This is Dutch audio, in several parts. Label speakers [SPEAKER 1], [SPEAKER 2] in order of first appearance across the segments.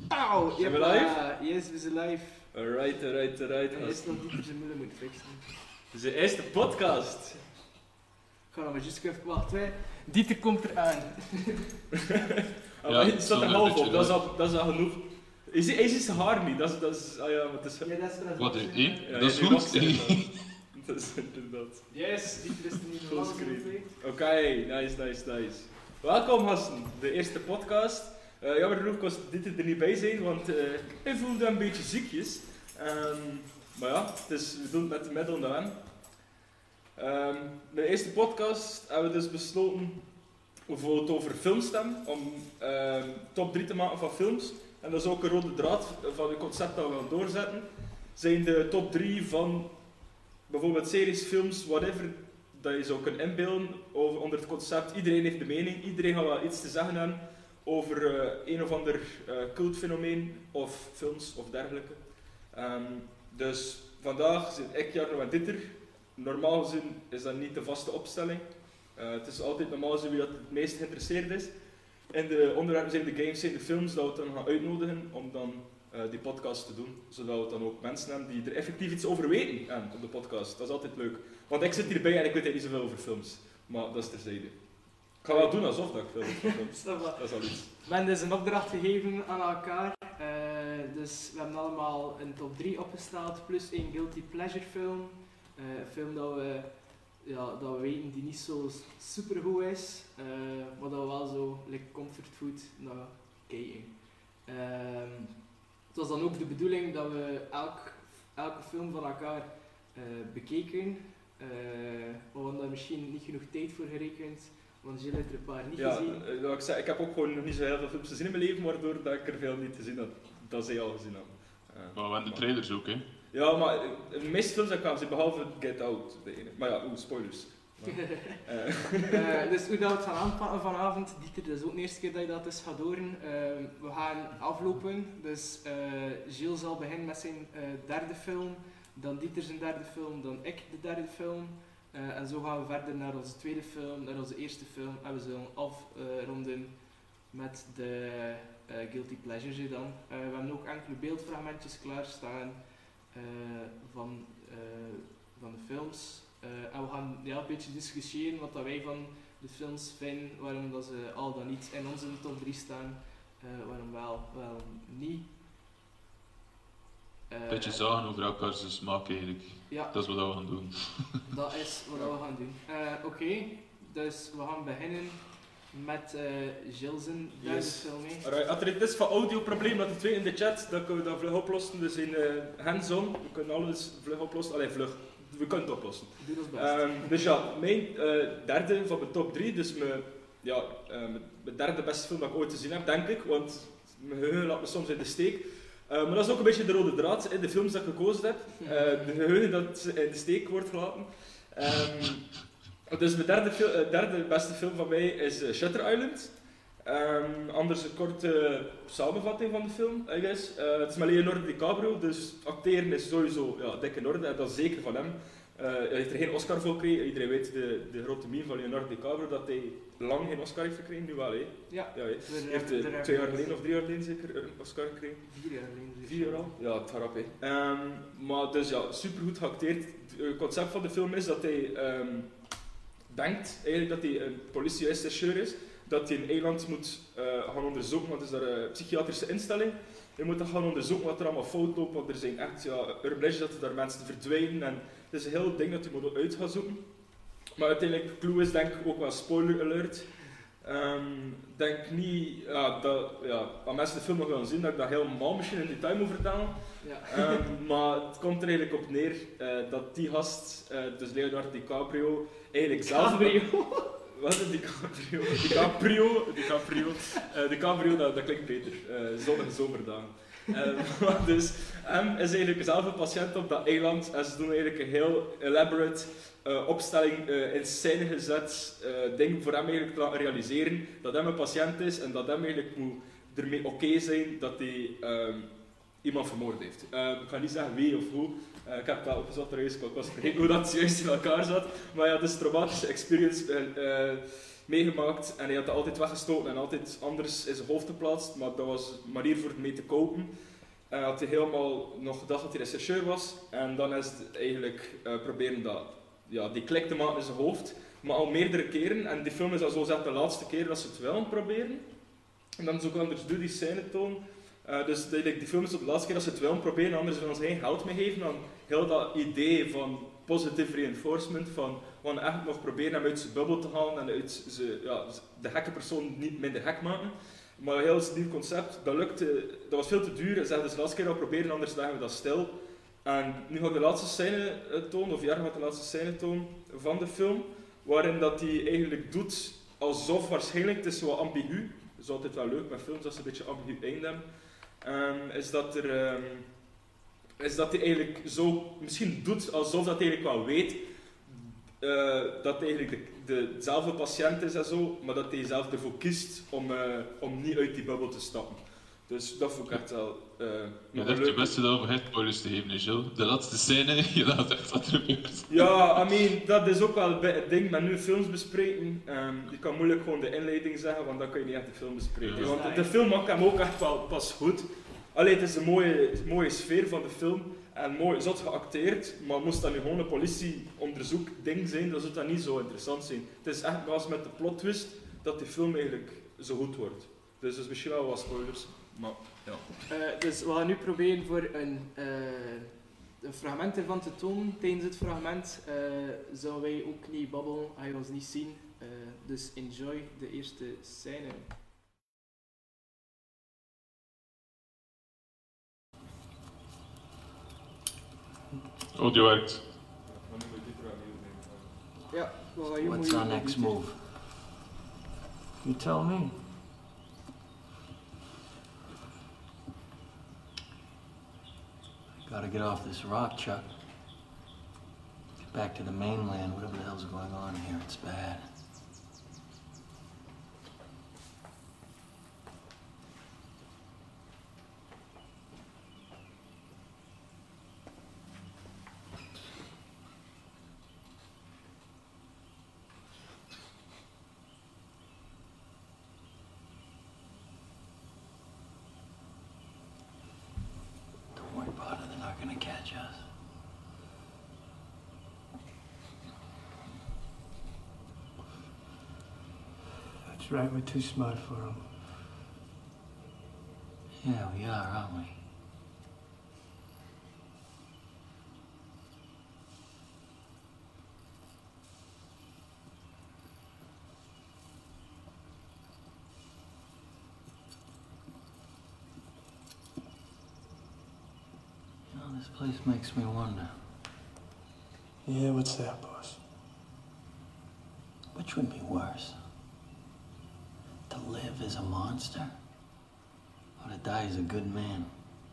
[SPEAKER 1] Auw!
[SPEAKER 2] Zijn we live?
[SPEAKER 1] Yes, we zijn live.
[SPEAKER 2] Alright.
[SPEAKER 1] Hij is nog dieper zijn mullen moeten fixen.
[SPEAKER 2] Het is de eerste podcast.
[SPEAKER 1] Ik ga nog maar juist even wachten. Dieter komt eraan.
[SPEAKER 2] Het staat er
[SPEAKER 3] zo'n
[SPEAKER 2] half
[SPEAKER 3] beetje,
[SPEAKER 2] op, dat is al genoeg. Hij is zijn haar niet, dat is ja, wat is...
[SPEAKER 1] Ja, dat is wel
[SPEAKER 3] Wat,
[SPEAKER 1] zo.
[SPEAKER 3] dat is
[SPEAKER 2] die
[SPEAKER 3] goed.
[SPEAKER 2] wacht inderdaad. Dat is inderdaad.
[SPEAKER 1] Yes, Dieter is er niet
[SPEAKER 2] Full
[SPEAKER 1] van
[SPEAKER 2] screen. Oké, nice. Welkom gasten, de eerste podcast. Jammer genoeg kon dit er niet bij zijn, want hij voelde een beetje ziekjes. Maar ja, we doen het met de middel aan. De eerste podcast hebben we dus besloten over films te hebben, om top 3 te maken van films. En dat is ook een rode draad van het concept dat we gaan doorzetten. Zijn de top 3 van bijvoorbeeld series, films, whatever, dat je zou kunnen inbeelden onder het concept. Iedereen heeft de mening, iedereen gaat wel iets te zeggen hebben over een of ander cultfenomeen of films of dergelijke. Dus vandaag zit ik, Jarno en Dieter. Normaal gezien is dat niet de vaste opstelling. Het is altijd normaal gezien wie dat het meest geïnteresseerd is. In de onderwerpen zijn de games, zijn de films, dat we het dan gaan uitnodigen om dan die podcast te doen. Zodat we dan ook mensen hebben die er effectief iets over weten op de podcast. Dat is altijd leuk. Want ik zit hierbij en ik weet niet zoveel over films. Maar dat is terzijde. Ik ga wel doen alsof dat ik veel over films. Dat is al iets.
[SPEAKER 1] We hebben dus een opdracht gegeven aan elkaar. Dus we hebben allemaal een top 3 opgesteld, plus één guilty pleasure film. Een film dat we weten die niet zo super goed is, maar dat we wel zo like comfortfood naar kijken. Het was dan ook de bedoeling dat we elke film van elkaar bekeken. Maar we hadden daar misschien niet genoeg tijd voor gerekend, want Gilles heeft er een paar niet gezien.
[SPEAKER 2] Ik heb ook gewoon nog niet zo heel veel films gezien in mijn leven, waardoor dat ik er veel niet te zien had. Dat zij al gezien hadden.
[SPEAKER 3] Maar we hebben de trailers ook, hè?
[SPEAKER 2] Ja, maar de meeste films heb ik al gezien, behalve Get Out. De ene. Maar ja, spoilers.
[SPEAKER 1] Dus hoe dat we het gaan aanpakken vanavond, Dieter, dat is ook de eerste keer dat je dat eens gaat horen. We gaan aflopen, dus Gilles zal beginnen met zijn derde film, dan Dieter zijn derde film, dan ik de derde film. En zo gaan we verder naar onze tweede film, naar onze eerste film en we zullen afronden met de Guilty Pleasures dan. We hebben ook enkele beeldfragmentjes klaarstaan van de films. En we gaan een beetje discussiëren wat dat wij van de films vinden, waarom dat ze al dan niet in onze top 3 staan, waarom wel niet.
[SPEAKER 3] Een beetje zagen over elkaars smaak eigenlijk.
[SPEAKER 1] Ja,
[SPEAKER 3] Dat is wat we gaan doen.
[SPEAKER 1] dat is wat we gaan doen. Oké, dus we gaan beginnen met Gilles' derde film.
[SPEAKER 2] Alright, als er iets is van audioprobleem, laat het weten in de chat, dan kunnen we dat vlug oplossen. Dus in hands-on, we kunnen alles vlug oplossen. Allee, vlug. We kunnen het oplossen.
[SPEAKER 1] Doe ons best.
[SPEAKER 2] Dus ja, mijn derde van mijn top 3, dus mijn derde beste film dat ik ooit gezien heb, denk ik, want mijn geheugen laat me soms in de steek. Maar dat is ook een beetje de rode draad in de films dat ik gekozen heb. De geheugen dat in de steek wordt gelaten. Dus mijn derde beste film van mij is Shutter Island. Anders een korte samenvatting van de film, I guess. Het is met Leonardo DiCaprio, dus acteren is sowieso dik in orde, en dat is zeker van hem. Hij heeft er geen Oscar voor gekregen. Iedereen weet de grote meme van Leonardo DiCaprio dat hij lang geen Oscar heeft gekregen, nu wel hè.
[SPEAKER 1] Ja.
[SPEAKER 2] Hij heeft 2 jaar geleden of 3 jaar geleden zeker een Oscar gekregen.
[SPEAKER 1] 4 jaar geleden.
[SPEAKER 2] 4 jaar al? Ja, het gaat rap hè. Maar dus ja, supergoed geacteerd. Het concept van de film is dat hij denkt eigenlijk dat hij een politierechercheur is, dat hij een eiland moet gaan onderzoeken, want het is daar een psychiatrische instelling. Je moet dat gaan onderzoeken wat er allemaal fout loopt, want er zijn echt urban legends dat er daar mensen verdwijnen en het is een heel ding dat je moet uit gaan zoeken. Maar uiteindelijk, de clue is denk ik ook wel spoiler alert. Denk niet als mensen de film nog gaan zien, dat ik dat helemaal misschien in detail moet vertellen.
[SPEAKER 1] Ja.
[SPEAKER 2] Maar het komt er eigenlijk op neer dat die gast, dus Leonardo DiCaprio, eigenlijk zelf... Wat is DiCaprio, dat klinkt beter. Zonnige zomerdagen. Dus hem is eigenlijk zelf een patiënt op dat eiland en ze doen eigenlijk een heel elaborate opstelling in scène gezet ding voor hem eigenlijk te laten realiseren dat hem een patiënt is en dat hem eigenlijk moet ermee oké zijn dat hij iemand vermoord heeft. Ik ga niet zeggen wie of hoe. Ik heb het wel opgezocht trouwens, ik was vergeten hoe dat juist in elkaar zat. Maar ja, het is een traumatische experience. meegemaakt en hij had dat altijd weggestoken en altijd anders in zijn hoofd geplaatst, maar dat was een manier voor mee te kopen. En had hij helemaal nog gedacht dat hij rechercheur was en dan is het eigenlijk proberen die klik te maken in zijn hoofd, maar al meerdere keren. En die film is al zo gezegd de laatste keer dat ze het wel proberen. En dan is ook anders die scène toon. Dus die film is op de laatste keer dat ze het wel proberen, anders willen ze geen geld mee geven aan heel dat idee van positive reinforcement, van we gaan echt nog proberen hem uit zijn bubbel te halen en uit de gekke persoon niet minder gek maken. Maar heel het nieuw concept, dat lukte, dat was veel te duur. Ze zeiden dus de laatste keer dat we proberen, anders leggen we dat stil. En nu ga ik de laatste scène tonen, of Jar gaat de laatste scène tonen van de film, waarin dat hij eigenlijk doet alsof waarschijnlijk, het is zo ambigu, dat is altijd wel leuk met films, als ze een beetje ambigu einde hebben, is dat hij eigenlijk zo misschien doet alsof dat hij eigenlijk wel weet dat hij eigenlijk dezelfde patiënt is en zo, maar dat hij zelf ervoor kiest om niet uit die bubbel te stappen. Dus dat vond ik echt wel
[SPEAKER 3] Je dacht je beste dat over spoilers te geven, Gilles. De laatste scène, je laat echt wat er gebeurt.
[SPEAKER 2] Ja, dat is ook wel het ding met nu films bespreken. Je kan moeilijk gewoon de inleiding zeggen, want dan kan je niet echt de film bespreken.
[SPEAKER 3] Ja.
[SPEAKER 2] Want de film maakt hem ook echt wel pas goed. Allee, het is een mooie sfeer van de film en mooi zot geacteerd, maar moest dat nu gewoon een politieonderzoek-ding zijn, dan zou dat niet zo interessant zijn. Het is echt pas met de plot twist dat die film eigenlijk zo goed wordt. Dus dat is misschien wel wat spoilers, maar ja.
[SPEAKER 1] Dus we gaan nu proberen voor een fragment ervan te tonen. Tijdens het fragment zullen wij ook niet babbelen, ga je ons niet zien. Dus enjoy de eerste scène.
[SPEAKER 3] Audio werkt.
[SPEAKER 1] Ja, wat ga je
[SPEAKER 4] What's our next move? You tell me. Gotta get off this rock, Chuck. Get back to the mainland, whatever the hell's going on here, it's bad. Don't worry about it, they're not gonna catch us.
[SPEAKER 5] That's right, we're too smart for them.
[SPEAKER 4] Yeah, we are, aren't we? You know, this place makes me wonder,
[SPEAKER 5] Yeah, what's that, boss?
[SPEAKER 4] which would be worse? To live as a monster? Or to die as a good man?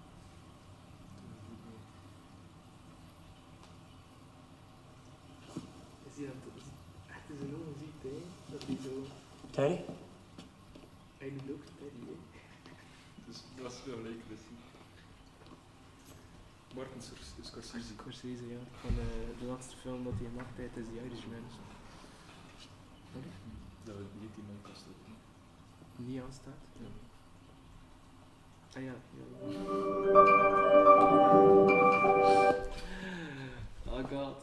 [SPEAKER 1] Is hij echt in zijn ogen ziet, hè? Dat hij zo...
[SPEAKER 5] Teddy?
[SPEAKER 1] Hij doet ook Teddy, hè?
[SPEAKER 2] Dus dat is wel leuk. Dus. Martin Scorsese.
[SPEAKER 1] Scorsese, ja. Van de laatste film dat hij gemaakt heeft, is The Irishman.
[SPEAKER 2] Dat we niet in mijn kast hebben.
[SPEAKER 1] Niet aanstaat.
[SPEAKER 2] Ja.
[SPEAKER 1] Ah ja, ja. Oh god.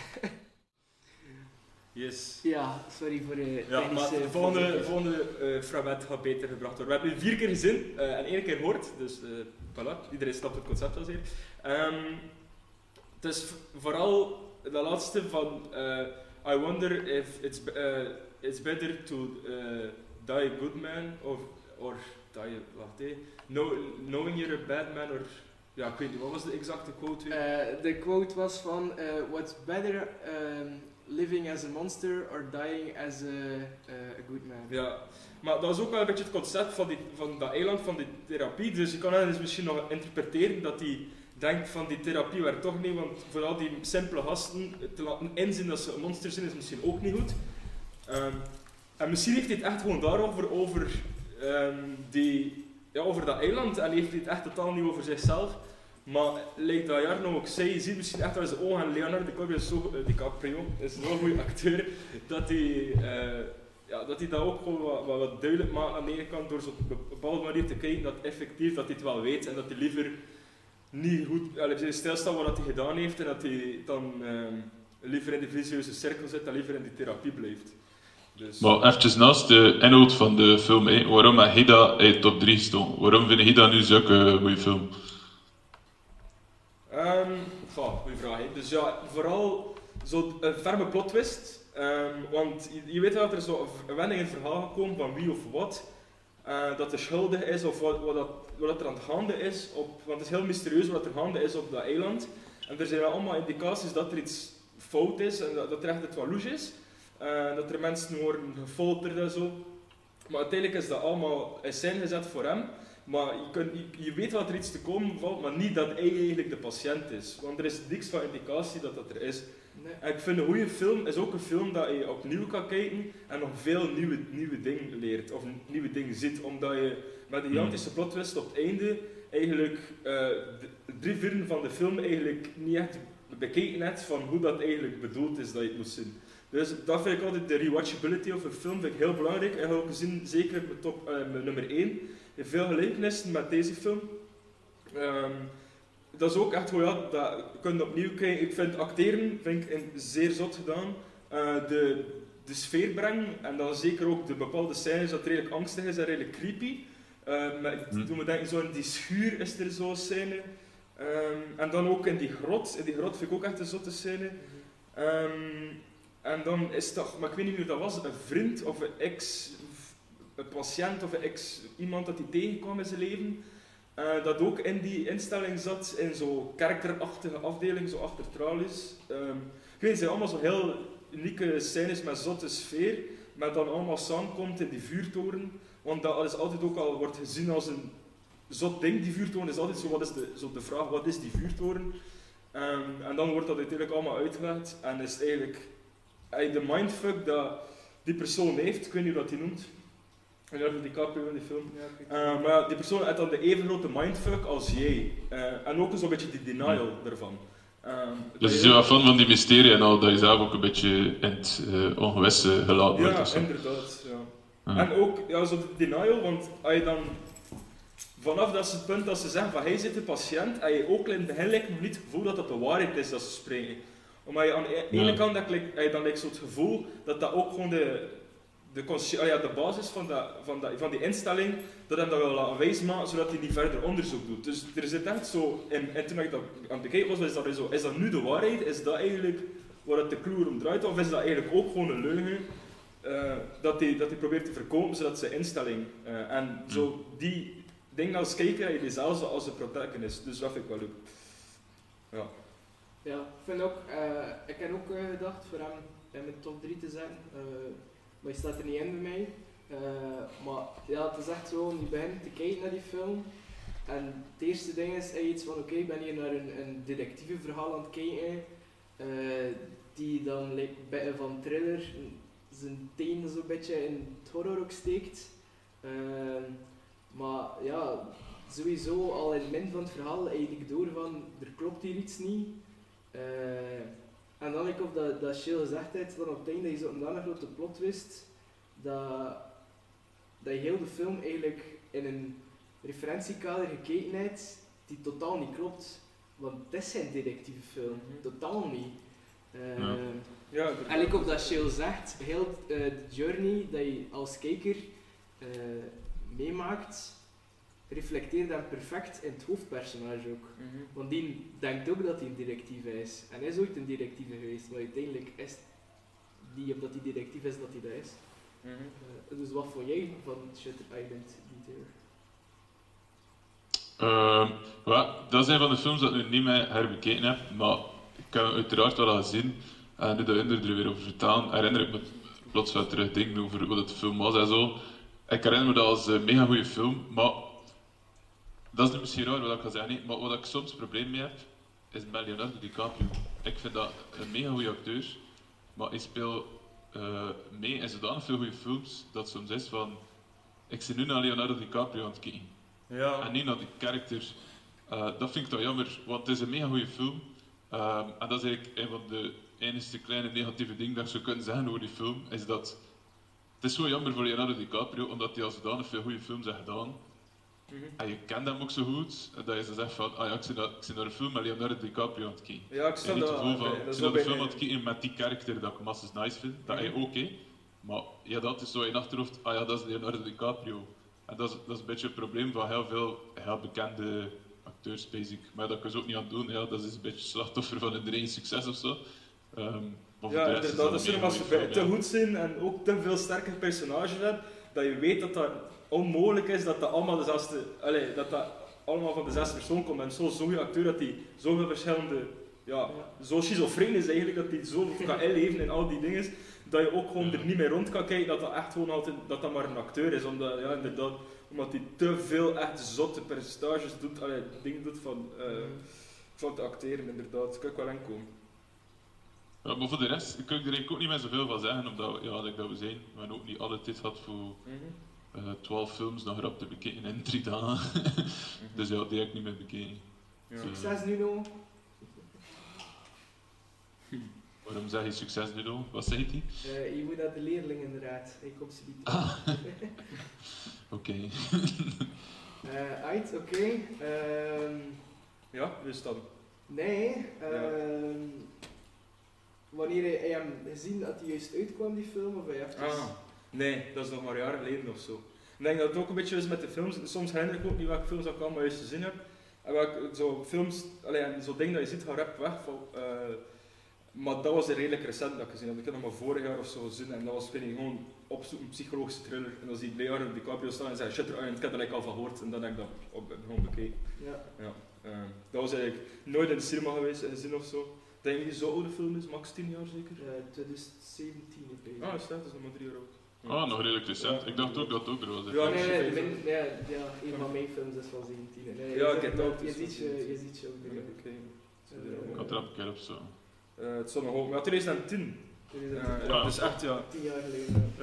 [SPEAKER 2] Yes.
[SPEAKER 1] Ja, sorry voor de
[SPEAKER 2] Ja, maar de volgende fragment gaat beter gebracht worden. We hebben nu 4 keer gezien en 1 keer gehoord, dus voilà, iedereen snapt het concept al zeer. Het is vooral de laatste van I wonder if it's better to die a good man or die, wacht knowing you're a bad man or... Ja, ik weet niet, wat was de exacte quote weer?
[SPEAKER 1] de quote was van what's better living as a monster or dying as a good man.
[SPEAKER 2] Ja, maar dat is ook wel een beetje het concept van dat eiland, van die therapie. Dus je kan het dus misschien nog interpreteren dat hij denkt van die therapie werkt toch niet, want voor al die simpele gasten te laten inzien dat ze een monster zijn is misschien ook niet goed. En misschien heeft hij het echt gewoon daarover, over dat eiland en heeft hij het echt totaal niet over zichzelf. Maar lijkt dat Jarno ook zei, je ziet misschien echt wel zijn ogen en Leonardo DiCaprio is zo'n goede acteur dat hij dat hij dat ook gewoon wat duidelijk maakt aan de ene kant door zo op een bepaalde manier te kijken dat effectief dat hij het wel weet en dat hij liever niet goed stilstaat wat hij gedaan heeft en dat hij dan liever in de vicieuze cirkel zit en liever in die therapie blijft. Dus...
[SPEAKER 3] Maar eventjes naast de inhoud van de film, waarom heb hij dat in top 3 gestoken? Waarom vind je dat nu zulke goede film?
[SPEAKER 2] Goeie vraag. Hè. Dus ja, vooral zo'n ferme plot twist. Want je weet wel dat er zo een wending in het verhaal gekomen van wie of wat dat er schuldig is of wat er aan het gaande is. Want het is heel mysterieus wat er gaande is op dat eiland. En er zijn allemaal indicaties dat er iets fout is en dat er echt het wat louche is. Dat er mensen worden gefolterd en zo. Maar uiteindelijk is dat allemaal in scène gezet voor hem. Maar je weet dat er iets te komen valt, maar niet dat hij eigenlijk de patiënt is. Want er is niks van indicatie dat er is.
[SPEAKER 1] Nee.
[SPEAKER 2] En ik vind een goede film is ook een film dat je opnieuw kan kijken en nog veel nieuwe dingen leert. Of nieuwe dingen ziet. Omdat je met de gigantische plot twist op het einde eigenlijk 3/4 van de film eigenlijk niet echt bekeken hebt van hoe dat eigenlijk bedoeld is dat je het moet zien. Dus dat vind ik altijd, de rewatchability of een film vind ik heel belangrijk. En ook gezien, zeker met nummer 1, heeft veel gelijkenissen met deze film. Dat is ook echt goed, ja, dat je kunt opnieuw kijken. Ik vind acteren vind ik zeer zot gedaan. De sfeer brengen en dan zeker ook de bepaalde scènes dat redelijk angstig is en redelijk creepy. Toen we denken, zo in die schuur is er zo'n scène. En dan ook in die grot. In die grot vind ik ook echt een zotte scène. En dan is dat, maar ik weet niet wie dat was, een vriend of een patiënt of iemand dat hij tegenkwam in zijn leven, dat ook in die instelling zat, in zo'n karakterachtige afdeling, zo achter tralies. Ik weet niet, het zijn allemaal zo heel unieke scènes met zotte sfeer, maar dan allemaal samenkomt in die vuurtoren, want dat is altijd ook al wordt gezien als een zot ding, die vuurtoren is altijd zo, de vraag, wat is die vuurtoren? En dan wordt dat uiteindelijk allemaal uitgelegd en is het eigenlijk de mindfuck dat die persoon heeft, ik weet niet hoe dat die noemt. Leonardo DiCaprio in die film.
[SPEAKER 1] Ja,
[SPEAKER 2] maar ja, die persoon heeft dan de even grote mindfuck als jij. En ook zo'n beetje die denial ervan.
[SPEAKER 3] Dus je bent wel fan van die mysterie en al, dat je zelf ook een beetje in het ongewisse gelaten wordt.
[SPEAKER 2] Ja, inderdaad. Ja. En ook zo de denial, want als je dan vanaf het punt dat ze zeggen van hij zit de patiënt, en je ook in het begin nog niet het gevoel dat dat de waarheid is dat ze spreken. Omdat je aan de ene kant heb je dan zo het gevoel dat dat ook gewoon de basis van die instelling, dat hem dat wil laten wijsmaken, zodat hij niet verder onderzoek doet. Dus er zit echt zo, en toen ik dat aan het bekijken was is dat nu de waarheid? Is dat eigenlijk waar het de clue om draait? Of is dat eigenlijk ook gewoon een leugen dat hij probeert te voorkomen, zodat zijn instelling, en zo die dingen als kijker heb je dezelfde als de protagonist. Dus dat vind ik wel leuk. Ja.
[SPEAKER 1] Ja, ik heb ook gedacht voor hem in mijn top 3 te zetten, maar je staat er niet in bij mij. Maar ja, het is echt zo, je begint te kijken naar die film en het eerste ding is iets van oké, ik ben hier naar een detectiveverhaal aan het kijken, die dan van thriller zijn teen zo'n beetje in het horror ook steekt. Maar ja, sowieso al in het midden van het verhaal eigenlijk door van er klopt hier iets niet. En dan ik op dat Shiel gezegd heeft, dan op het einde dat je zo'n grote plot wist, dat je heel de film eigenlijk in een referentiekader gekeken hebt die totaal niet klopt. Want het is geen detectieve film, totaal niet. En ik op dat Shiel zegt, heel de journey dat je als kijker meemaakt, reflecteert hem perfect in het hoofdpersonage ook. Want die denkt ook dat hij een detectieve is. En hij is ooit een detectieve geweest, maar uiteindelijk is die, omdat hij detectief is, dat hij dat is. Dus wat vond jij van Shutter Island Detail?
[SPEAKER 3] Dat is een van de films dat ik nu niet meer herbekeken heb, maar ik heb hem uiteraard wel al gezien. En nu dat Inder er weer over vertalen, herinner ik me plots wel terug dingen over wat het film was en zo. Ik herinner me dat als een mega goede film, maar dat is nu misschien raar wat ik ga zeggen, maar wat ik soms probleem mee heb, is met Leonardo DiCaprio. Ik vind dat een mega goede acteur, maar hij speelt mee in zodanig veel goede films, dat soms is van, ik zit nu naar Leonardo DiCaprio aan het kijken.
[SPEAKER 2] Ja.
[SPEAKER 3] En niet naar die karakter. Dat vind ik toch jammer, want het is een mega goede film. En dat is eigenlijk een van de enige kleine negatieve dingen dat ik zou kunnen zeggen over die film, is dat Het is zo jammer voor Leonardo DiCaprio, omdat hij al zodanig veel goede films heeft gedaan. En je kent hem ook zo goed, dat je zo zegt van, ah ja, ik zie naar een film met Leonardo DiCaprio aan het kijken.
[SPEAKER 2] Ja, ik snap
[SPEAKER 3] niet
[SPEAKER 2] dat.
[SPEAKER 3] het gevoel van,
[SPEAKER 2] Dat
[SPEAKER 3] ik
[SPEAKER 2] is
[SPEAKER 3] zie
[SPEAKER 2] wel
[SPEAKER 3] naar een film
[SPEAKER 2] bij-
[SPEAKER 3] aan het kijken met die karakter dat ik massas nice vind, dat hij ook, hè. Maar ja, dat is zo in je achterhoofd, ah ja, dat is Leonardo DiCaprio. En dat is een beetje het probleem van heel veel heel bekende acteurs, basic. Maar dat kun je ook niet aan doen, ja, dat is een beetje slachtoffer van hun eigen succes of zo. Maar voor
[SPEAKER 2] Ja,
[SPEAKER 3] de rest is
[SPEAKER 2] inderdaad, dat
[SPEAKER 3] een
[SPEAKER 2] zullen als
[SPEAKER 3] mega
[SPEAKER 2] ze
[SPEAKER 3] goeie
[SPEAKER 2] te
[SPEAKER 3] film, ja.
[SPEAKER 2] goed zijn en ook te veel sterke personages hebben, dat je weet dat dat onmogelijk is dat dat allemaal dezelfde, dat dat allemaal van dezelfde persoon komt. En zo'n goede acteur dat hij zoveel verschillende, zo schizofreen is eigenlijk, dat hij zo kan inleven in al die dingen, dat je ook gewoon er niet meer rond kan kijken, dat dat echt gewoon altijd, dat dat maar een acteur is. Omdat, ja, inderdaad, omdat hij te veel echt zotte personages doet, dingen doet van te acteren, inderdaad. Dat kan ik wel inkomen.
[SPEAKER 3] Ja, maar voor de rest kan ik er eigenlijk ook niet meer zoveel van zeggen, omdat ja, like dat we zijn, we hebben ook niet alle tijd gehad voor 12 films nog rap te bekijken in 3 dagen. Dus ja, die heb ik niet meer bekeken.
[SPEAKER 2] Ja.
[SPEAKER 1] Succes Nuno.
[SPEAKER 3] Waarom zeg je succes nu dan? Wat zegt hij?
[SPEAKER 1] Je moet naar de leerling inderdaad. Hij komt ze niet.
[SPEAKER 3] Oké.
[SPEAKER 1] Uit, oké.
[SPEAKER 2] Ja, dus dan.
[SPEAKER 1] Nee. Wanneer hij hem gezien dat hij juist uitkwam, die film, of hij heeft
[SPEAKER 2] Nee, dat is nog maar jaren geleden of zo. Ik denk dat het ook een beetje is met de films. Soms herinner ik ook niet welke films ik allemaal juist gezien heb. En welke zo films, zo'n ding dat je ziet, gaat rap weg. Maar dat was redelijk recent dat ik gezien heb. Ik heb nog maar vorig jaar of zo gezien en dat was gewoon opzoeken, een psychologische thriller. En dan zie ik Leonardo DiCaprio staan en zei Shutter Island, ik heb er eigenlijk al van gehoord en dan heb ik dat gewoon bekeken.
[SPEAKER 1] Ja.
[SPEAKER 2] Dat was eigenlijk nooit in de cinema geweest, gezien of zo. Ik denk dat die zo'n oude film is, max 10 jaar zeker.
[SPEAKER 1] 2017 of zo.
[SPEAKER 2] Ah, is dat is nog maar 3 jaar oud.
[SPEAKER 3] Oh, nog redelijk recent.
[SPEAKER 2] Ja.
[SPEAKER 3] Ik dacht ook dat het ook er was. hè.
[SPEAKER 2] Ja,
[SPEAKER 1] Nee, een van mijn films is van 17. Nee,
[SPEAKER 2] Ja,
[SPEAKER 1] je
[SPEAKER 2] ik
[SPEAKER 1] zegt
[SPEAKER 2] heb
[SPEAKER 1] wel-
[SPEAKER 2] ook,
[SPEAKER 1] je
[SPEAKER 2] dus
[SPEAKER 1] ziet
[SPEAKER 2] van
[SPEAKER 1] je
[SPEAKER 2] 17.
[SPEAKER 1] je ziet je ook erin.
[SPEAKER 3] Ik had er een keer op zo.
[SPEAKER 2] Het zal nog hoog, maar 2010.
[SPEAKER 3] Ja.
[SPEAKER 2] Dus echt, ja.
[SPEAKER 1] 10 jaar geleden.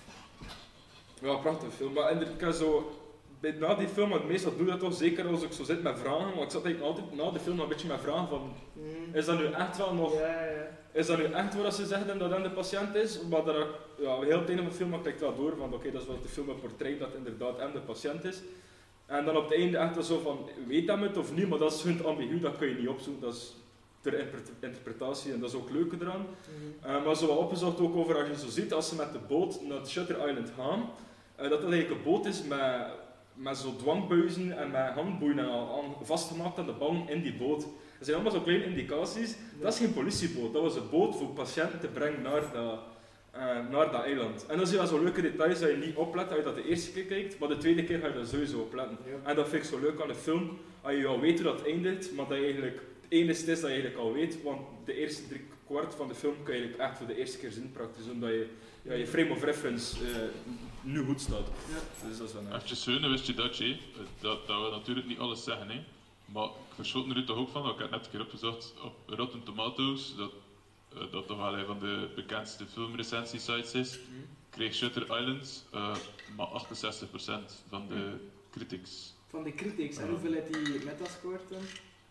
[SPEAKER 2] Ja, prachtige film. Maar ik heb zo, na die film, want meestal doe ik dat toch, zeker als ik zo zit met vragen, maar ik zat eigenlijk altijd na de film nog een beetje met vragen van, is dat nu echt wel nog,
[SPEAKER 1] Ja.
[SPEAKER 2] is dat nu echt waar ze zeggen dat dat de patiënt is? Maar dat, heel het einde van de film maak ik wel door van, oké, dat is wat de film portret dat inderdaad de patiënt is. En dan op het einde echt wel zo van, weet dat het of niet, maar dat is hun ambigu, dat kun je niet opzoeken, dat is ter interpretatie en dat is ook leuk eraan. Maar zo wat opgezocht ook over, als je zo ziet, als ze met de boot naar Shutter Island gaan, dat dat eigenlijk een boot is met zo dwangbuizen en met handboeien vastgemaakt aan de bang in die boot. Dat zijn allemaal zo kleine indicaties. Dat is geen politieboot, dat was een boot voor patiënten te brengen naar dat eiland. En dan zie je wel zo leuke details dat je niet oplet als je dat de eerste keer kijkt, maar de tweede keer ga je dat sowieso opletten.
[SPEAKER 1] Ja.
[SPEAKER 2] En dat vind ik zo leuk aan de film, als je al weet hoe dat eindigt, maar dat je eigenlijk het enige is dat je eigenlijk al weet, want de eerste 3/4 van de film kan je eigenlijk echt voor de eerste keer zien praktisch, omdat je frame of reference nu goed staat.
[SPEAKER 1] Ja.
[SPEAKER 2] Dus dat is wel nice.
[SPEAKER 3] Even schön, wist je dat, Jay? Dat we natuurlijk niet alles zeggen, hè. Maar ik verschot er toch ook van, ik heb net een keer opgezocht op Rotten Tomatoes, dat toch wel een van de bekendste filmrecensiesites is, kreeg Shutter Island maar 68% van de critics.
[SPEAKER 1] Van de critics, en hoeveel heeft die metascored dan?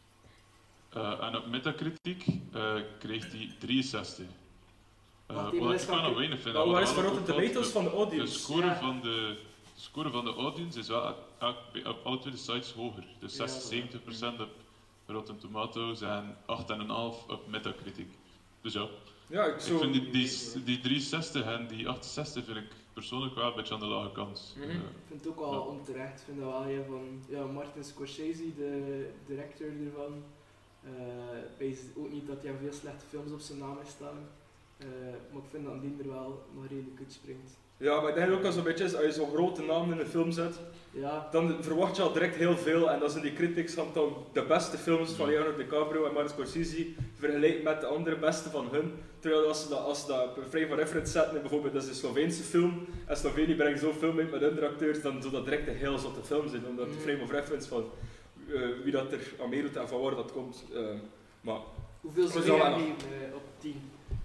[SPEAKER 3] En op Metacritic kreeg hij 63.
[SPEAKER 1] Want die
[SPEAKER 3] Wat
[SPEAKER 1] is
[SPEAKER 3] ik
[SPEAKER 1] van-
[SPEAKER 3] wel nog weinig vind.
[SPEAKER 2] Maar
[SPEAKER 3] want
[SPEAKER 2] waar is
[SPEAKER 3] dan
[SPEAKER 2] voor
[SPEAKER 3] ook
[SPEAKER 2] Rotten
[SPEAKER 3] wat
[SPEAKER 2] Tomatoes van de
[SPEAKER 3] De
[SPEAKER 2] audience?
[SPEAKER 3] score,
[SPEAKER 1] Ja.
[SPEAKER 3] van de audience is wel op alle twee de sites hoger. Dus
[SPEAKER 1] Ja,
[SPEAKER 3] 76% op Rotten Tomatoes en 8,5 op Metacritic. Dus ja,
[SPEAKER 2] Ja,
[SPEAKER 3] ik vind die 63 en die 68 vind ik persoonlijk wel een beetje aan de lage kant.
[SPEAKER 2] Mhm.
[SPEAKER 1] Ik vind het ook wel onterecht. Ik vind dat wel van Martin Scorsese, de director ervan. Ik weet ook niet dat hij veel slechte films op zijn naam heeft staan. Maar ik vind dat die er wel nog redelijk uitspringt.
[SPEAKER 2] Ja, maar ik denk ook als een beetje is, als je zo'n grote naam in een film zet,
[SPEAKER 1] Ja,
[SPEAKER 2] dan verwacht je al direct heel veel. En dat zijn die critics van dan de beste films van Leonardo DiCaprio en Martin Scorsese vergeleken met de andere beste van hun. Terwijl als ze dat frame van reference zetten, bijvoorbeeld dat is een Sloveense film, en Slovenië brengt zo'n film uit met andere acteurs, dan zou dat direct een heel zotte film zijn. Omdat de frame of reference van wie dat er aan meedoet en van waar dat komt. Maar
[SPEAKER 1] hoeveel zou
[SPEAKER 2] zou
[SPEAKER 1] jij
[SPEAKER 2] wel
[SPEAKER 1] geven op 10?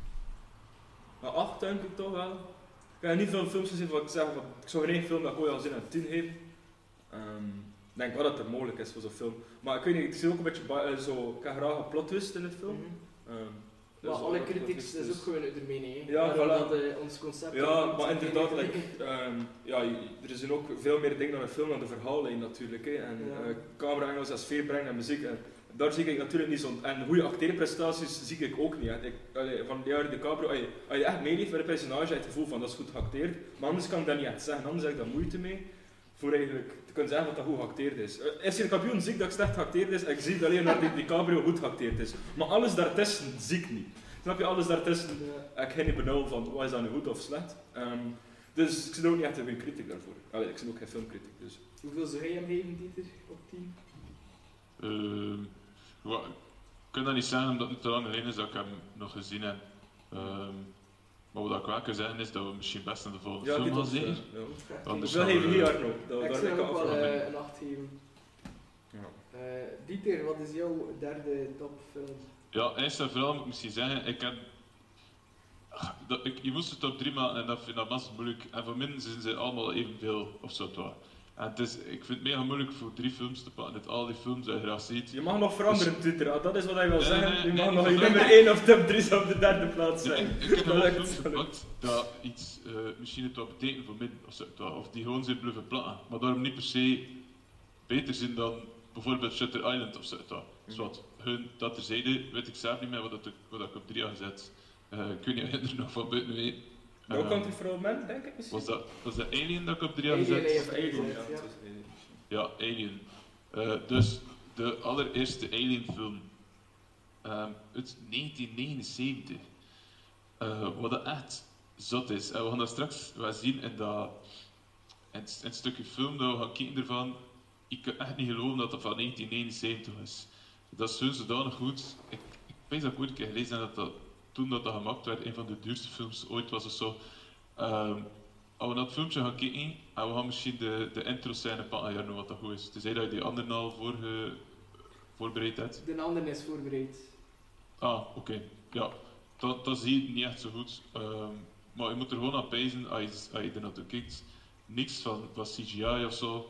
[SPEAKER 2] 8 denk ik toch wel. Ik heb niet veel films gezien waar ik zeg van, ik zou geen film dat ik ooit al zin aan 10 geven. Ik denk wel dat het mogelijk is voor zo'n film. Maar ik weet niet, ik zie ook een beetje ik heb graag een plot twist in het film.
[SPEAKER 1] Maar alle critics is ook gewoon ermee, hè.
[SPEAKER 2] Ja,
[SPEAKER 1] Waarom
[SPEAKER 2] voilà.
[SPEAKER 1] dat ons concept...
[SPEAKER 2] Ja, maar inderdaad, er zijn ook veel meer dingen dan een film dan de verhaallijn natuurlijk. Hè. En camera-angles en sfeer brengen en muziek. En daar zie ik natuurlijk niet zo. En goede acteerprestaties zie ik ook niet. Van Leonardo DiCaprio, als je echt meeleeft met een personage, heb je het gevoel van dat is goed geacteerd. Maar anders kan ik dat niet echt zeggen. Anders heb ik daar moeite mee. Voor eigenlijk te kunnen zeggen dat dat goed geacteerd is. Als je een kampioen ziet dat ik slecht geacteerd is, en ik zie dat Leonardo DiCaprio goed geacteerd is. Maar alles daartussen zie ik niet. Snap je, alles daartussen heb ik geen benul van wat is dat nu goed of slecht. Dus ik zit ook niet echt een goede critic daarvoor. Ik zit ook geen filmcritic. Dus.
[SPEAKER 1] Hoeveel zou jij hem geven, Dieter, op 10?
[SPEAKER 3] Ik kan dat niet zeggen omdat het te lang geleden is dat ik hem nog gezien heb. Maar wat ik wel kan zeggen is dat we misschien best in de volgende film gaan zien.
[SPEAKER 2] Anders gaan we hier nog.
[SPEAKER 1] Ik zou ook wel een 8 geven. Ja. Dieter, wat is jouw derde topfilm?
[SPEAKER 3] Ja, eerst en vooral moet ik misschien zeggen, je moest de top 3 maken en dat vind ik best moeilijk. En voor mij zijn ze allemaal evenveel of zo. En ik vind het mega moeilijk voor 3 films te pakken, dat al die films dat je graag ziet.
[SPEAKER 2] Je mag nog veranderen, Dieter, dat is wat hij wil zeggen. Je mag nog je nummer 1 of top 3 op de derde plaats zijn.
[SPEAKER 3] Ik heb een film gepakt dat iets misschien het wat betekent voor mij, of die gewoon zijn blijven plakken. Maar daarom niet per se beter zijn dan bijvoorbeeld Shutter Island of zo. Dus wat, dat terzijde, weet ik zelf niet meer wat ik op 3 had gezet. Ik weet niet of je er nog van buiten weet.
[SPEAKER 2] No Country for Old Men, denk ik misschien.
[SPEAKER 3] Was dat Alien dat ik op 3 had gezet?
[SPEAKER 2] Alien,
[SPEAKER 3] ja, Alien. Dus de allereerste Alien film uit 1979. Wat dat echt zot is. En we gaan dat straks wel zien in het stukje film dat we gaan kijken ervan. Ik kan echt niet geloven dat dat van 1979 is. Dat is zo zodanig goed. Ik weet dat ik ooit een keer gelezen heb dat toen dat gemaakt werd, een van de duurste films ooit was of zo. Als we naar het filmpje gaan kijken, en we gaan misschien de intro scène pakken, ja, wat dat goed is. Tenzij dat je die andere al voorbereid hebt.
[SPEAKER 1] De andere is voorbereid.
[SPEAKER 3] Ah, oké. Ja, dat zie je niet echt zo goed. Maar je moet er gewoon aan pijzen als je er naartoe kijkt. Niks van CGI of zo.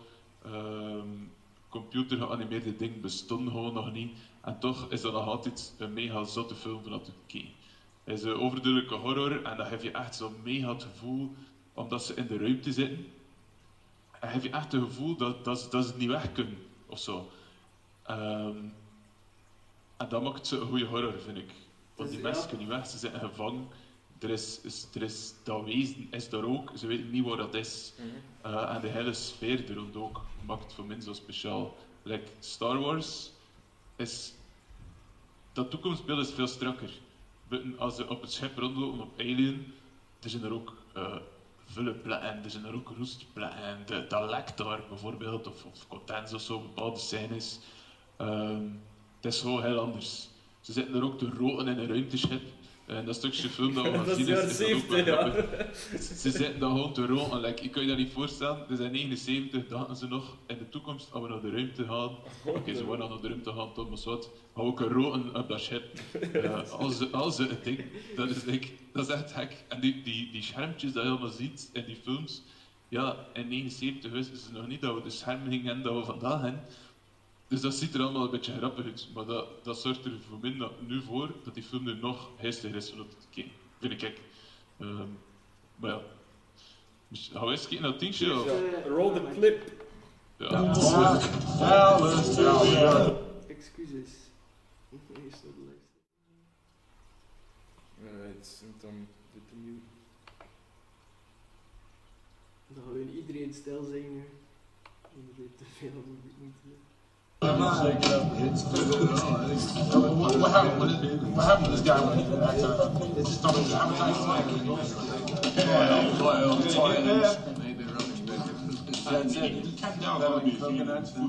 [SPEAKER 3] Computer geanimeerde dingen bestonden gewoon nog niet. En toch is dat nog altijd een mega zotte film van naartoe te kijken. Het is een overduidelijke horror en dan heb je echt zo'n mega het gevoel, omdat ze in de ruimte zitten. En heb je echt het gevoel dat ze het niet weg kunnen, of zo. En dat maakt het zo'n goede horror, vind ik. Want die mensen kunnen niet weg, ze zitten gevangen. Er is dat wezen is daar ook, ze weten niet waar dat is. En de hele sfeer er rond ook maakt het voor mij zo speciaal. Like Star Wars is... Dat toekomstbeeld is veel strakker. Als ze op het schip rondlopen op Alien, er zijn er ook vullenplekken, er zijn er ook roestplekken. Dat lekt daar bijvoorbeeld, of contents of zo, bepaalde scènes. Het is gewoon heel anders. Ze zitten er ook te roken in een ruimteschip. En dat stukje film dat we gaan zien is dat ook wel grappig. Ze zitten dan gewoon te roken. Like, ik kan je dat niet voorstellen. Er zijn 79 dagen ze nog in de toekomst, als we naar de ruimte gaan. Oké, ze worden naar de ruimte gaan, tot maar wat. Gaan we ook roken op dat schip. Als het ding, dat is echt gek. En die schermpjes dat je allemaal ziet in die films. Ja, in 79 wisten ze nog niet dat we de schermen gingen en dat we vandaag hebben. Dus dat ziet er allemaal een beetje grappig uit, maar dat zorgt er voor mij nu voor dat die film er nog heistiger is om te kijken, vind ik. Maar ja, gaan we eens kijken naar het tientje?
[SPEAKER 2] Roll the clip.
[SPEAKER 3] Ja.
[SPEAKER 1] Excuses. Eerst op de lijst.
[SPEAKER 2] Right, en dan dit opnieuw.
[SPEAKER 1] Dan gaan we iedereen stil zijn nu. Omdat dit te veel moet doen.
[SPEAKER 6] What happened with this guy when he started advertising?
[SPEAKER 7] Maybe rubbish, but
[SPEAKER 6] That's it. That'll be coconuts and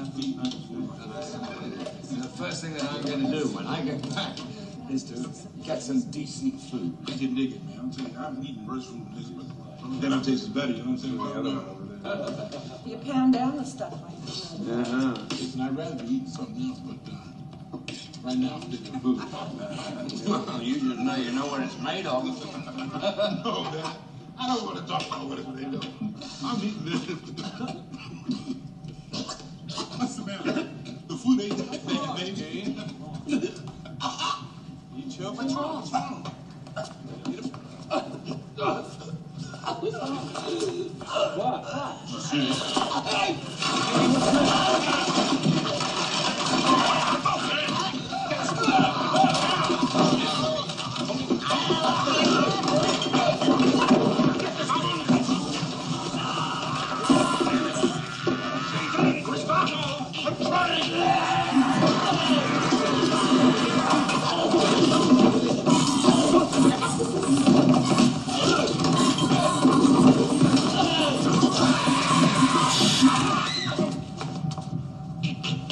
[SPEAKER 7] the first thing that I'm going to do when I get back is to get some decent food.
[SPEAKER 6] I can dig it, man. I'm telling you, I haven't eaten worse food than this, but then it tastes better, you know what I'm saying?
[SPEAKER 8] You pound down the stuff like that.
[SPEAKER 6] Listen, I'd rather be eating something else, but right now I'm getting food.
[SPEAKER 7] You just know you know what it's made of.
[SPEAKER 6] No, man. I don't want to talk about what it's made of. I'm eating this. What's the matter? The food ain't that bad, baby.
[SPEAKER 8] What's wrong?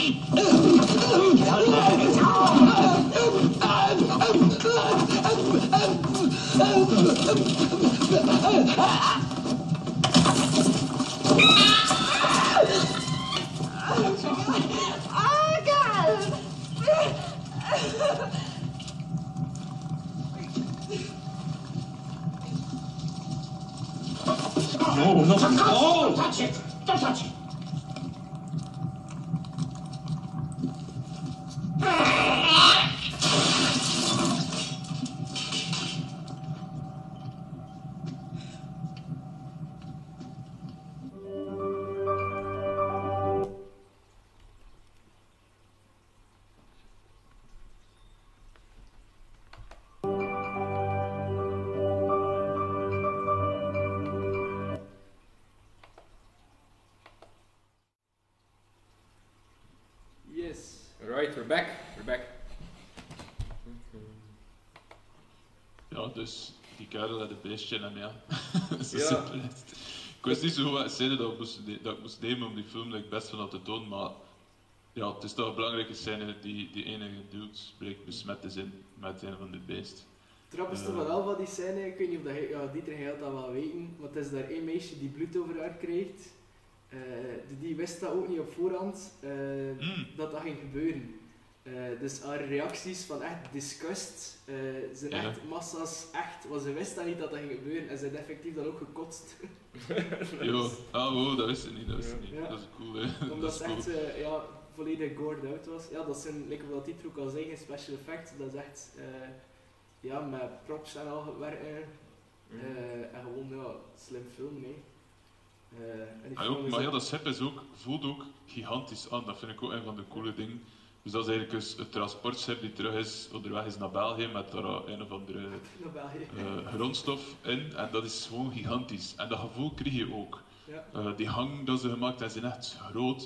[SPEAKER 8] Oh, God!
[SPEAKER 6] No, no, don't touch it! Don't touch it!
[SPEAKER 1] Yes.
[SPEAKER 2] Alright, we're back. We're back.
[SPEAKER 3] Ja, dus die kerel had een beestje en ja. Zo
[SPEAKER 2] Ja.
[SPEAKER 3] simpel is het. Ik wist niet zo goed wat scène dat ik moest nemen om die film like, best van te tonen, maar ja, het is toch een belangrijke scène die enige dude blijkt besmet is met een van die beest.
[SPEAKER 1] Het grappigste van al van die scène, ik weet niet of dat ja, Dieter gaat dat wel weten, maar het is daar één meisje die bloed over haar krijgt. Die wist dat ook niet op voorhand, dat dat ging gebeuren. Dus haar reacties van echt disgust zijn echt massa's echt, want ze wist dat niet dat dat ging gebeuren en ze heeft effectief dan ook gekotst.
[SPEAKER 3] Jo, wow, dat wist ik niet,
[SPEAKER 1] Ja.
[SPEAKER 3] Dat is cool hè.
[SPEAKER 1] Omdat
[SPEAKER 3] Dat
[SPEAKER 1] ze
[SPEAKER 3] is cool.
[SPEAKER 1] echt volledig gored out was. Ja, dat zijn, like wat Dieter ook al zei, geen special effects, dat is echt met props en al gewerkt. En gewoon slim film, nee.
[SPEAKER 3] Maar ja, dat schip is ook, voelt ook gigantisch aan, dat vind ik ook een van de coole dingen. Dus dat is eigenlijk dus het transportschip die terug is, onderweg is naar België met daar een of andere grondstof in. En dat is gewoon gigantisch. En dat gevoel krijg je ook.
[SPEAKER 1] Ja.
[SPEAKER 3] Die hang dat ze gemaakt hebben, zijn echt groot.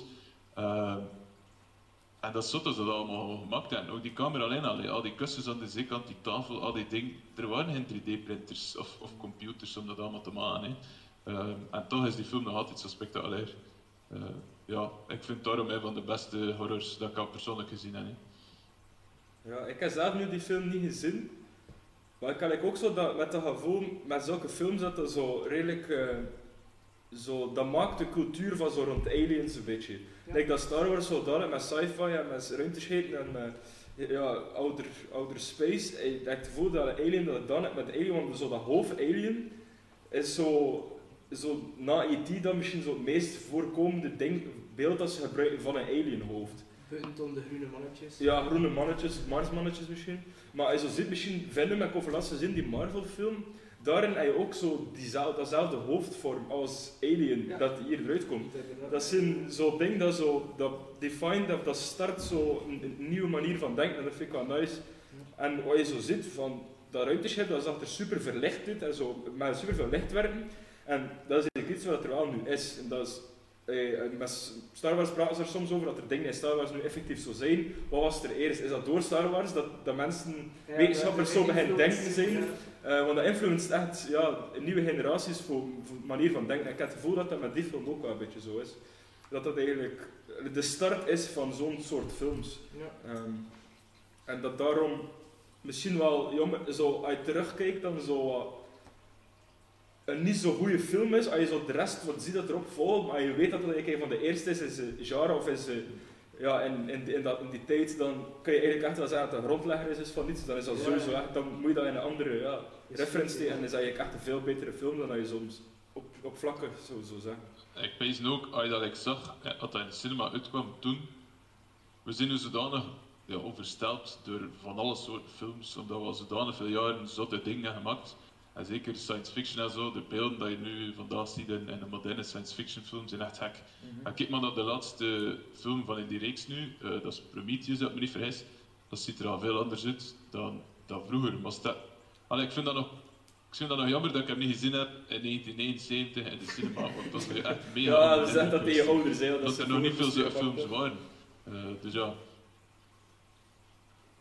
[SPEAKER 3] En dat is zot dat ze dat allemaal gemaakt hebben. Ook die camera alleen al die kussens aan de zijkant, die tafel, al die dingen. Er waren geen 3D-printers of computers om dat allemaal te maken. En toch is die film nog altijd zo spectaculair. Ja, ik vind het daarom een van de beste horrors dat ik al persoonlijk gezien heb.
[SPEAKER 2] Ja, ik heb zelf nu die film niet gezien. Maar ik had ook zo met dat gevoel, met zulke films, dat dat zo redelijk... dat maakt de cultuur van zo rond aliens een beetje.
[SPEAKER 1] Ja.
[SPEAKER 2] Like dat Star Wars zo dadelijk met sci-fi en met ruimteschepen en met outer space. Ik heb het gevoel dat een alien dat het dan hebt met de alien, want zo dat hoofd-alien is zo na E.T. dan misschien zo het meest voorkomende beeld dat ze gebruiken van een alienhoofd.
[SPEAKER 1] Buiten de groene mannetjes.
[SPEAKER 2] Ja, groene mannetjes, Marsmannetjes misschien. Maar als je zo ziet, misschien vinden met Converlatie in die Marvel-film, daarin heb je ook zo datzelfde hoofdvorm als Alien, dat hier eruit komt. Dat zijn zo'n ding dat start zo een nieuwe manier van denken en dat vind ik wel nice. En wat je zo ziet van dat ruimteschip, dat zag er super verlicht uit en zo, met super veel licht werken. En dat is eigenlijk iets wat er wel nu is. En dat is, met Star Wars praten ze er soms over dat er dingen in Star Wars nu effectief zo zijn. Wat was er eerst? Is dat door Star Wars dat mensen, wetenschappers zo beginnen denken zijn? Want dat influenced echt nieuwe generaties voor manier van denken. En ik heb het gevoel dat dat met die film ook wel een beetje zo is. Dat dat eigenlijk de start is van zo'n soort films.
[SPEAKER 1] Ja.
[SPEAKER 2] En dat daarom misschien wel, zo, als je terugkijkt, dan zo een niet zo goede film is, als je zo de rest wat ziet dat erop volgt, maar je weet dat het een van de eerste is in zijn genre of in die tijd, dan kun je eigenlijk echt wel zeggen dat het een grondlegger is van iets, dan is dat sowieso echt, dan moet je dat in een andere reference steken en is dat eigenlijk echt een veel betere film dan je soms op vlakken zou zeggen.
[SPEAKER 3] Ik weet ook, als je dat zag, dat in de cinema uitkwam toen, we zijn nu zodanig overstelpt door van alle soorten films, omdat we al zodanig veel jaren zotte dingen hebben gemaakt. En zeker science fiction en zo, de beelden die je nu vandaag ziet in de moderne science fiction films zijn echt gek. En kijk maar naar de laatste film van in die reeks nu, dat is Prometheus, dat me niet vergis. Dat ziet er al veel anders uit dan vroeger. Maar ik vind dat nog jammer dat ik hem niet gezien heb in 1979 in de cinema, want dat is echt mega.
[SPEAKER 2] Ja, dat is echt dat tegen ouders zijn.
[SPEAKER 3] Dat er nog niet veel zulke films waren. Dus ja.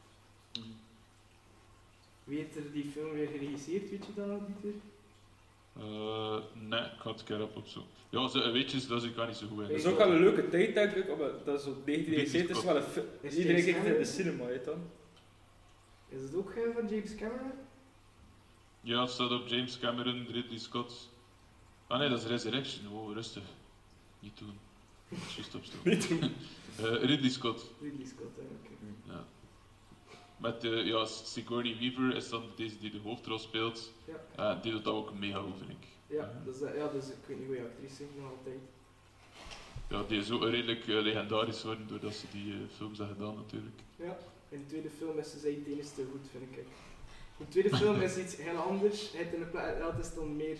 [SPEAKER 1] Wie heeft er die film weer geregisseerd, weet je dat, Dieter?
[SPEAKER 3] Nee, ik ga het een keer opzoeken. Ja, zo, weetjes, dat is ik wel niet zo goed in.
[SPEAKER 2] Dat is ook wel een leuke tijd, denk ik. Omdat dat is zo 1979 is wel een film.
[SPEAKER 1] Is
[SPEAKER 2] Iedereen
[SPEAKER 1] James
[SPEAKER 2] kijkt in de
[SPEAKER 1] Cameron?
[SPEAKER 2] cinema, hè, dan.
[SPEAKER 1] Is het ook van James Cameron?
[SPEAKER 3] Ja, het staat op James Cameron, Ridley Scott. Ah nee, dat is Resurrection. Wow, rustig. Niet doen. Just opstaan.
[SPEAKER 2] Niet doen.
[SPEAKER 3] Ridley Scott.
[SPEAKER 1] Ridley Scott, hè, oké.
[SPEAKER 3] Ja. Met ja, Sigourney Weaver is dan deze die de hoofdrol speelt.
[SPEAKER 1] Ja.
[SPEAKER 3] Die doet dat ook mega goed, vind ik.
[SPEAKER 1] Ja, dus ik weet niet hoe je actrice is, nog altijd.
[SPEAKER 3] Ja, die is ook redelijk legendarisch geworden doordat ze die films hebben gedaan natuurlijk.
[SPEAKER 1] Ja, in de tweede film is ze zijn het enige goed, vind ik. In de tweede film is iets heel anders. Het is dan meer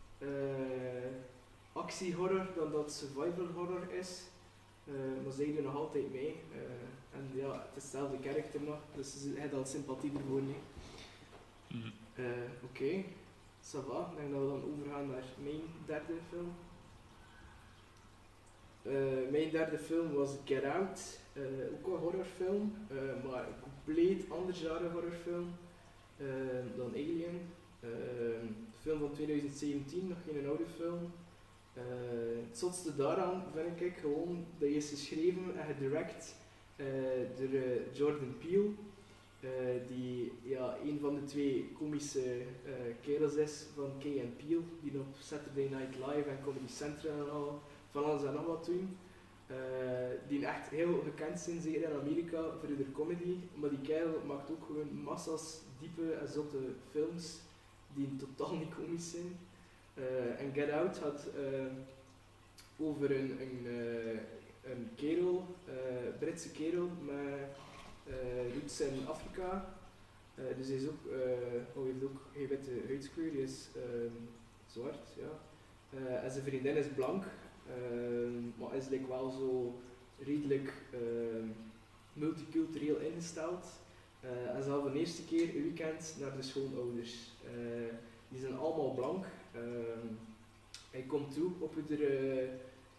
[SPEAKER 1] actiehorror dan dat survival horror is. Maar zij doen nog altijd mee. En ja, het is hetzelfde karakter nog, dus ze hebben al sympathie ervoor.
[SPEAKER 3] Mhm.
[SPEAKER 1] Oké, ça va. Ik denk dat we dan overgaan naar mijn derde film. Mijn derde film was Get Out, ook een horrorfilm, maar een compleet ander genre horrorfilm dan Alien. Film van 2017, nog geen oude film. Het zotste daaraan vind ik gewoon dat je is geschreven en gedirect door Jordan Peele, die ja, een van de twee komische kerels is van Key and Peele, die op Saturday Night Live en Comedy Central en al van alles en nog wat doen. Die echt heel gekend zijn, zeker in Amerika, voor de comedy. Maar die kerel maakt ook gewoon massa's diepe en zotte films die totaal niet komisch zijn. En Get Out had over een kerel, Britse kerel met roots in Afrika. Dus hij is ook, hij heeft ook geen witte huidskleur, hij is zwart. Ja. En zijn vriendin is blank. Maar is like wel zo redelijk multicultureel ingesteld. En ze hadden de eerste keer een weekend naar de schoonouders. Die zijn allemaal blank. Hij komt toe op de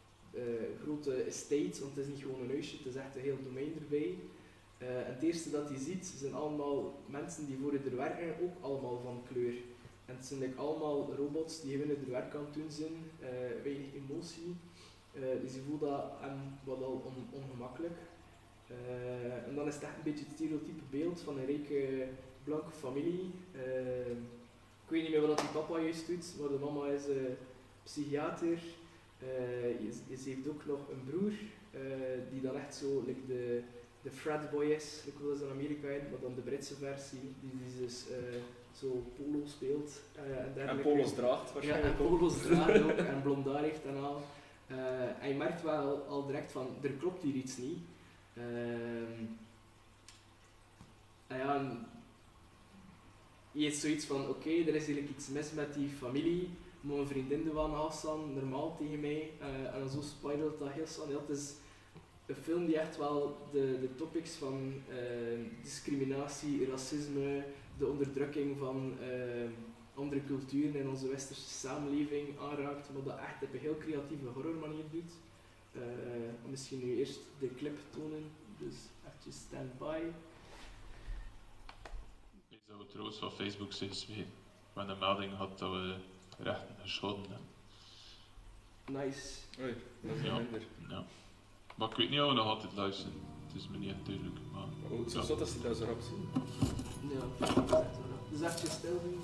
[SPEAKER 1] grote estate, want het is niet gewoon een huisje, het is echt een heel domein erbij. En het eerste dat hij ziet zijn allemaal mensen die voor er werken, ook allemaal van kleur. En het zijn like allemaal robots die gewoon er werk aan het doen zijn, weinig emotie. Dus je voelt dat hem wat al ongemakkelijk. En dan is het echt een beetje het stereotype beeld van een rijke blanke familie. Ik weet niet meer wat die papa juist doet, maar de mama is psychiater. Ze heeft ook nog een broer die dan echt zo like de frat boy is, like hoe dat in Amerika heet, maar dan de Britse versie, die dus zo polo speelt.
[SPEAKER 2] En polo's draagt waarschijnlijk.
[SPEAKER 1] Ja, en polo's draagt ook en blond haar heeft en al. En je merkt wel al direct van, er klopt hier iets niet. Je heeft zoiets van, oké, er is eigenlijk iets mis met die familie, maar mijn vriendin doet wel Hassan normaal tegen mij. En dan zo spiralt dat heel snel. Ja, het is een film die echt wel de topics van discriminatie, racisme, de onderdrukking van andere culturen in onze westerse samenleving aanraakt, maar dat echt op een heel creatieve horrormanier doet. Misschien nu eerst de clip tonen, dus eventjes stand by.
[SPEAKER 3] Ik zou trouwens van Facebook sinds we een melding had dat we rechten geschoten hebben.
[SPEAKER 1] Nice.
[SPEAKER 2] Oei, dat is
[SPEAKER 3] Ja.
[SPEAKER 2] minder.
[SPEAKER 3] Ja. Maar ik weet niet of we nog altijd live zijn. Het is me niet echt duidelijk. Maar
[SPEAKER 2] Oh, het is zot als die dat zo rap zien.
[SPEAKER 1] Ja, dat is echt wel. Dus eventjes stil doen.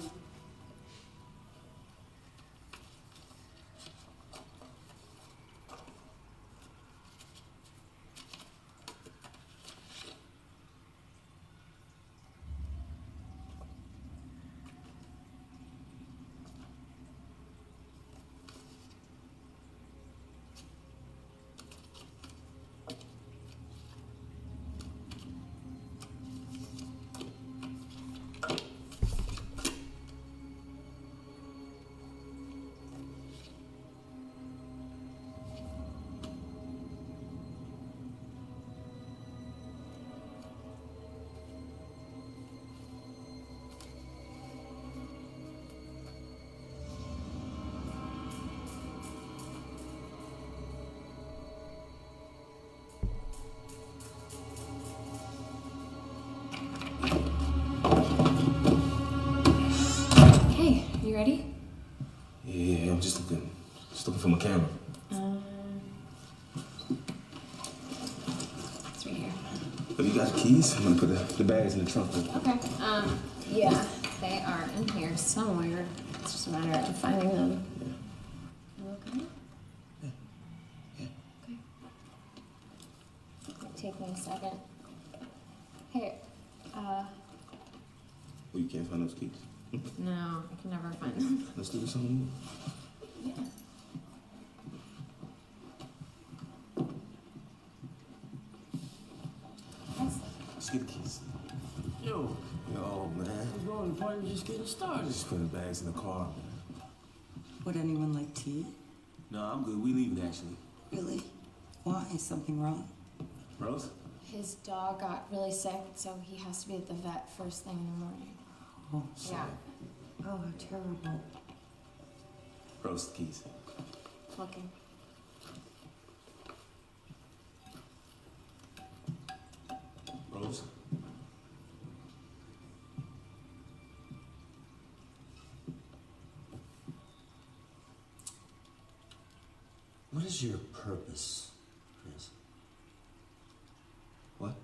[SPEAKER 9] Okay, you ready? for my camera.
[SPEAKER 10] It's right here.
[SPEAKER 9] But you got the keys? I'm gonna put the bags in the trunk.
[SPEAKER 10] Okay. Yeah, they are in here somewhere. It's just a matter of finding them. You okay?
[SPEAKER 9] Yeah.
[SPEAKER 10] Okay. Take me a second. Hey,
[SPEAKER 9] Well, you can't find those keys.
[SPEAKER 10] no, I can never find them.
[SPEAKER 9] Let's do this on the move.
[SPEAKER 10] Yeah.
[SPEAKER 9] Let's get the keys.
[SPEAKER 5] Yo,
[SPEAKER 9] Man.
[SPEAKER 5] what's going? The party's just getting started.
[SPEAKER 9] Just put the bags in the car.
[SPEAKER 11] Would anyone like tea?
[SPEAKER 9] No, I'm good. We leaving, actually.
[SPEAKER 11] Really? Why? Is something wrong?
[SPEAKER 9] Rose?
[SPEAKER 10] His dog got really sick, so he has to be at the vet first thing in the morning.
[SPEAKER 11] Oh,
[SPEAKER 10] Yeah.
[SPEAKER 11] Oh, how terrible.
[SPEAKER 9] Rose, the keys.
[SPEAKER 10] Looking.
[SPEAKER 9] Rose?
[SPEAKER 12] What is your purpose, Chris?
[SPEAKER 9] What?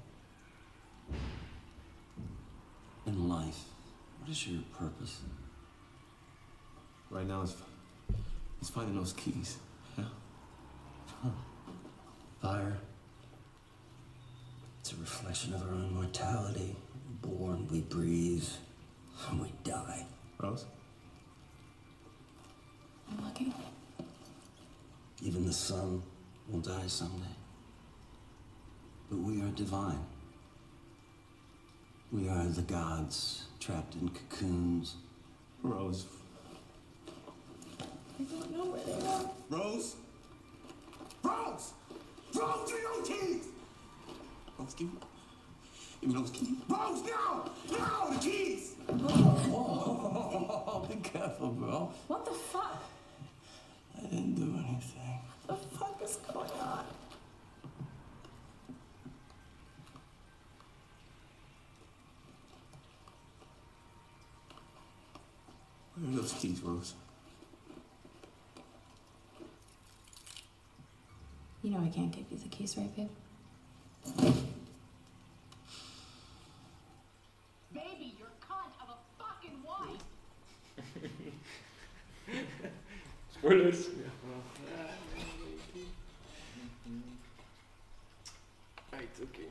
[SPEAKER 12] In life, what is your purpose?
[SPEAKER 9] Right now, it's finding those keys. Yeah?
[SPEAKER 12] Fire. It's a reflection of our own mortality. We're born, we breathe, and we die.
[SPEAKER 9] Rose?
[SPEAKER 10] I'm looking.
[SPEAKER 12] Even the sun will die someday. But we are divine. We are the gods trapped in cocoons.
[SPEAKER 9] Rose.
[SPEAKER 10] I don't know where they are.
[SPEAKER 9] Rose? Rose! Rose, give me those keys! Rose, give me those keys. Rose, now! Now, the keys!
[SPEAKER 5] Oh, be careful, bro.
[SPEAKER 10] What the fuck?
[SPEAKER 5] I didn't do anything.
[SPEAKER 10] What the fuck is going on?
[SPEAKER 9] Where are those keys, Rose?
[SPEAKER 10] You know I can't give you the keys, right, babe?
[SPEAKER 8] Baby, you're cunt of a fucking wife.
[SPEAKER 2] Spoilers.
[SPEAKER 1] Right, oké.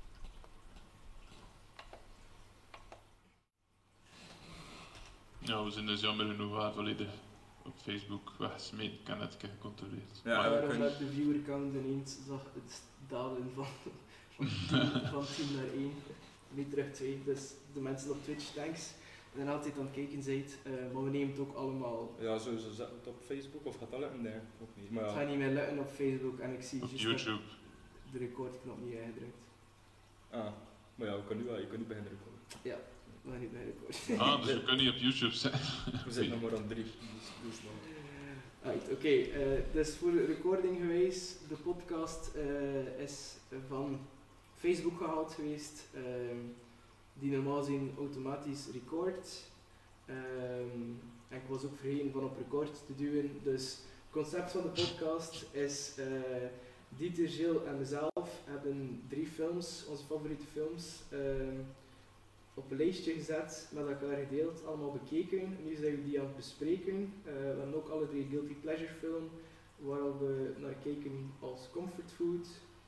[SPEAKER 3] Ja, we zijn dus jammer genoeg volledig op Facebook weggesmeten. Ik heb net gecontroleerd.
[SPEAKER 2] Ja,
[SPEAKER 3] Maar-
[SPEAKER 2] we
[SPEAKER 1] Waarom
[SPEAKER 2] kunnen-
[SPEAKER 1] dat de viewerkant ineens zag het dalen van 10 naar 1, niet terug 2. Dus de mensen op Twitch, thanks. En altijd aan het kijken zijt, maar we nemen het ook allemaal.
[SPEAKER 2] Ja, sowieso zetten we het op Facebook of gaat dat lukken? Nee, ook niet. Maar
[SPEAKER 1] Het
[SPEAKER 2] ja.
[SPEAKER 1] gaat niet meer lukken op Facebook en ik zie
[SPEAKER 3] Op
[SPEAKER 1] juist
[SPEAKER 3] YouTube.
[SPEAKER 1] de recordknop niet ingedrukt.
[SPEAKER 2] Ah, maar ja, je kan nu beginnen recorden.
[SPEAKER 1] Ja, maar niet bij record.
[SPEAKER 3] Ah, dus we kunnen niet op YouTube zijn.
[SPEAKER 2] We zitten nog maar aan 3. Dus
[SPEAKER 1] Right, oké, dus voor de recording geweest. De podcast is van Facebook gehaald geweest, die normaal zien automatisch record. En ik was ook vergeten van op record te duwen. Dus het concept van de podcast is Dieter, Gilles en mezelf hebben 3 films, onze favoriete films, op een lijstje gezet, met elkaar gedeeld, allemaal bekeken. Nu zijn we die aan het bespreken. We hebben ook alle 3 Guilty Pleasure film, waar we naar kijken als comfort food.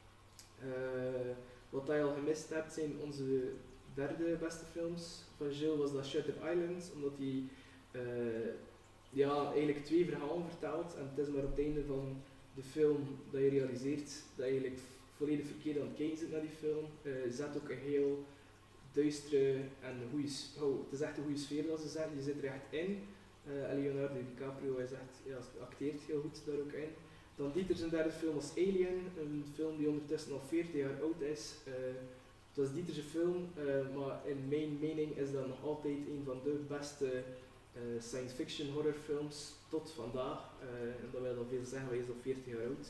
[SPEAKER 1] Wat je al gemist hebt zijn onze derde beste films. Van Gilles was dat Shutter Island, omdat hij eigenlijk 2 verhalen vertelt en het is maar op het einde van de film dat je realiseert dat je eigenlijk volledig verkeerd aan het kijken zit naar die film. Zet ook een heel duistere en goede het is echt een goede sfeer dat ze zetten, je zit er echt in. En Leonardo DiCaprio is echt, acteert heel goed daar ook in. Dan Dieter zijn derde film was Alien, een film die ondertussen al 40 jaar oud is. Het was Dieter's film, maar in mijn mening is dat nog altijd een van de beste science fiction horrorfilms tot vandaag. En dat wil al veel zeggen, hij is al 40 jaar oud.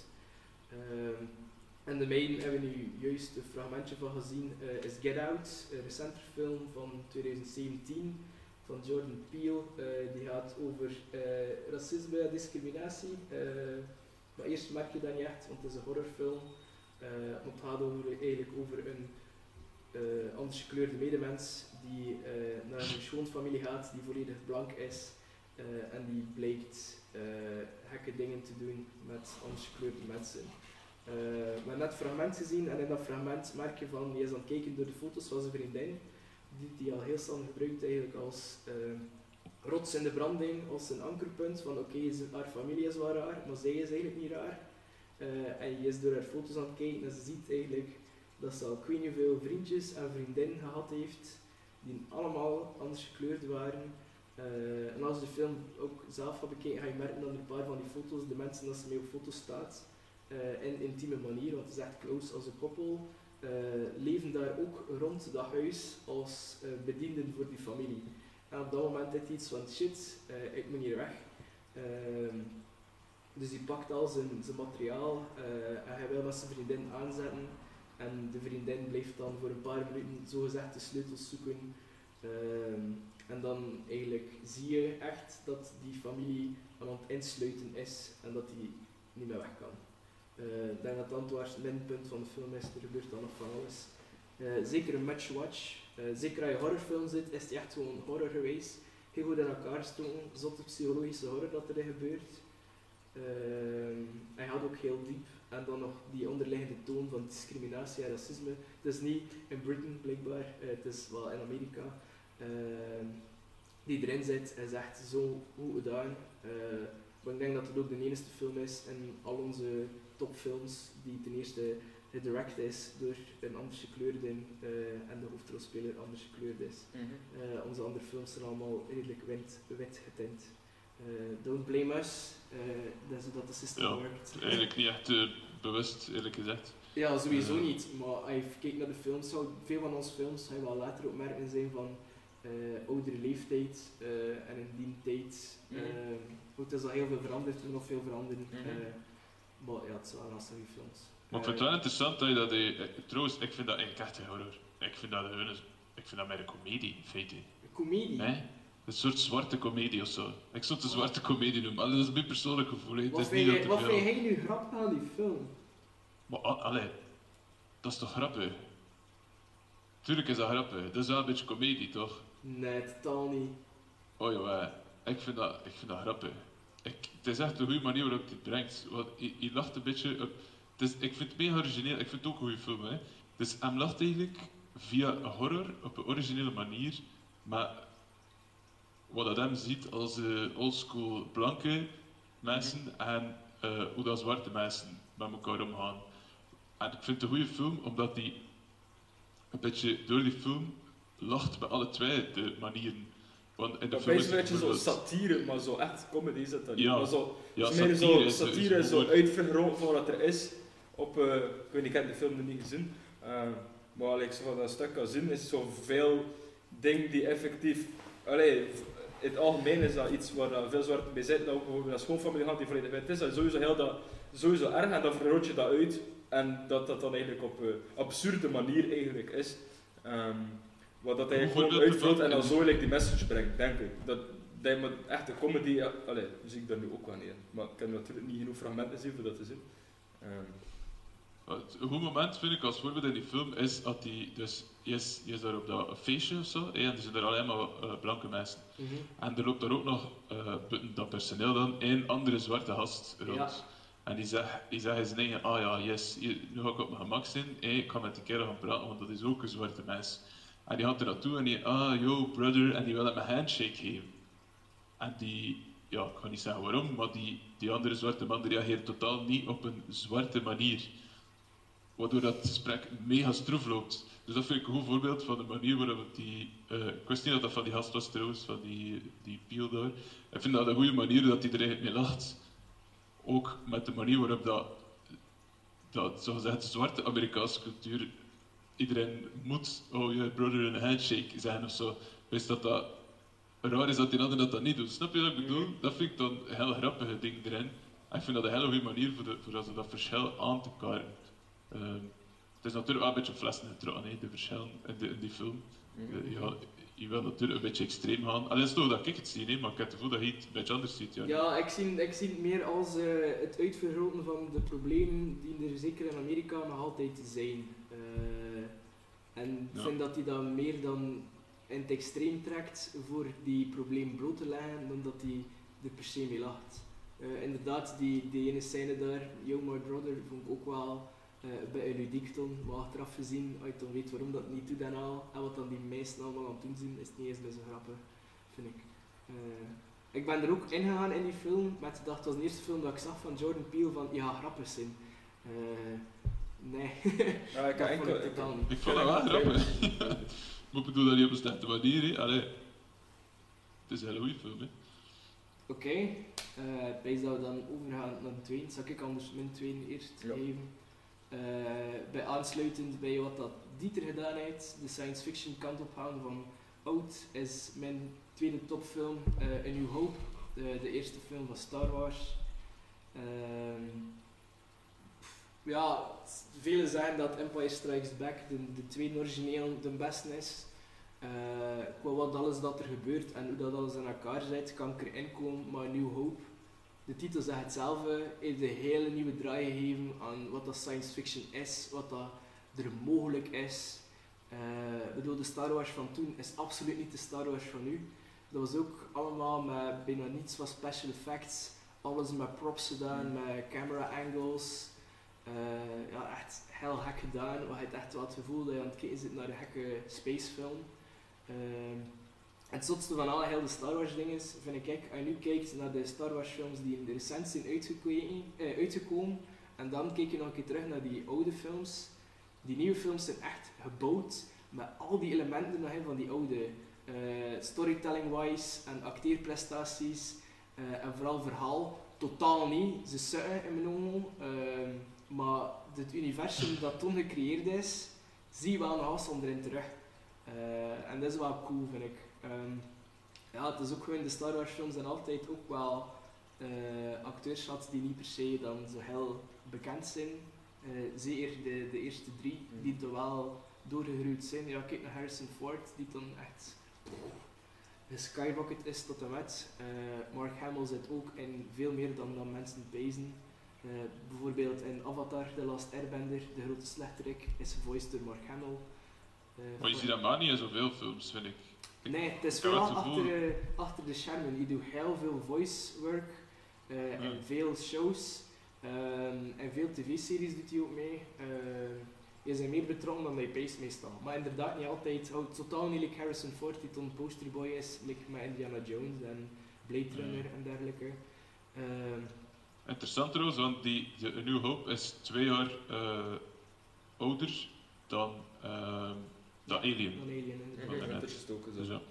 [SPEAKER 1] En de mijne hebben we nu juist een fragmentje van gezien, is Get Out, een recenter film van 2017. van Jordan Peele. Die gaat over racisme en discriminatie. Maar eerst merk je dat niet echt, want het is een horrorfilm. Het gaat eigenlijk over een anders gekleurde medemens die naar een schoonfamilie gaat die volledig blank is en die blijkt gekke dingen te doen met anders gekleurde mensen. We hebben net fragment gezien en in dat fragment merk je van, je is aan het kijken door de foto's van zijn vriendin die al heel snel gebruikt eigenlijk als rots in de branding, als een ankerpunt van oké, haar familie is wel raar, maar zij is eigenlijk niet raar. En je is door haar foto's aan het kijken en ze ziet eigenlijk dat ze al ik weet niet hoeveel vriendjes en vriendinnen gehad heeft, die allemaal anders gekleurd waren. En als je de film ook zelf gaat bekijken, ga je merken dat een paar van die foto's, de mensen dat ze mee op foto staat, in intieme manier, want het is echt close als een koppel, leven daar ook rond dat huis als bedienden voor die familie. En op dat moment heeft hij iets van shit, ik moet hier weg. Dus hij pakt al zijn materiaal en hij wil met zijn vriendin aanzetten. En de vriendin blijft dan voor een paar minuten zogezegd de sleutels zoeken. En dan eigenlijk zie je echt dat die familie aan het insluiten is en dat hij niet meer weg kan. Ik denk dat dat het minpunt van de film is, er gebeurt dan nog van alles. Zeker een match-watch. Zeker als je horrorfilm zit, is het echt gewoon horror geweest. Heel goed in elkaar stoken, zotte psychologische horror dat erin gebeurt. Hij gaat ook heel diep. En dan nog die onderliggende toon van discriminatie en racisme. Het is niet in Britain blijkbaar, het is wel in Amerika. Die erin zit, is echt zo goed gedaan. Maar ik denk dat het ook de enige film is in al onze topfilms die ten eerste gedirect is door een anders gekleurde en de hoofdrolspeler anders gekleurd is. Onze andere films zijn allemaal redelijk wit getint. Don't blame us, dat is hoe dat de systeem werkt.
[SPEAKER 3] Eigenlijk niet echt bewust, eerlijk gezegd.
[SPEAKER 1] Ja, sowieso niet, maar als je kijkt naar de films, veel van onze films ga je wel later opmerken zijn van oudere leeftijd en in die tijd. Het is al heel veel veranderd, er moet nog veel veranderen. Maar ja, het is wel een goede films.
[SPEAKER 3] Maar ik vind het wel interessant dat je dat... trouwens, ik vind dat eigenlijk echt een horror. Ik vind dat meer een comedie, in feite.
[SPEAKER 1] Een comedie?
[SPEAKER 3] Nee? Een soort zwarte comedie of zo. Ik zou het een zwarte comedie noemen, maar dat is mijn persoonlijk gevoel.
[SPEAKER 1] Wat vind jij nu grappig aan die film?
[SPEAKER 3] Maar allee, dat is toch grappig? Tuurlijk is dat grappig, dat is wel een beetje comedie toch?
[SPEAKER 1] Nee, totaal niet.
[SPEAKER 3] Oh jawel, ik vind dat grappig. Het is echt een goede manier waarop je het brengt. Want je lacht een beetje op... ik vind het mega origineel, ik vind het ook een goede film. Hè. Dus hij lacht eigenlijk via horror op een originele manier, maar wat dat hem ziet als oldschool blanke mensen en hoe dat zwarte mensen met elkaar omgaan. En ik vind het een goede film omdat hij een beetje door die film lacht bij alle twee de manieren. Want in de film is het
[SPEAKER 2] zo satire, maar zo echt comedy is het dan niet.
[SPEAKER 3] Ja,
[SPEAKER 2] Maar zo,
[SPEAKER 3] ja,
[SPEAKER 2] satire is zo uitvergroot van wat er is. Ik weet niet, ik heb de film nog niet gezien. Maar als ik zo van dat stuk kan zien, is zoveel dingen die effectief... in het algemeen is dat iets waar veel zwarte bij zitten, dat ook bijvoorbeeld een schoonfamilie gaat die volledig wit is. Dat is sowieso erg en dan vergroot je dat uit. En dat dan eigenlijk op een absurde manier eigenlijk is. Wat dat eigenlijk gewoon uitvloeit en dan zo eigenlijk die message brengt, denk ik. Dat je met echte comedy, zie ik daar nu ook wel niet in. Maar ik heb natuurlijk niet genoeg fragmenten zien voor dat te zien.
[SPEAKER 3] Een goed moment vind ik als voorbeeld in die film is dat hij dus je is daar op dat feestje of zo, en er zijn er alleen maar blanke mensen. En er loopt daar ook nog dat personeel dan een andere zwarte gast rond. Ja. En die zegt in zijn eigen, nu ga ik op mijn gemak zijn, ik ga met die kerel gaan praten, want dat is ook een zwarte mens. En die gaat er naartoe en die, yo brother, en die wil hem een handshake geven. En die, ik ga niet zeggen waarom, maar die andere zwarte man reageert totaal niet op een zwarte manier. Waardoor dat gesprek mega stroef loopt. Dus dat vind ik een goed voorbeeld van de manier waarop die... ik wist niet dat van die gast was trouwens, van die Peele daar. Ik vind dat een goede manier dat hij er eigenlijk mee lacht. Ook met de manier waarop dat zogezegd zwarte Amerikaanse cultuur... Iedereen moet, brother, een handshake zeggen of zo. Wees dat raar is dat die ander dat niet doet. Snap je wat ik bedoel? Dat vind ik dan een heel grappige ding erin. En ik vind dat een hele goede manier voor dat verschil aan te kaarten. Het is natuurlijk wel een beetje flessen getrokken, de verschillen in die film. Je wil natuurlijk een beetje extreem gaan. Alleen is toch dat ik het zie, maar ik heb het gevoel dat je het een beetje anders ziet.
[SPEAKER 1] Ja, ik zie het meer als het uitvergroten van de problemen die er zeker in Amerika nog altijd zijn. En ik vind dat hij dat meer dan in het extreem trekt voor die probleem bloot te leggen, dan dat hij er per se mee lacht. Inderdaad, die ene scène daar, Yo My Brother, vond ik ook wel een beetje ludiek toen, maar achteraf gezien, als je dan weet waarom dat niet doet en al, en wat dan die meesten allemaal aan het doen zijn, is het niet eens bij zo grappig, vind ik. Ik ben er ook ingegaan in die film, met de dag, het was de eerste film dat ik zag van Jordan Peele van, ja, grappig zijn. Nee,
[SPEAKER 2] ja, ik
[SPEAKER 1] vond ik totaal niet.
[SPEAKER 3] Ik vond dat wel grappig. Maar ik bedoel dat niet op een slechte manier, hè. Allee, het is een hele goede film, hè.
[SPEAKER 1] Oké, ik wijs dat we dan overgaan naar de tweede. Zal ik anders mijn tweede eerst geven? Bij aansluitend bij wat dat Dieter gedaan heeft, de science fiction kant op gaan van Oud, is mijn tweede topfilm A New Hope, de eerste film van Star Wars. Ja, velen zeggen dat Empire Strikes Back de tweede origineel de beste is. Qua wat alles dat er gebeurt en hoe dat alles in elkaar zit, kan ik erin komen, maar New Hope, de titel zegt hetzelfde, heeft een hele nieuwe draai gegeven aan wat dat science fiction is, wat dat er mogelijk is. Ik bedoel, de Star Wars van toen is absoluut niet de Star Wars van nu. Dat was ook allemaal met bijna niets van special effects, alles met props gedaan, met camera angles. Ja, echt heel gek gedaan, waar je het echt wel het gevoel dat je aan het kijken zit naar een gekke spacefilm. Het zotste van alle heel de Star Wars dingen vind ik, als je nu kijkt naar de Star Wars films die in de recent zijn uitgekomen, en dan kijk je nog een keer terug naar die oude films. Die nieuwe films zijn echt gebouwd met al die elementen nog in van die oude, storytelling-wise en acteerprestaties en vooral verhaal. Totaal niet, ze sukken in mijn ogen, maar het universum dat toen gecreëerd is, zie je wel nog afstand erin terug. En dat is wel cool, vind ik. Ja, het is ook gewoon, de Star Wars films zijn altijd ook wel acteurs gehad die niet per se dan zo heel bekend zijn. Zeker de eerste drie, die er wel doorgegroeid zijn. Ja, kijk naar Harrison Ford, die dan echt geskyrocket is tot en met. Mark Hamill zit ook in veel meer dan mensen pezen. Bijvoorbeeld in Avatar, The Last Airbender, de grote slechterik, is gevoiced door Mark Hamill.
[SPEAKER 3] Maar je ziet dat maar niet in zoveel films, vind ik.
[SPEAKER 1] Nee, het is vooral achter de schermen. Je doet heel veel voice work en veel shows en veel tv-series doet hij ook mee. Je bent meer betrokken dan bij Pace meestal. Maar inderdaad niet altijd. Houdt totaal niet like Harrison Ford, die toen posterboy is, like met Indiana Jones en Blade Runner en dergelijke.
[SPEAKER 3] Interessant trouwens, want de A New Hope is 2 jaar ouder dan Alien.
[SPEAKER 1] Dan Alien, inderdaad.
[SPEAKER 3] Dus ja.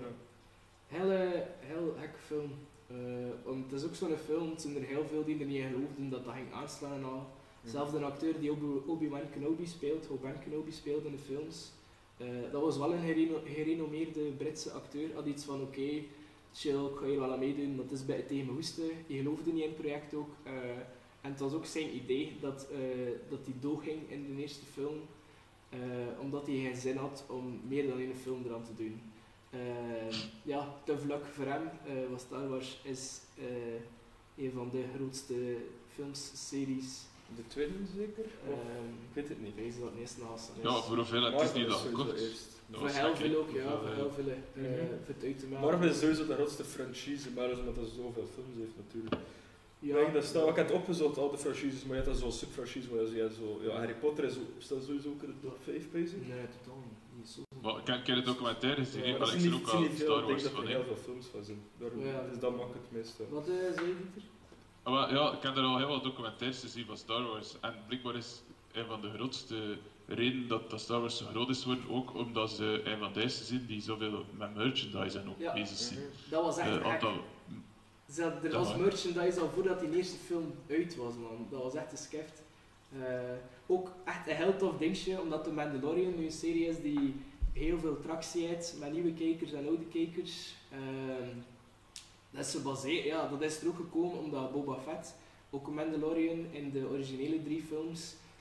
[SPEAKER 1] Heel gekke film. Want het is ook zo'n film, het zijn er heel veel die er niet in geloofden dat dat ging aanslaan en al. Zelfs de acteur die Obi-Wan Kenobi speelt, in de films, dat was wel een gerenommeerde Britse acteur. Had iets van oké, chill, ik ga hier wel aan meedoen, maar het is bij tegen mijn hoesten. Je geloofde niet in het project ook. En het was ook zijn idee dat hij doorging in de eerste film, omdat hij geen zin had om meer dan één film eraan te doen. Ja, tough luck voor hem, want Star Wars is een van de grootste filmseries.
[SPEAKER 2] De tweede zeker? Ik weet het niet.
[SPEAKER 1] Deze dat het eerste naast
[SPEAKER 3] is. Ja, voor hoeveel het is niet dat gekocht?
[SPEAKER 1] Voor heel veel ook, ja, voor heel veel. Voor het uit te maken.
[SPEAKER 2] Marvel is sowieso de grootste franchise, maar omdat hij zoveel films heeft natuurlijk.
[SPEAKER 1] Ja.
[SPEAKER 2] Ik denk dat ik heb het opgezocht, al de franchises, maar je hebt dan zo'n subfranchise waar je zo... Ja, Harry Potter staat sowieso ook in de top 5 bezig.
[SPEAKER 1] Nee, totaal niet. Zo.
[SPEAKER 3] Maar ik ken het documentaire gezien, maar ik
[SPEAKER 2] zie
[SPEAKER 3] er ook al Star Wars van.
[SPEAKER 2] Ik denk dat er heel veel films van zijn. Daarom is dat makkelijk het meeste.
[SPEAKER 1] Wat zei je, Dieter?
[SPEAKER 3] Ja, ik heb er al heel wat documentaires gezien van Star Wars. En blijkbaar is een van de grootste redenen dat Star Wars zo groot is geworden, ook omdat ze een van de eerste zijn die zoveel met merchandise en ook bezig zijn.
[SPEAKER 1] Dat was echt er was merchandise al voordat die eerste film uit was, man. Dat was echt een skift. Ook echt een heel tof dingetje, omdat The Mandalorian nu een serie is die heel veel tractie heeft met nieuwe kijkers en oude kijkers. Dat is gebaseerd, dat is er ook gekomen omdat Boba Fett, ook een Mandalorian in de originele 3 films,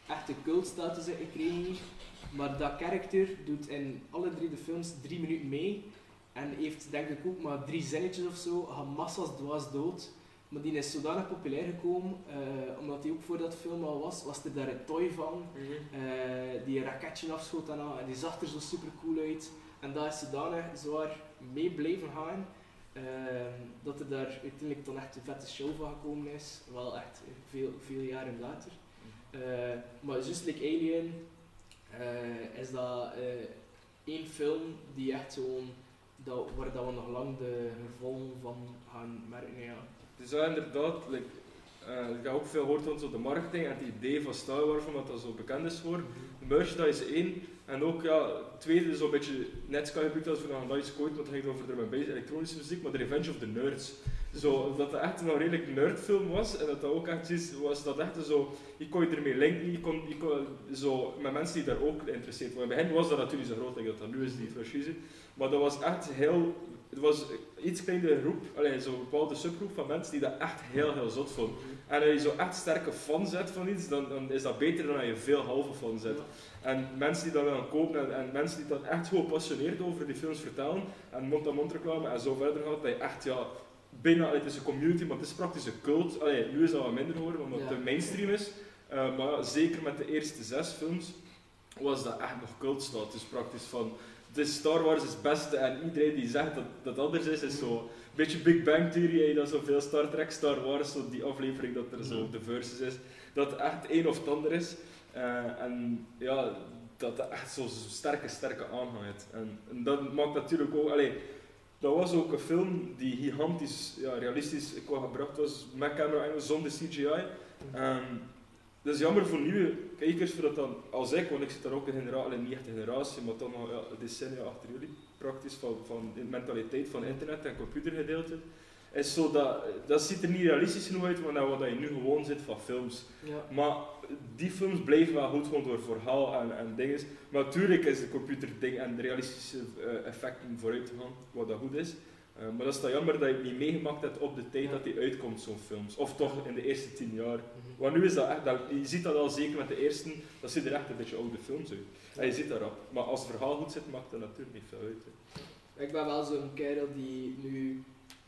[SPEAKER 1] echte cultstatus gekregen hier. Maar dat karakter doet in alle 3 de films 3 minuten mee. En heeft denk ik ook maar 3 zinnetjes of zo, gaat massa's dwaas dood. Maar die is zodanig populair gekomen, omdat hij ook voordat de film al was er daar een toy van. Die een raketje afschoot en die zag er zo super cool uit. En dat is zodanig zwaar mee blijven gaan, dat er daar uiteindelijk dan echt een vette show van gekomen is. Wel echt veel jaren later. Maar juist like Alien is dat één film die echt zo'n, waar dat we nog lang de gevolgen van gaan merken. Ja.
[SPEAKER 2] Dus ja, inderdaad, ik heb ook veel gehoord van zo de marketing en het idee van Star Wars, omdat dat zo bekend is voor. De merchandise 1 en ook het tweede zo'n beetje net gebruikt als voor een Nice Quote, want het ging over de elektronische muziek, maar de Revenge of the Nerds. Zo, dat het echt een redelijk nerdfilm was en dat ook echt was dat echt zo, je kon je ermee linken, je kon zo, met mensen die daar ook geïnteresseerd waren. In het begin was dat natuurlijk zo groot, dat nu is die franchise, maar dat was echt het was een iets kleinere groep, zo'n bepaalde subgroep van mensen die dat echt heel zot vonden. En als je zo echt sterke fan zet van iets, dan is dat beter dan als je veel halve fan zet. En mensen die dat willen kopen en mensen die dat echt gewoon gepassioneerd over die films vertellen en mond-aan-mond reclame en zo verder gaat, dat je echt bijna, het is een community, maar het is praktisch een cult. Nu is dat wat minder geworden, omdat het mainstream is. Maar zeker met de eerste 6 films was dat echt nog cultstatus praktisch van. Dus Star Wars is het beste en iedereen die zegt dat dat anders is zo een beetje Big Bang Theory, dat zoveel Star Trek, Star Wars, zo die aflevering dat er zo de versus is, dat het echt een of het ander is. En ja, dat het echt zo'n sterke aanhang heeft. En dat maakt natuurlijk ook, dat was ook een film die gigantisch, realistisch gebracht was, met camera en zonder CGI. Dat is jammer voor nieuwe kijkers, voor dat dan, als ik, want ik zit daar ook niet echt een generatie, maar dan nog decennia achter jullie, praktisch, van de mentaliteit van internet en computergedeelte, is zo dat ziet er niet realistisch genoeg uit, maar wat je nu gewoon zit van films. Ja. Maar die films blijven wel goed gewoon door verhaal en dingen. Maar natuurlijk is de computerding en de realistische effecten vooruit te gaan, wat dat goed is. Maar dat is dan jammer dat je het niet meegemaakt hebt op de tijd dat die uitkomt, zo'n films. Of toch in de eerste 10 jaar. Want nu is dat echt, je ziet dat al zeker met de eerste, dat ziet er echt een beetje oude films uit. En je ziet daarop. Maar als het verhaal goed zit, maakt dat natuurlijk niet veel uit. Hè.
[SPEAKER 1] Ik ben wel zo'n kerel die nu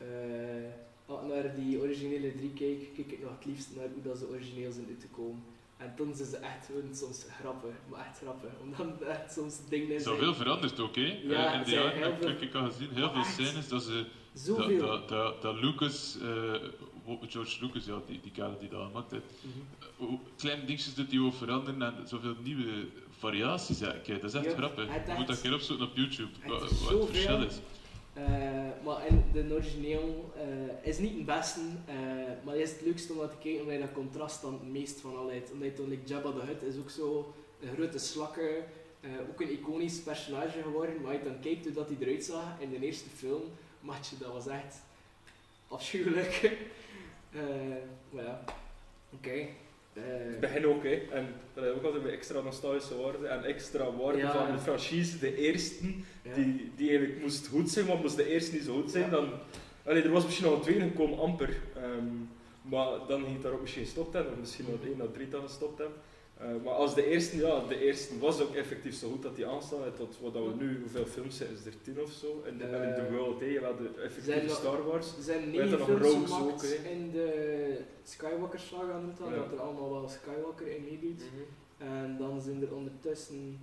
[SPEAKER 1] naar die originele 3 kijk ik nog het liefst naar hoe dat ze origineel zijn uit te komen. En toen zijn ze echt gewoon soms grappig, maar echt grappig. Omdat echt soms dingen zijn.
[SPEAKER 3] Zoveel veranderd ook, hè?
[SPEAKER 1] Ja,
[SPEAKER 3] in de jaren heb ik al gezien, heel veel scènes dat ze. Dat Lucas, George Lucas, die kerel die dat gemaakt heeft, kleine dingetjes dat hij wil veranderen en zoveel nieuwe variaties. Dat is echt grappig. Je moet dat een keer opzoeken op YouTube, wat het verschil is.
[SPEAKER 1] Maar in de origineel is niet het beste, maar is het leukste om naar te kijken omdat je dat contrast dan het meest van al uit. Omdat je dan, Jabba the Hutt is ook zo een grote slakker, ook een iconisch personage geworden, maar als je dan kijkt hoe dat hij eruit zag in de eerste film, dat was echt afschuwelijk. Maar ja, oké.
[SPEAKER 2] Het begin ook, hè. En dat heeft ook altijd weer extra nostalgische waarde en extra waarde van de franchise, de eerste, die eigenlijk moest goed zijn, maar moest de eerste niet zo goed zijn, dan... er was misschien al een tweede gekomen, amper. Maar dan ging het daarop misschien gestopt hebben, of misschien nog 1 à 3 dagen gestopt hebben. Maar als de eerste was ook effectief zo goed dat die aanstaan tot wat we nu, hoeveel films zijn, is er 10 of zo? In de World, je had de effectieve Star Wars.
[SPEAKER 1] Er zijn 9 films gemaakt in de Skywalker saga, noemt dat er allemaal wel Skywalker in meedoet. En dan zijn er ondertussen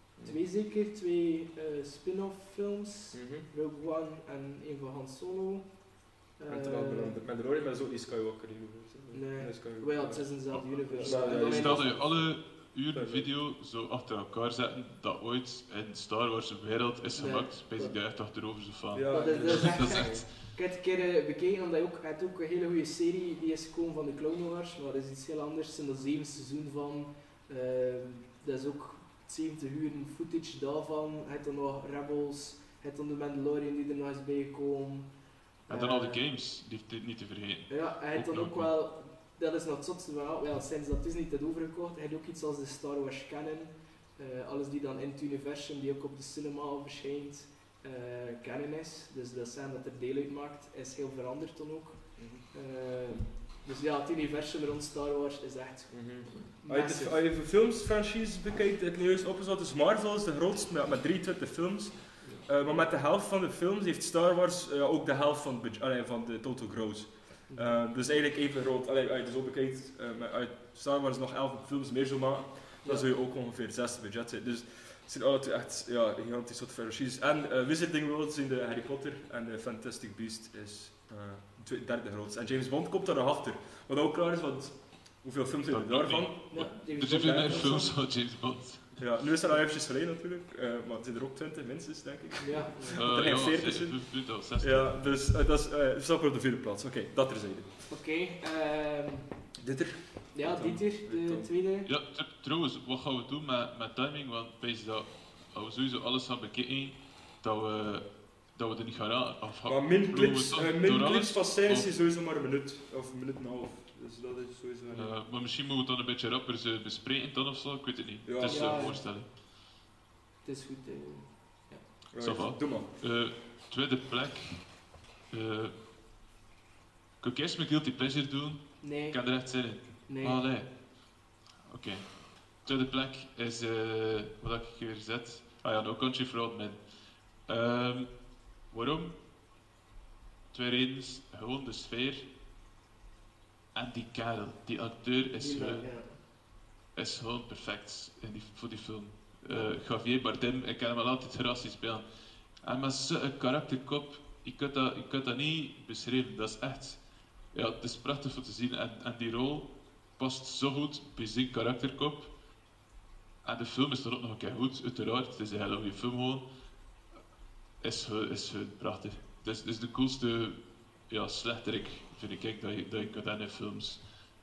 [SPEAKER 1] 2 spin-off films, Rogue One en een van Han Solo.
[SPEAKER 2] Met Mandalorian, maar is ook niet Skywalker.
[SPEAKER 1] Nee, het is eenzelfde universe.
[SPEAKER 3] Stel dat je alle uren video zo achter elkaar zetten dat ooit in Star Wars wereld is gemaakt, ben ik daar echt achterover zo van.
[SPEAKER 1] Ja, dat is echt... Ik heb het een keer bekeken, omdat je hebt ook een hele goede serie die is gekomen van de Clone Wars, maar dat is iets heel anders. Er zijn er 7 seizoenen van. Dat is ook 70 uur footage daarvan. Je hebt dan nog Rebels, je hebt dan de Mandalorian die er nog is bijgekomen.
[SPEAKER 3] En dan al de games, niet te vergeten.
[SPEAKER 1] Ja, hij heeft dan ook wel, dat is nog het zotste van, wel, sinds dat Disney het overgekocht, hij heeft ook iets als de Star Wars canon. Alles die dan in het universum, die ook op de cinema verschijnt, canon is. Dus dat zijn dat er deel uitmaakt, is heel veranderd dan ook. Dus ja, het universum rond Star Wars is echt massive.
[SPEAKER 2] Als je de filmsfranchise bekijkt, ik heb juist opgezet, dus Marvel is de grootste met 23 films. Maar met de helft van de films heeft Star Wars ook de helft van de total gross. Dus eigenlijk even groot. Als je het zo bekijkt, uit Star Wars nog 11 films meer zou maken, dan zou je ook ongeveer 60 budget zijn. Dus het zijn alle twee echt gigantisch soort franchises. En Wizarding World zijn de Harry Potter en de Fantastic Beast is de derde grootste. En James Bond komt daar nog achter. Wat ook klaar is, want hoeveel films zijn er daarvan?
[SPEAKER 3] Er zijn veel meer films van James Bond.
[SPEAKER 2] Ja, nu is er al eventjes geleden natuurlijk, maar er zijn er ook 20 minstens, denk ik.
[SPEAKER 1] Ja.
[SPEAKER 2] Er zijn 40 zijn. Ja, dus dat staat op de vierde plaats. Oké, dat terzijde.
[SPEAKER 1] Oké,
[SPEAKER 2] Dieter?
[SPEAKER 1] Ja, Dieter, de tweede.
[SPEAKER 3] Ja, trouwens, wat gaan we doen met timing? Want wees dat als we sowieso alles gaan bekijken, dat we er niet gaan afhangen.
[SPEAKER 2] Maar min clips van scènes is sowieso maar een minuut, of een minuut en een half. Dus dat is sowieso...
[SPEAKER 3] maar misschien moeten we het dan een beetje rapper bespreken dan of zo, ik weet het niet.
[SPEAKER 2] Ja.
[SPEAKER 3] Het is een voorstelling.
[SPEAKER 1] Het is goed,
[SPEAKER 2] ja.
[SPEAKER 3] Right,
[SPEAKER 2] doe maar.
[SPEAKER 3] Tweede plek. Kan ik eerst mijn Guilty Pleasure doen?
[SPEAKER 1] Nee.
[SPEAKER 3] Ik kan er echt zin in.
[SPEAKER 1] Nee.
[SPEAKER 3] Ah, nee. Oké. Tweede plek is wat ik hier zet. Ah ja, No Country for Old Men. Waarom? Twee redenen. Gewoon de sfeer. En die kerel, die acteur is gewoon perfect voor die film. Javier Bardem, ik ken hem al altijd graag spelen. En met zo'n karakterkop, ik kan dat niet beschrijven. Dat is echt... Ja, het is prachtig om te zien. En die rol past zo goed bij zijn karakterkop. En de film is er ook nog een keer goed, uiteraard. Het is een hele goede film gewoon. Is prachtig. Het is de coolste slechterik, vind ik, dat je kan hebben in films.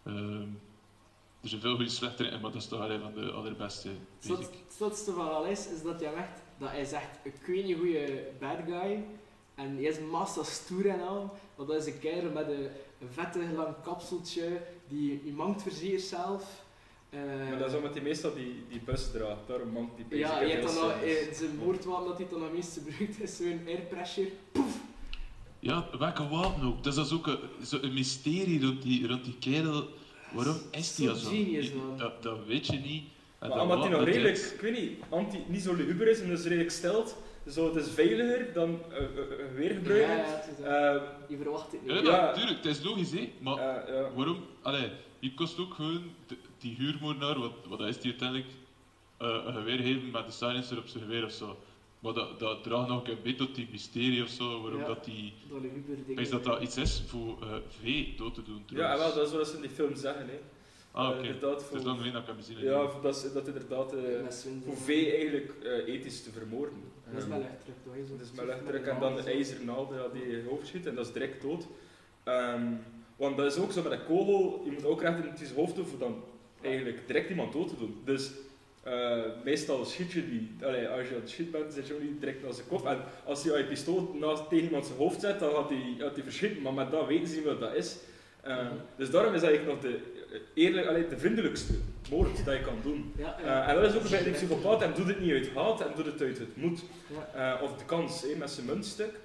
[SPEAKER 3] Er zijn veel goede slechteriken, maar dat is toch alleen van de allerbeste.
[SPEAKER 1] Het stotste van alles is dat hij zegt, ik weet niet goede bad guy. En hij is massa stoer en al, want dat is een kerel met een vettig lang kapseltje, die mankt voor zichzelf.
[SPEAKER 2] Maar dat is omdat hij meestal die bus draagt, daarom mankt die bezig.
[SPEAKER 1] Ja, je hebt dan al zijn moordwapen dat hij dan het meeste gebruikt is, zo'n air pressure. Poef!
[SPEAKER 3] Ja, welke wapen ook? Dat is ook een mysterie rond die kerel. Waarom is die zo?
[SPEAKER 1] Genius,
[SPEAKER 3] dat weet je niet.
[SPEAKER 2] Maar omdat hij nog redelijk, ik weet niet zo luguber is en dus redelijk stelt. Zo, het is veiliger dan weergebruiken.
[SPEAKER 1] Je verwacht het niet.
[SPEAKER 3] Ja, natuurlijk, het is logisch, hè. Maar waarom? Allee, je kost ook gewoon die huurmoordenaar, wat is die uiteindelijk, een geweer geven met een silencer op zijn geweer of zo. Maar dat draagt nog een beetje tot die mysterie of zo, waarom dat die... Is dat iets is voor vee dood te doen, trouwens.
[SPEAKER 2] Ja, wel, dat is wat ze in die film zeggen, hè.
[SPEAKER 3] Ah, oké. Het is lang geleden dat ik hem gezien heb.
[SPEAKER 2] Ja, dat inderdaad voor vee eigenlijk ethisch te vermoorden.
[SPEAKER 1] Dat is wel echt druk, toch?
[SPEAKER 2] Dat is wel echt druk. En dan de ijzeren naald die je hoofd schiet en dat is direct dood. Want dat is ook zo met een kogel, je moet ook recht in zijn hoofd doen voor dan eigenlijk direct iemand dood te doen. Dus meestal schiet je die, als je aan het schieten bent, zit je ook niet direct naar zijn kop. En als je pistool tegen iemand zijn hoofd zet, dan gaat hij verschieten, maar met dat weten ze niet wat dat is. Dus daarom is dat eigenlijk nog de vriendelijkste moord dat je kan doen. En dat is ook bij de psychopaat, en doet het niet uit haat, en doet het uit het moed. Of de kans, met zijn muntstuk.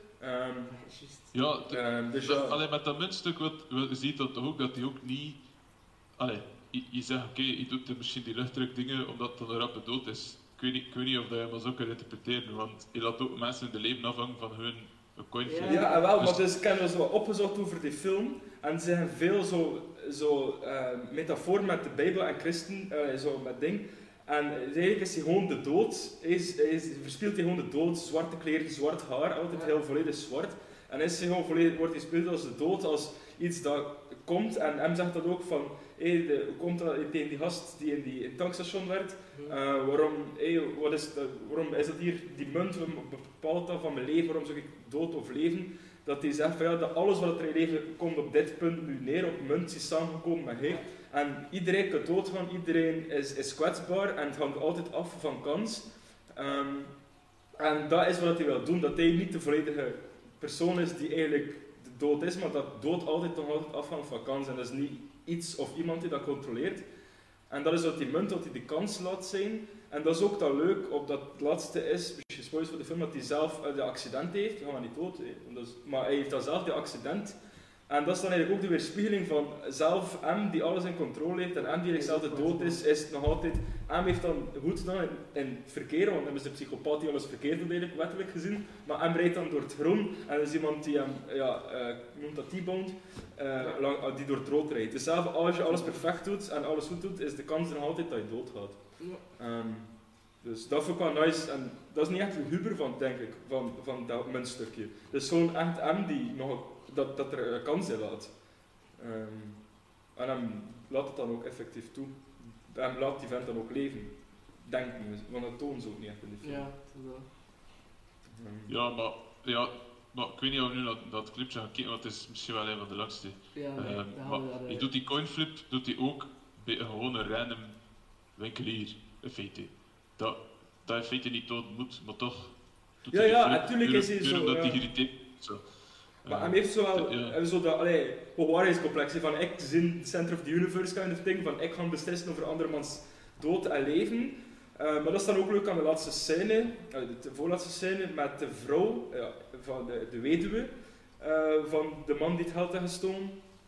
[SPEAKER 3] Met dat muntstuk, je ziet dat toch ook, dat hij ook niet... Je zegt, oké, je doet misschien die luchtdruk dingen omdat het een rappe dood is. Ik weet niet of je dat zo kan interpreteren, want je laat ook mensen de leven afhangen van hun coinflip.
[SPEAKER 2] Ja, wel, maar dus ik heb er zo opgezocht over die film, en ze hebben veel zo metafoor met de Bijbel en christen, zo met ding. En eigenlijk is hij gewoon de dood, verspeelt hij gewoon de dood, zwarte kleren, zwart haar, altijd heel volledig zwart. En is hij gewoon volledig, wordt hij gespeeld als de dood, als iets dat komt, en hem zegt dat ook van, hoe komt dat tegen die gast die in het tankstation werkt, waarom is dat hier, die munt bepaalt dat van mijn leven, waarom zou ik dood of leven? Dat hij zegt van dat alles wat er in je leven komt op dit punt nu neer, op munt is samengekomen met hij. En iedereen kan doodgaan, iedereen is kwetsbaar en het hangt altijd af van kans. En dat is wat hij wil doen, dat hij niet de volledige persoon is die eigenlijk de dood is, maar dat dood altijd afhangt van kans. En dat is niet iets of iemand die dat controleert. En dat is wat die munt, dat hij de kans laat zijn. En dat is ook dat leuk, op dat laatste is, misschien spoilers voor de film, dat hij zelf de accident heeft. Hij gaat niet dood, maar hij heeft dan zelf die accident. En dat is dan eigenlijk ook de weerspiegeling van zelf M die alles in controle heeft en M die zelf de dood is het nog altijd. M heeft dan goed gedaan in het verkeer, want M is de psychopaat die alles verkeerd doet eigenlijk, wettelijk gezien. Maar M rijdt dan door het groen en er is iemand die hem, noemt dat T-boned, die door het rood rijdt. Dus zelf als je alles perfect doet en alles goed doet, is de kans er nog altijd dat je doodgaat. Dus dat vond ik wel nice en dat is niet echt Huber van, denk ik, van dat muntstukje. Het is gewoon echt M die nog dat er kans in laat. En hem laat het dan ook effectief toe. En laat die vent dan ook leven. Denk ik, want dat toont ze ook niet echt in de film.
[SPEAKER 1] Ja, dat
[SPEAKER 3] wel. Maar ik weet niet of we nu naar dat clipje gaan kijken, want het is misschien wel een van de langste.
[SPEAKER 1] Ja,
[SPEAKER 3] maar hij doet die coinflip doet hij ook bij een gewone random winkelier, in feite. Dat in feite niet dood moet, maar toch doet hij
[SPEAKER 2] natuurlijk is hij zo.
[SPEAKER 3] Omdat hij geïrriteerd is.
[SPEAKER 2] Maar hij heeft zo dat hoogwaardigheidscomplex van ik zin center of the universe kind of thing, van ik ga beslissen over andermans dood en leven. Maar dat is dan ook leuk aan de laatste scène, de voorlaatste scène met de vrouw van de weduwe van de man die het geld heeft gestolen.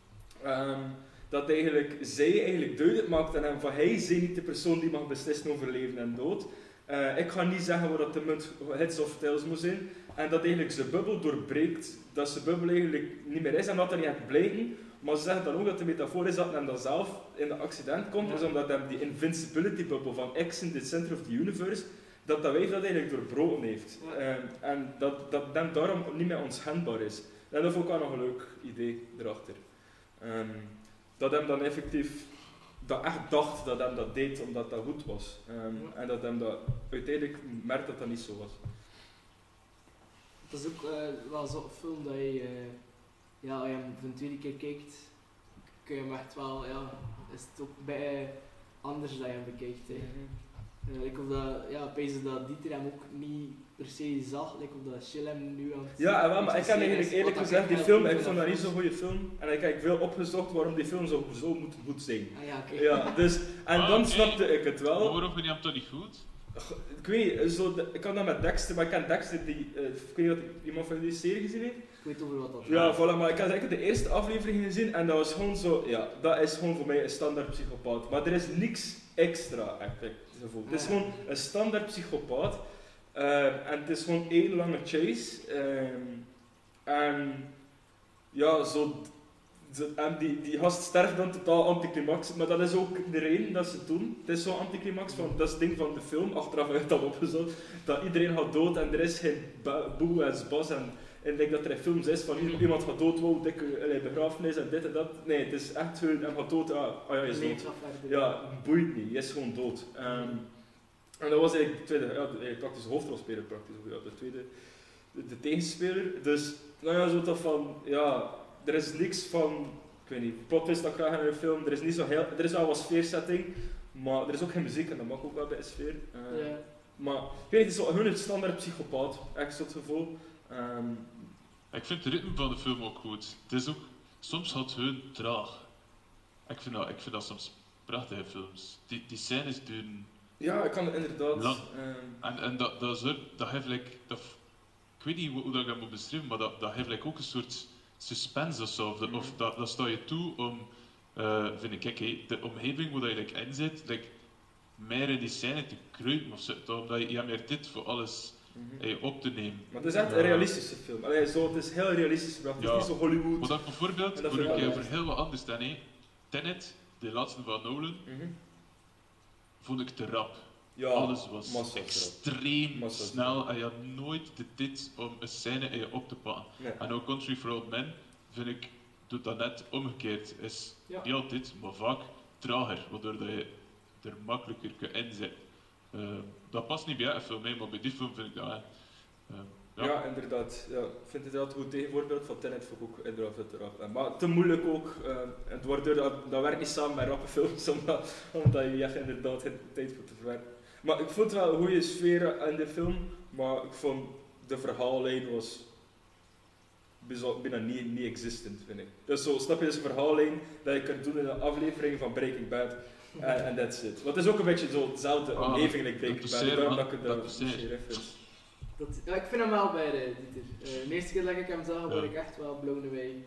[SPEAKER 2] Dat eigenlijk zij duidelijk maakt aan hem van hij is niet de persoon die mag beslissen over leven en dood. Ik ga niet zeggen wat dat de munt heads of tails moet zijn. En dat eigenlijk zijn bubbel doorbreekt, dat zijn bubbel eigenlijk niet meer is en dat er niet echt blijken. Maar ze zeggen dan ook dat de metafoor is dat hij dan zelf in de accident komt, is omdat hij die invincibility bubbel van X in the center of the universe, dat wijf dat eigenlijk doorbroken heeft. En dat hem daarom niet meer onschendbaar is. En dat vond ik wel nog een leuk idee erachter. Dat hem dan effectief dat echt dacht dat hem dat deed omdat dat goed was. En dat hem dat uiteindelijk merkt dat dat niet zo was.
[SPEAKER 1] Het is ook wel zo'n film dat je, als je hem voor de tweede keer kijkt, kun je hem echt wel, is het ook bij anders dat je hem bekijkt. Ik hoop dat Dieter hem ook niet per se zag, ik hoop dat Chill hem nu aan het
[SPEAKER 2] ja, maar ik heb eigenlijk eerlijk gezegd, die film, ik vond dat niet zo'n goede film. En ik heb veel opgezocht waarom die film zo moet zijn. Dus, en dan snapte ik het wel.
[SPEAKER 3] Maar waarom vind je hem toch niet goed?
[SPEAKER 2] Ik weet niet, ik kan dat met Dexter, maar ik ken Dexter, ik weet niet of iemand van die serie gezien heeft.
[SPEAKER 1] Ik weet over wat dat is.
[SPEAKER 2] Ja, voilà, maar ik had eigenlijk de eerste aflevering gezien en dat was gewoon zo, dat is gewoon voor mij een standaard psychopaat. Maar er is niks extra, eigenlijk. Het is gewoon een standaard psychopaat. En het is gewoon één lange chase. En die gast sterft dan totaal anticlimax, maar dat is ook de reden dat ze het doen. Het is zo'n anticlimax, dat is het ding van de film, achteraf heb ik dat opgezocht, dat iedereen gaat dood en er is geen boe en sbas en dat er in films is van iemand gaat dood, wow, dikke begrafenis en dit en dat. Nee, het is echt gewoon, hij gaat dood, ja, je is dood. Ja, boeit niet, je is gewoon dood. En dat was eigenlijk de tweede, praktisch de hoofdrolspeler, de tegenspeler. Dus, zo dat van, er is niks van, ik weet niet, plot twist dat ik graag in een film, er is wel wat sfeersetting, maar er is ook geen muziek en dat mag ook wel bij de sfeer. Maar, ik weet niet, het is gewoon een standaard psychopaat, echt zo'n gevoel.
[SPEAKER 3] Ik vind het ritme van de film ook goed. Het is ook, soms gaat het hun traag. Ik vind dat soms prachtige films. Die scènes duren...
[SPEAKER 2] Ja, ik kan het inderdaad...
[SPEAKER 3] lang. En dat heeft ik weet niet hoe dat moet beschrijven, maar dat heeft ook een soort suspense of zo. Of dat sta je toe om, vind ik, de omgeving waar je in zit, meer in die scène te kruipen of zo. Omdat je meer dit voor alles op te nemen.
[SPEAKER 2] Maar het is echt een realistische film. Het is heel realistisch gebracht. Het is niet zo Hollywood.
[SPEAKER 3] Maar dat bijvoorbeeld, moet ik over heel wat anders dan Tenet, de laatste van Nolan, vond ik te rap.
[SPEAKER 2] Ja,
[SPEAKER 3] alles was extreem snel en je had nooit de tijd om een scène op te pakken.
[SPEAKER 2] Nee.
[SPEAKER 3] En No Country for Old Men, vind ik, doet dat net omgekeerd. Is niet altijd, maar vaak trager, waardoor dat je er makkelijker kunt inzetten. Dat past niet bij een film, maar bij die film vind ik dat...
[SPEAKER 2] Ja, inderdaad. Ja, ik vind het inderdaad een goed tegenvoorbeeld van Tenet, vond ik ook inderdaad te rap. Maar te moeilijk ook. Waardoor dat werkt niet samen met rappe films, omdat je echt inderdaad geen tijd voor te verwerken. Maar ik vond wel een goede sfeer in de film, maar ik vond de verhaallijn was bijna niet existent, vind ik. Dus zo, snap je, dus een verhaallijn dat je kunt doen in een aflevering van Breaking Bad en that's it. Want het is ook een beetje zo hetzelfde omgeving als Breaking Bad, daarom dat ik het reference.
[SPEAKER 1] Ik vind hem wel bij Dieter. De eerste keer dat ik hem zag, word ik echt wel blown away.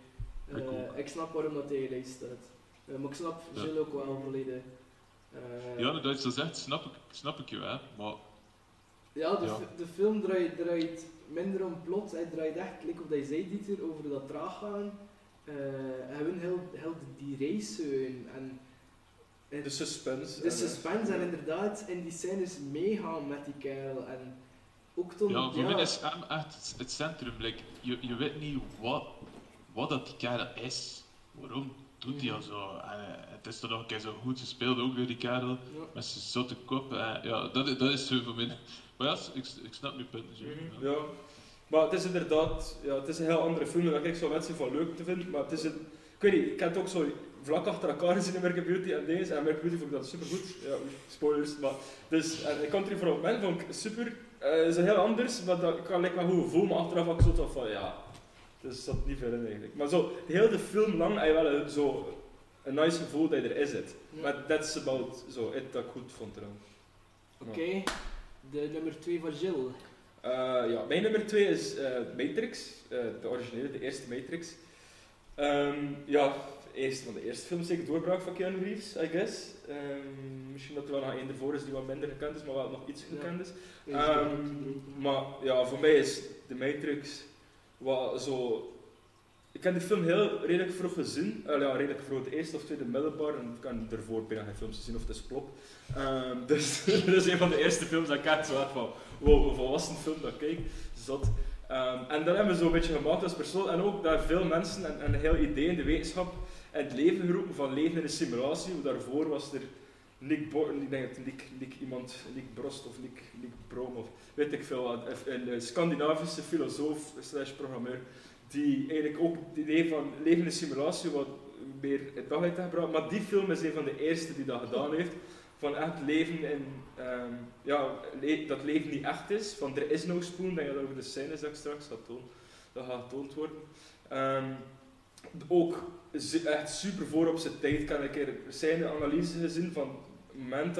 [SPEAKER 1] Ik snap waarom dat hij eruit staat. Maar ik snap Jill ook wel volledig.
[SPEAKER 3] Ja, dat je zo zegt, snap ik je wel, maar...
[SPEAKER 1] Ja, de film draait minder om plot, hij draait echt, like op dat je zei, Dieter, over dat traag gaan. En heel die race en
[SPEAKER 2] de suspense.
[SPEAKER 1] De suspense en inderdaad in die scènes meegaan met die kerel en ook toen...
[SPEAKER 3] Ja, voor mij is hem echt het centrum. Like, je weet niet wat dat die kerel is. Waarom doet hij al zo? Het is toch nog een keer zo goed gespeeld, ook door die kerel. Met zijn zotte kop. Ja, dat is zo voor mij. Maar ja, ik snap nu punten.
[SPEAKER 2] Ja. Maar het is inderdaad... Ja, het is een heel andere film dan ik zo mensen van leuk te vinden. Maar het is een... Ik weet niet, ik heb het ook zo vlak achter elkaar gezien in American Beauty en deze. En American Beauty vond ik dat supergoed. Ja, spoilers. Maar dus, en Country for Old Men vond ik super. Het is heel anders, maar dat kan ik wel goed voelen. Maar achteraf had ik zo toch van, ja... Dus er zat niet veel in eigenlijk. Maar zo, heel de film lang heb je wel zo een nice gevoel dat je erin zit. Maar that's about zo, het dat ik goed vond erom.
[SPEAKER 1] Oké, de nummer 2 van Jill.
[SPEAKER 2] Ja, mijn nummer 2 is Matrix. De originele, de eerste Matrix. Ja, van de eerste film zeker doorbraak van Keanu Reeves, I guess. Misschien dat er wel nog één ervoor is die wat minder gekend is, maar wel nog iets gekend is. Maar ja, voor mij is de Matrix wat zo... Ik heb de film redelijk vroeg gezien. Ja, redelijk vroeg, de eerste of tweede middelbaar. En ik kan ervoor bijna geen films gezien of het is plop. Dus dat is een van de eerste films dat ik echt zo had van... Wow, een volwassen film dat ik kijk. Zot. En dat hebben we zo'n beetje gemaakt als persoon. En ook dat veel mensen en een heel idee in de wetenschap en het leven geroepen van leven in een simulatie. Daarvoor was er Nick Brost of Nick Brom of weet ik veel wat. Een Scandinavische filosoof / programmeur die eigenlijk ook het idee van leven in een simulatie wat meer het daglicht heeft gebracht. Maar die film is een van de eerste die dat gedaan heeft. Van echt leven in, dat leven niet echt is. Van er is no spoon, denk je dat over de scènes dat ik straks ga tonen. Dat gaat getoond worden. Ook echt super voor op zijn tijd. Ik heb een keer scène-analyse gezien van het moment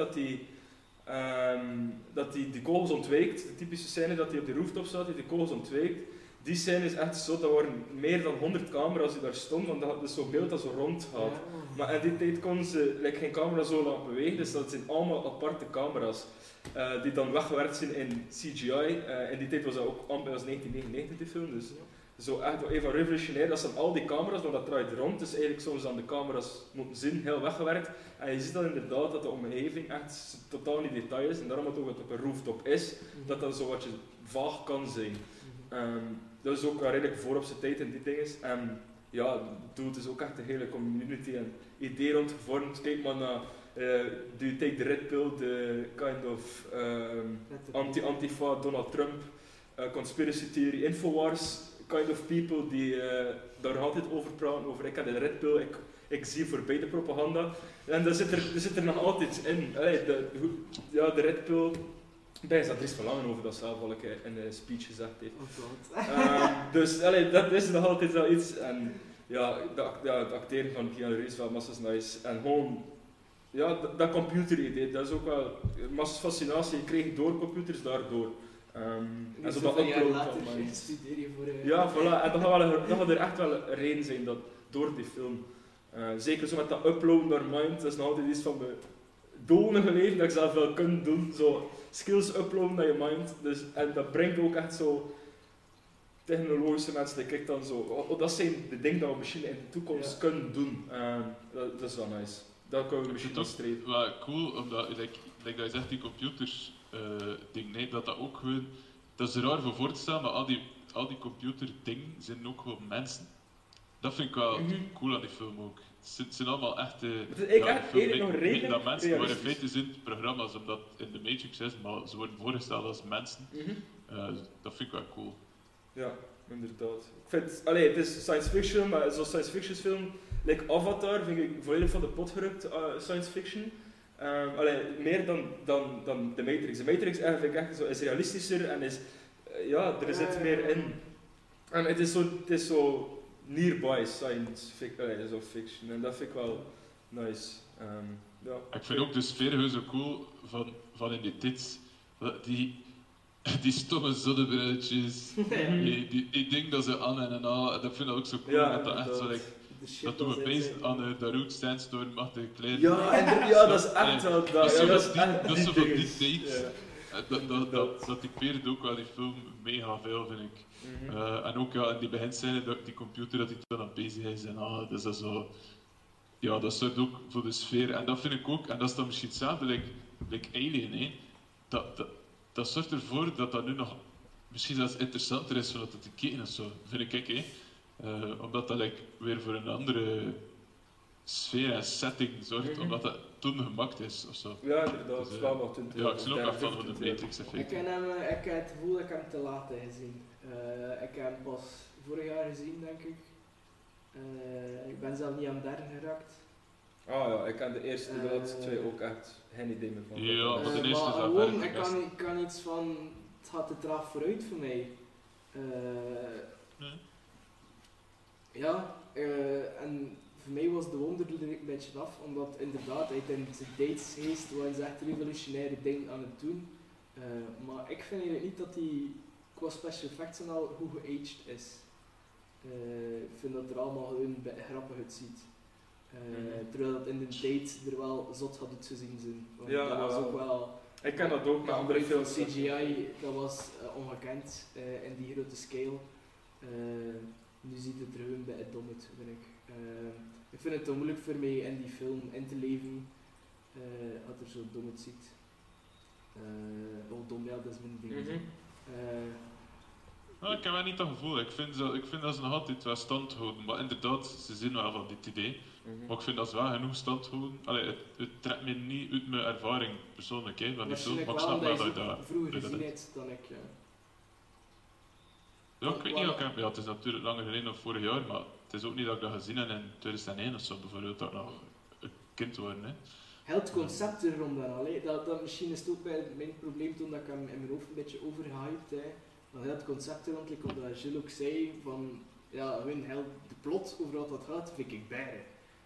[SPEAKER 2] dat hij die kogels ontwijkt. De typische scène dat hij op de rooftop staat, die kogels ontwijkt. Die scène is echt zo, dat waren meer dan 100 camera's die daar stonden, want dat is zo'n beeld dat zo rondgaat. Maar in die tijd konden ze geen camera zo laten bewegen, dus dat zijn allemaal aparte camera's die dan weggewerkt zijn in CGI. In die tijd was dat ook amper als 1999 die film, dus zo echt even revolutionair. Dat zijn al die camera's, want dat draait rond, dus eigenlijk soms dan de camera's moeten zien, heel weggewerkt. En je ziet dan inderdaad dat de omgeving echt totaal niet detail is, en daarom dat het ook wat op een rooftop is, dat zo wat je vaag kan zijn. Dat is ook redelijk voor op zijn tijd in die dingen. En ja, het is ook echt een hele community en idee rond gevormd. Kijk maar naar Do You Take the Red Pill, de kind of anti-Antifa, Donald Trump, conspiracy theory, Infowars, kind of people die daar altijd over praten, over ik heb de Red Pill, ik zie voorbij de propaganda. En dat zit er nog altijd in. De Red Pill. Daar is Dries van Langen over dat zelf al in een speech gezegd heeft. Dus dat is nog altijd wel iets. En ja, het acteren van Keanu Reeves wel massas nice. En gewoon, ja, dat computeridee, dat is ook wel massas fascinatie. Je kreeg door computers daardoor. En zo dat uploaden van mensen. Ja, voilà. En dat gaat er echt wel een reden zijn dat door die film. Zeker zo met dat uploaden naar mind, dat is nog altijd iets van mijn donige leven dat ik zelf wel kan doen. Zo skills uploaden naar je mind. Dus, en dat brengt ook echt zo technologische mensen die kijken dan zo. Dat zijn de dingen dat we misschien in de toekomst kunnen doen. Dat is wel nice. Dat kunnen we misschien streven.
[SPEAKER 3] Wel cool, omdat like dat je zegt, die computers ding, nee, dat ook gewoon. Dat is raar voor te stellen, maar al die computerdingen zijn ook gewoon mensen. Dat vind ik wel cool aan die film ook. Het zijn allemaal echte nog mensen, maar in feite zijn het programma's, omdat in de Matrix is, maar ze worden voorgesteld als mensen. Dat vind ik wel cool.
[SPEAKER 2] Ja, inderdaad. Ik vind, het is science fiction, maar zo'n science fiction film, like Avatar, vind ik volledig van de pot gerukt science fiction. Meer dan de Matrix. De Matrix vind ik echt zo, is realistischer en is, er zit meer in. En het is zo nearby science fiction en dat vind ik wel nice.
[SPEAKER 3] Ik vind ook de sfeer heel zo cool van in die tits. Die stomme zonnebrilletjes, die ding dat ze aan en dat vind ik ook zo cool. Dat echt zo,
[SPEAKER 1] shit
[SPEAKER 3] Dat doen we
[SPEAKER 1] in
[SPEAKER 3] opeens
[SPEAKER 1] zijn.
[SPEAKER 3] aan Darude Sandstorm-achtige kleren.
[SPEAKER 2] Ja, dat is echt wel dat.
[SPEAKER 3] Dat is
[SPEAKER 2] Ja,
[SPEAKER 3] zo
[SPEAKER 2] dat
[SPEAKER 3] van
[SPEAKER 2] is
[SPEAKER 3] die-
[SPEAKER 2] echt
[SPEAKER 3] dat is zo van die
[SPEAKER 2] dinges.
[SPEAKER 3] takes.
[SPEAKER 2] Ja.
[SPEAKER 3] Dat typeert ook wel die film mega veel, vind ik.
[SPEAKER 2] Mhm.
[SPEAKER 3] En ook ja, in die beginscène, die computer dat hij toen aan bezig is. En dus dat is zo... Ja, dat zorgt ook voor de sfeer. En dat vind ik ook, en dat is dan misschien hetzelfde, like Alien, hè. Dat zorgt ervoor dat dat nu nog misschien zelfs interessanter is om dat te kijken of zo, vind ik, hè. Omdat dat weer voor een andere sfeer en setting zorgt,
[SPEAKER 2] Mhm.
[SPEAKER 3] omdat dat toen gemaakt is of zo.
[SPEAKER 2] Ja, inderdaad,
[SPEAKER 3] Dus,
[SPEAKER 2] wel nog 20
[SPEAKER 3] ja, ik ben ook
[SPEAKER 2] jaar,
[SPEAKER 3] af van de
[SPEAKER 2] 25 jaar.
[SPEAKER 3] Matrix
[SPEAKER 1] Ik
[SPEAKER 3] effect.
[SPEAKER 1] heb het gevoel dat ik hem te laat heb gezien. Ik heb hem pas vorig jaar gezien, denk ik. Ik ben zelf niet aan het derde geraakt.
[SPEAKER 2] Ah ja, ik ken de eerste, de laatste twee ook echt geen idee meer van.
[SPEAKER 3] Ja, maar de eerste
[SPEAKER 1] Maar
[SPEAKER 3] is wel
[SPEAKER 1] gewoon,
[SPEAKER 3] verder best.
[SPEAKER 1] ik kan iets van, het gaat te traag vooruit voor mij. Ja, en voor mij was de wonder er een beetje af, omdat inderdaad hij in zijn tijdsgeest was echt revolutionaire dingen aan het doen. Maar ik vind eigenlijk niet dat hij qua special effects en al goed geaged is. Ik vind dat er allemaal gewoon een beetje grappig uitziet. Terwijl dat in de tijd er wel zot had uitgezien zijn. Want
[SPEAKER 2] Ja,
[SPEAKER 1] dat was
[SPEAKER 2] wel.
[SPEAKER 1] ook wel...
[SPEAKER 2] Ik ken dat ook met andere
[SPEAKER 1] gebruik
[SPEAKER 2] films.
[SPEAKER 1] van CGI, dat was ongekend in die grote scale. Nu ziet het er gewoon een beetje dom uit, vind ik. Ik vind het te moeilijk voor mij in die film in te leven, als er zo dom uitziet. Dom, ja, dat is mijn ding.
[SPEAKER 2] Mhm.
[SPEAKER 3] Nou, ik heb wel niet dat gevoel. Ik vind dat ze nog altijd wel stand houden. Maar inderdaad, ze zien wel van dit idee.
[SPEAKER 2] Mhm.
[SPEAKER 3] Maar ik vind dat ze wel genoeg stand houden. Allee, het trekt me niet uit mijn ervaring persoonlijk, hè, van die film. Maar ik snap wel dat je dat...
[SPEAKER 1] vroeger
[SPEAKER 3] dat je
[SPEAKER 1] gezien
[SPEAKER 3] dat-
[SPEAKER 1] hebt dan ik.
[SPEAKER 3] Ja, ik weet niet, ook, ja, het is natuurlijk langer geleden dan vorig jaar, maar het is ook niet dat ik dat gezien heb in 2001 of zo, bijvoorbeeld, dat ik nog een kind was. Hè.
[SPEAKER 1] Heel het concept erom dan al, hè. Dat misschien is het ook mijn probleem toen dat ik hem in mijn hoofd een beetje overhyped. Hè. Maar heel het concept erom, like wat Gilles ook zei, van ja, gewoon heel de plot over wat dat gaat, vind ik bij.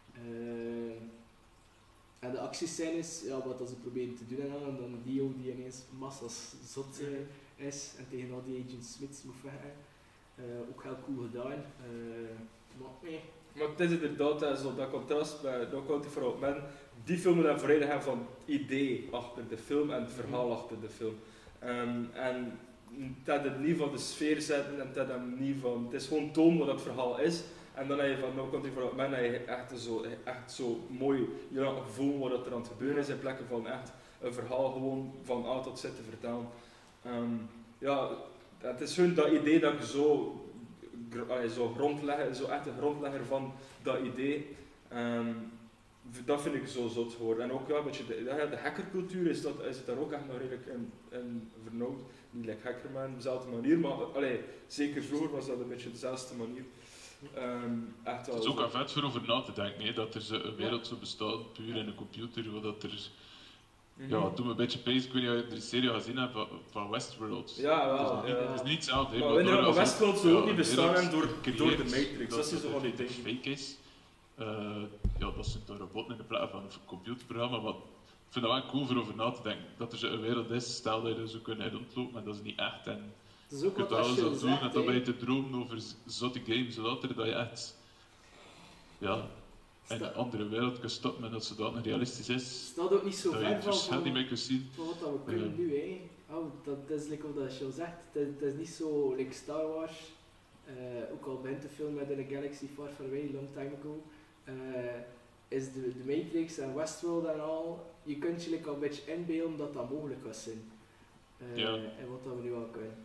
[SPEAKER 1] En de actiescènes, ja, wat dat ze proberen te doen en dan Dio die ineens massas zot is en tegen al die Agent Smiths moet vechten. Ook heel cool gedaan. Maar nee.
[SPEAKER 2] Maar het is inderdaad zo, dat contrast bij No Country for Old Men. Die filmen dan volledig hebben van het idee achter de film en het verhaal achter de film. En dat het niet van de sfeer zetten en dat hem niet van... Het is gewoon toon wat het verhaal is. En dan heb je van No Country for Old Men heb je echt zo mooi gevoel wat er aan het gebeuren is in plaats van echt een verhaal gewoon van A tot Z te vertellen. Ja, het is gewoon dat idee dat ik zo grondlegger, zo echt een grondlegger van dat idee. Dat vind ik zo zot hoor. En ook ja, een beetje de hackercultuur is het daar ook echt nog redelijk in vernauwd. Niet like Hackerman, op dezelfde manier, maar zeker vroeger was dat een beetje dezelfde manier. Echt wel
[SPEAKER 3] Het is ook
[SPEAKER 2] zo.
[SPEAKER 3] aan vet voor over na te denken, hè, dat er een wereld zo bestaat, puur in een computer, waar dat er... Ja, toen een beetje pees, ik weet niet of je de serie gezien hebt van Westworld.
[SPEAKER 2] Ja, wel.
[SPEAKER 3] Het is niet, het is niet hetzelfde. hè,
[SPEAKER 2] Maar inderdaad,
[SPEAKER 3] door-
[SPEAKER 2] Westworld zou ook niet
[SPEAKER 3] een
[SPEAKER 2] bestaan
[SPEAKER 3] wereld
[SPEAKER 2] door
[SPEAKER 3] creëert
[SPEAKER 2] de Matrix. Dat is zo van die
[SPEAKER 3] het
[SPEAKER 2] dingen.
[SPEAKER 3] fake is. Ja, dat zit door robotten in de plaats van een computerprogramma, maar ik vind dat wel cool voor over na te denken. Dat er zo'n wereld is, stel dat je er zo kunt rondlopen, maar dat is niet echt. En
[SPEAKER 1] Dat is ook
[SPEAKER 3] je kunt
[SPEAKER 1] wat
[SPEAKER 3] alles
[SPEAKER 1] Achille
[SPEAKER 3] aan doen,
[SPEAKER 1] zegt,
[SPEAKER 3] en dan ben je
[SPEAKER 1] hè.
[SPEAKER 3] te dromen over zotte games en later dat je echt... Ja, in een andere wereld kunt stoppen met dat zodanig realistisch is.
[SPEAKER 1] Staat ook niet zo
[SPEAKER 3] dat je
[SPEAKER 1] ver
[SPEAKER 3] het verschil
[SPEAKER 1] van
[SPEAKER 3] niet meer kunt zien.
[SPEAKER 1] wat dat we kunnen nu, hè. Dat is like wat Gilles zegt, het is niet zo like Star Wars, ook al begint de film met In a Galaxy Far Far Away, long time ago, is de Matrix en Westworld en al, je kunt je like al een beetje inbeelden dat dat mogelijk was zijn.
[SPEAKER 3] Ja.
[SPEAKER 1] En wat dat we nu al kunnen.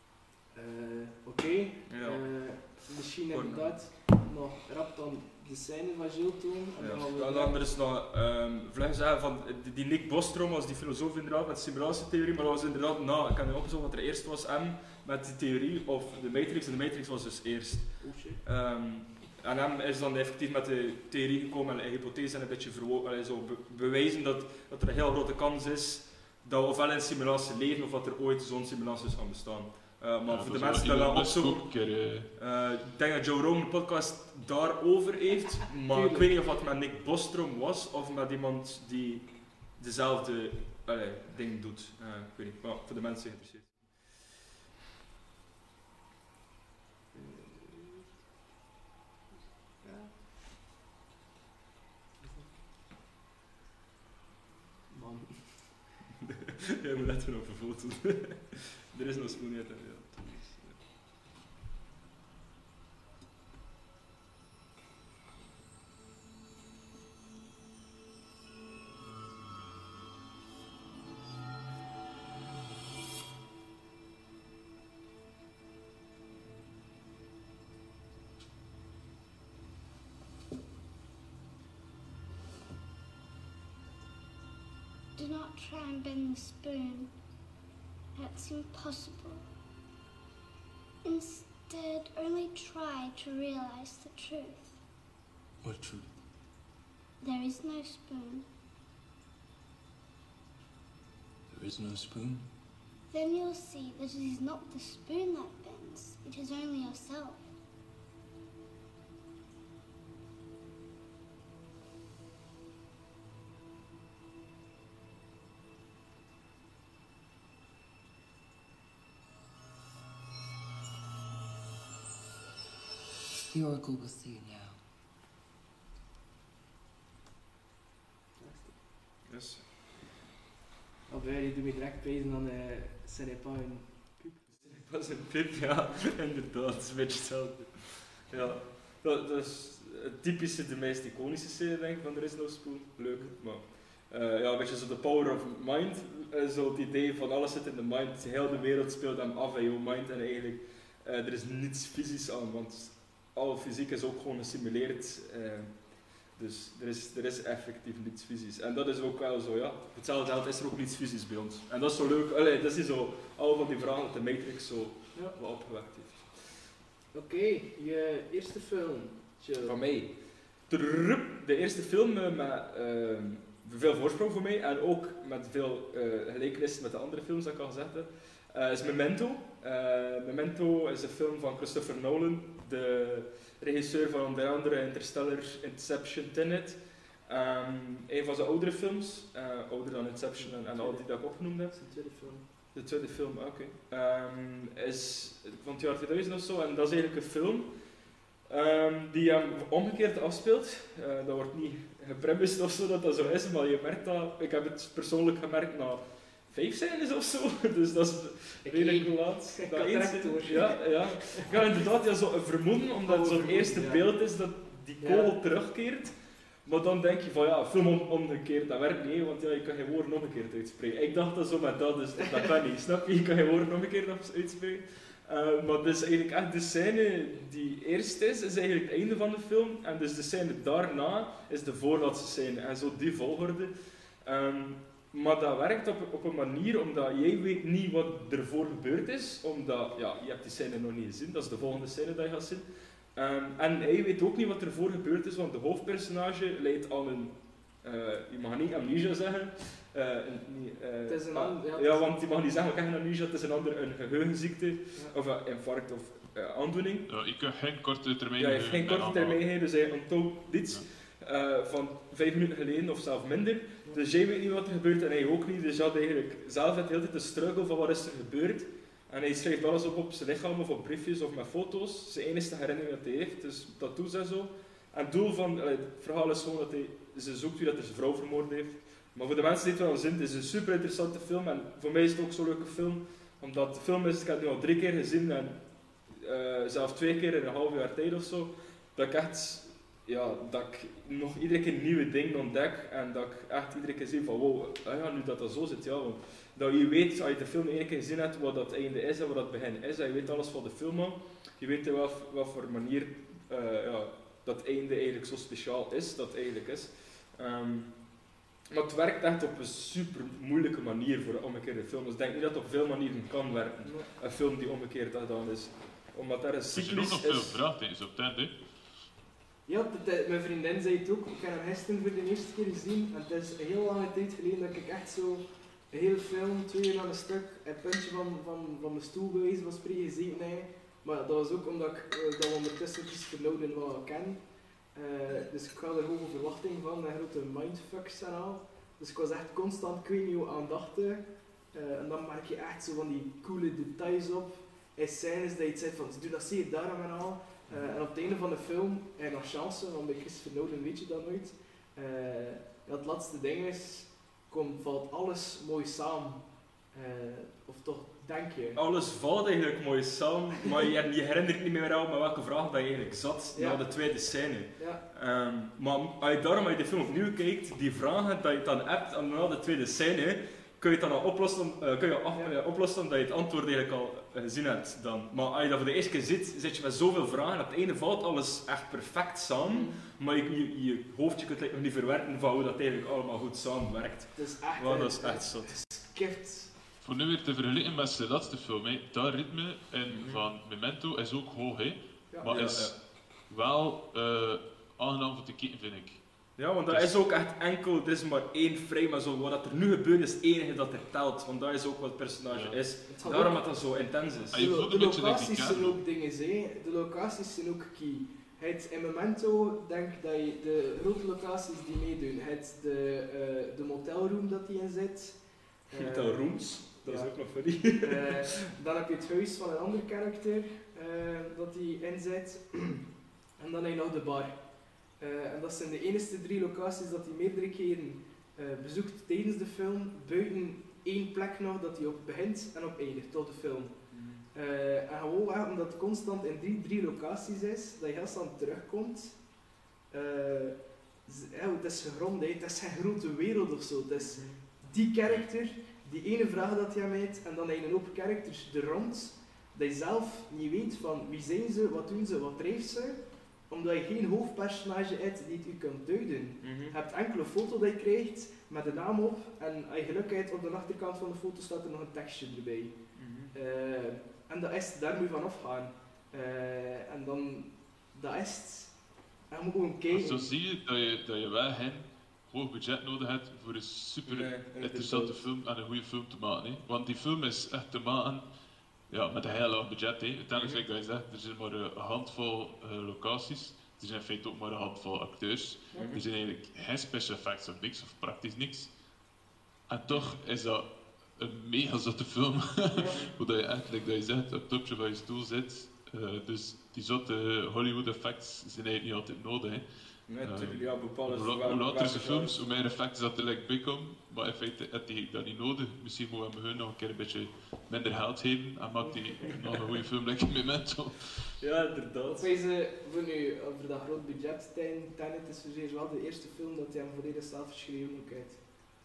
[SPEAKER 1] Oké.
[SPEAKER 2] Ja.
[SPEAKER 1] Misschien inderdaad nog rap dan de scène van Gilles doen. En dan gaan we
[SPEAKER 2] Ja, dan er is nog vlug zeggen van die Nick Bostrom was die filosoof inderdaad met de simulatietheorie, maar dat was inderdaad na, ik kan niet opzoeken wat er eerst was en met die theorie of de Matrix, en de Matrix was dus eerst. En hem is dan effectief met de theorie gekomen en een hypothese en een beetje bewijzen dat er een heel grote kans is dat we ofwel in een simulatie leven of dat er ooit zo'n simulatie gaan bestaan. Maar voor de mensen die dat opzoeken, ik denk dat Joe Rogan een podcast daarover heeft, maar ik weet niet of het met Nick Bostrom was of met iemand die dezelfde ding doet. Ik weet niet, maar voor de mensen geïnteresseerd. Je moet letten op een foto. Er is nog spoon uit. Ja.
[SPEAKER 13] Do not try and bend the spoon. That's impossible. Instead, only try to realize the truth.
[SPEAKER 5] What truth?
[SPEAKER 13] There is no spoon.
[SPEAKER 5] There is no spoon?
[SPEAKER 13] Then you'll see that it is not the spoon that bends, it is only yourself.
[SPEAKER 14] The Oracle will see you now.
[SPEAKER 2] Yes.
[SPEAKER 1] Alweer, je doet me direct pezen aan ce n'est pas une pub.
[SPEAKER 2] Pas een pip, ja, inderdaad, het is een beetje hetzelfde. Ja, dat is het typische, de meest iconische scène, denk ik, van Er is no spoon. Leuk, maar ja, een beetje zo de power of mind, zo het idee van alles zit in de mind, heel de wereld speelt hem af in jouw mind en eigenlijk, er is niets fysisch aan, want alle fysiek is ook gewoon gesimuleerd, dus er is effectief niets fysisch. En dat is ook wel zo, ja, op hetzelfde geld is er ook niets fysisch bij ons. En dat is zo leuk, allee, dat is zo, al van die vragen dat de Matrix zo wat opgewekt heeft.
[SPEAKER 1] Oké, je eerste film.
[SPEAKER 2] Van mij. De eerste film met veel voorsprong voor mij en ook met veel gelijkenissen met de andere films dat ik al gezegd heb, is Memento. Memento is een film van Christopher Nolan, de regisseur van onder andere Interstellar, Inception, Tenet. Een van zijn oudere films, ouder dan Inception en al die dat ik opgenoemd heb.
[SPEAKER 1] Zijn tweede film.
[SPEAKER 2] De tweede film, oké. Is van het jaar 2000 of zo en dat is eigenlijk een film die hem omgekeerd afspeelt. Dat wordt niet gepremised of zo dat dat zo is, maar je merkt dat, ik heb het persoonlijk gemerkt na 5 scènes of zo, dus dat is redelijk laat. Ja, inderdaad, ja, zo een vermoeden, omdat het zo'n eerste beeld is dat die kogel terugkeert. Maar dan denk je van ja, film omgekeerd, dat werkt niet, want ja, je kan geen woorden omgekeerd uitspreken. Ik dacht dat zo met dat, dus dat kan niet, snap je? Je kan geen woorden omgekeerd uitspreken. Maar dus eigenlijk echt de scène die eerst is eigenlijk het einde van de film. En dus de scène daarna is de voorlaatste scène. En zo die volgorde. Maar dat werkt op een manier omdat jij weet niet wat ervoor gebeurd is. Omdat, ja, je hebt die scène nog niet gezien, dat is de volgende scène dat je gaat zien. En hij weet ook niet wat ervoor gebeurd is, want de hoofdpersonage leidt aan een... je mag niet amnesia zeggen.
[SPEAKER 1] Het is een
[SPEAKER 2] ja, want je mag niet zeggen, een amnesia, het is een geheugenziekte, of een infarct of aandoening.
[SPEAKER 3] Ja, je kunt geen korte termijn
[SPEAKER 2] ja, je hebt geen korte termijn, dus hij onthoudt iets van 5 minuten geleden of zelfs minder. Dus jij weet niet wat er gebeurt en hij ook niet, dus je had eigenlijk zelf het hele tijd de struggle van wat is er gebeurd. En hij schrijft alles op zijn lichaam of op briefjes of met foto's. Zijn enige herinnering dat hij heeft, dus tattoos en zo. En het doel van het verhaal is gewoon dat ze zoekt wie dat zijn vrouw vermoord heeft. Maar voor de mensen die het wel zien, het is een super interessante film en voor mij is het ook zo'n leuke film. Omdat de film is, ik heb het nu al 3 keer gezien en zelfs 2 keer in een half jaar tijd of zo. Dat ik echt, ja, dat ik nog iedere keer nieuwe dingen ontdek en dat ik echt iedere keer zie van wow, ja, nu dat zo zit, ja. Want dat je weet, als je de film 1 keer gezien hebt, wat dat einde is en wat dat begin is. En je weet alles van de film al. Je weet wat voor manier ja, dat einde eigenlijk zo speciaal is, dat eigenlijk is. Maar het werkt echt op een super moeilijke manier voor een omgekeerde film. Dus ik denk niet dat het op veel manieren kan werken. Een film die omgekeerd gedaan is. Omdat daar een cyclus is.
[SPEAKER 3] Er zijn ook nog veel vraagtekens op het eind, hè?
[SPEAKER 1] Ja, mijn vriendin zei het ook. Ik heb hem gisteren voor de eerste keer gezien. En het is een heel lange tijd geleden dat ik echt zo een hele film, 2 uur aan een stuk, een puntje van mijn stoel geweest was gezeten. Maar dat was ook omdat ik dat we ondertussen Christopher Nolan wel ken. Dus ik had er hoge verwachtingen van, en grote mindfucks en al. Dus ik was echt constant, ik weet niet hoe aandachtig. En dan merk je echt zo van die coole details op. In scènes dat je het zegt van, doe dat zie je daarom en al. En op het einde van de film heb je nog chance, want bij Christopher Nolan weet je dat nooit. Ja, het laatste ding is, valt alles mooi samen. Of toch, denk je?
[SPEAKER 2] Alles valt eigenlijk mooi samen, maar je herinnert niet meer met welke vraag dat je eigenlijk zat na de tweede scène.
[SPEAKER 1] Ja.
[SPEAKER 2] Maar als je de film opnieuw kijkt, die vragen dat je dan hebt na de tweede scène, kun je het dan al oplossen omdat je het antwoord eigenlijk al gezien hebt dan. Maar als je dat voor de eerste keer ziet, zit je met zoveel vragen. Op het einde valt alles echt perfect samen, maar je hoofdje kunt nog niet verwerken van hoe dat eigenlijk allemaal goed samenwerkt.
[SPEAKER 1] Dat is echt
[SPEAKER 2] zot.
[SPEAKER 1] Skift.
[SPEAKER 3] Voor nu weer te vergelijken met zijn laatste film, dat ritme van Memento is ook hoog, maar is wel aangenaam voor te kijken, vind ik.
[SPEAKER 2] Ja, want dat is ook echt enkel, het is maar één frame, maar zo, wat er nu gebeurt is het enige dat er telt, want dat is ook wat het personage is. Daarom dat dat zo intens is.
[SPEAKER 1] De locaties zijn ook dingen, de locaties zijn ook key. In Memento denk ik dat je de grote locaties die meedoen, de motelroom dat die in zit.
[SPEAKER 2] Motelrooms, dat is ook nog funny.
[SPEAKER 1] Dan heb je het huis van een ander karakter dat die in zit. En dan heb je nog de bar. En dat zijn de enige 3 locaties dat hij meerdere keren bezoekt tijdens de film, buiten 1 plek nog dat hij op begint en op eindigt tot de film. En gewoon omdat het constant in die 3 locaties is, dat je heel snel terugkomt. Het is gegrond, het is geen grote wereld of zo. Het is die karakter, die ene vraag dat je hem heeft, en dan heb je een hoop characters er rond, dat je zelf niet weet van wie zijn ze, wat doen ze, wat drijft ze. Omdat je geen hoofdpersonage hebt die het u kunt duiden. Je hebt enkele foto dat je krijgt met de naam op en als je geluk hebt, op de achterkant van de foto staat er nog een tekstje erbij. En dat is, daar moet je van afgaan. En dan, dat is het. En je moet gewoon kijken.
[SPEAKER 3] Zo zie je dat je wel geen hoog budget nodig hebt voor een super interessante film en een goede film te maken. Want die film is echt te maken met een heel laag budget. Uiteindelijk, zoals je zegt, er zijn maar een handvol locaties. Er zijn in feite ook maar een handvol acteurs. Er zijn eigenlijk geen special effects of niks, of praktisch niks. En toch is dat een mega zotte film. Hoe dat je echt, dat je zegt, op het topje van je stoel zit. Dus die zotte Hollywood effects zijn eigenlijk niet altijd nodig. Hoe later ze films, hoe meer effecten dat er bij komen. Maar in feite heb je dat niet nodig. Misschien moeten we hem nog een keer een beetje minder geld geven en maakt hij nog een goede film like Memento.
[SPEAKER 2] Ja, inderdaad.
[SPEAKER 1] Voor nu, over dat groot budget, Tenet is zeer wel de eerste film dat hij hem volledig zelf geschreven ook heeft.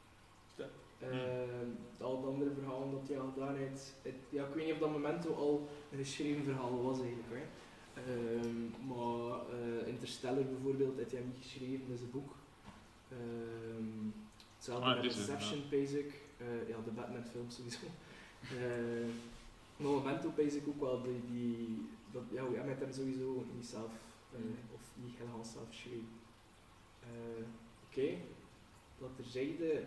[SPEAKER 1] Al de andere verhalen dat hij al gedaan heeft. Ja, ik weet niet of dat Memento al een geschreven verhaal was eigenlijk. Maar Interstellar bijvoorbeeld heeft hij hem niet geschreven, dat is een boek. Hetzelfde met Inception, basic. De Batman film sowieso. Memento basic ook wel, hij heeft hem sowieso niet zelf, of niet helemaal zelf geschreven. Oké, dat terzijde.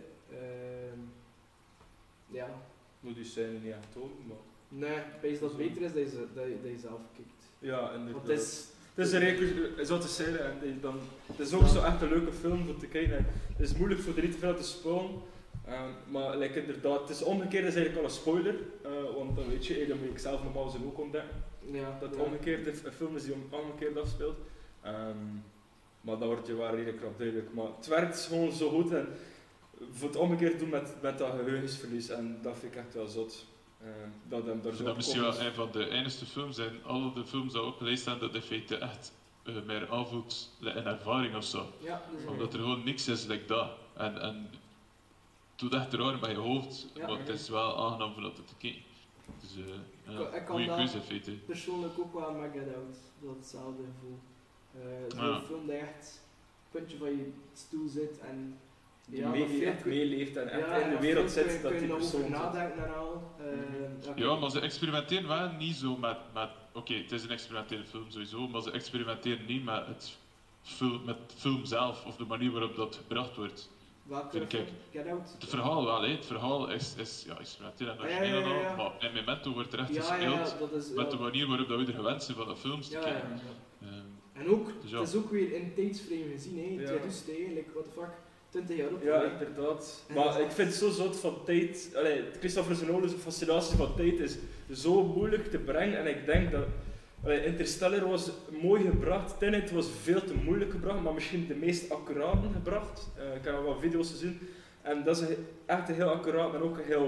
[SPEAKER 2] Moet die scène niet echt tonen, maar...
[SPEAKER 1] Nee, ik dat het beter is dat je zelf kijkt.
[SPEAKER 2] Ja, inderdaad.
[SPEAKER 1] Het
[SPEAKER 2] is een redelijk zotte scène en het is ook zo echt een leuke film om te kijken. Het is moeilijk voor er niet te veel te spoilen, maar inderdaad, het is omgekeerd is eigenlijk al een spoiler, want dan weet je, dan moet ik zelf normaal zo ook ontdekken. Dat het omgekeerd een film is die omgekeerd afspeelt. Maar dat wordt je wel redelijk krap duidelijk. Maar het werkt gewoon zo goed en voor het omgekeerd doen met dat geheugensverlies en dat vind ik echt wel zot.
[SPEAKER 3] Dat misschien wel een van de enigste films en alle de films die ook gelezen zijn dat in feite echt meer aanvoelt een ervaring of zo.
[SPEAKER 1] Ja,
[SPEAKER 3] omdat er gewoon niks is like dat. En het doet echt raar bij je hoofd, maar het is wel aangenaam van dat te kijken. Dus goede keuze in feite.
[SPEAKER 1] Persoonlijk ook wel met Get Out, dat hetzelfde gevoel. Zo'n film die echt puntje van je stoel zit en
[SPEAKER 2] meeleeft en echt in de wereld zit dat die persoon zit.
[SPEAKER 1] Nadenken en al.
[SPEAKER 3] Ja, maar ze experimenteren wel niet zo met oké, het is een experimentele film sowieso, maar ze experimenteren niet met het film zelf of de manier waarop dat gebracht wordt.
[SPEAKER 1] Welke film? Get Out?
[SPEAKER 3] Het verhaal wel, het verhaal is experimenteel en origineel en al, maar in Memento wordt er echt gespeeld met de manier waarop dat we er gewend zijn van de films te kijken.
[SPEAKER 1] En ook, het is ook weer in tijdsframe gezien, het is eigenlijk, what the fuck. 20 jaar op.
[SPEAKER 2] Ja, inderdaad. Maar ik vind het zo zot van tijd. Christopher Nolan's fascinatie van tijd is zo moeilijk te brengen. En ik denk dat Interstellar was mooi gebracht. Tenet was veel te moeilijk gebracht, maar misschien de meest accurate gebracht. Ik heb wel video's gezien. En dat is echt heel accuraat, maar ook heel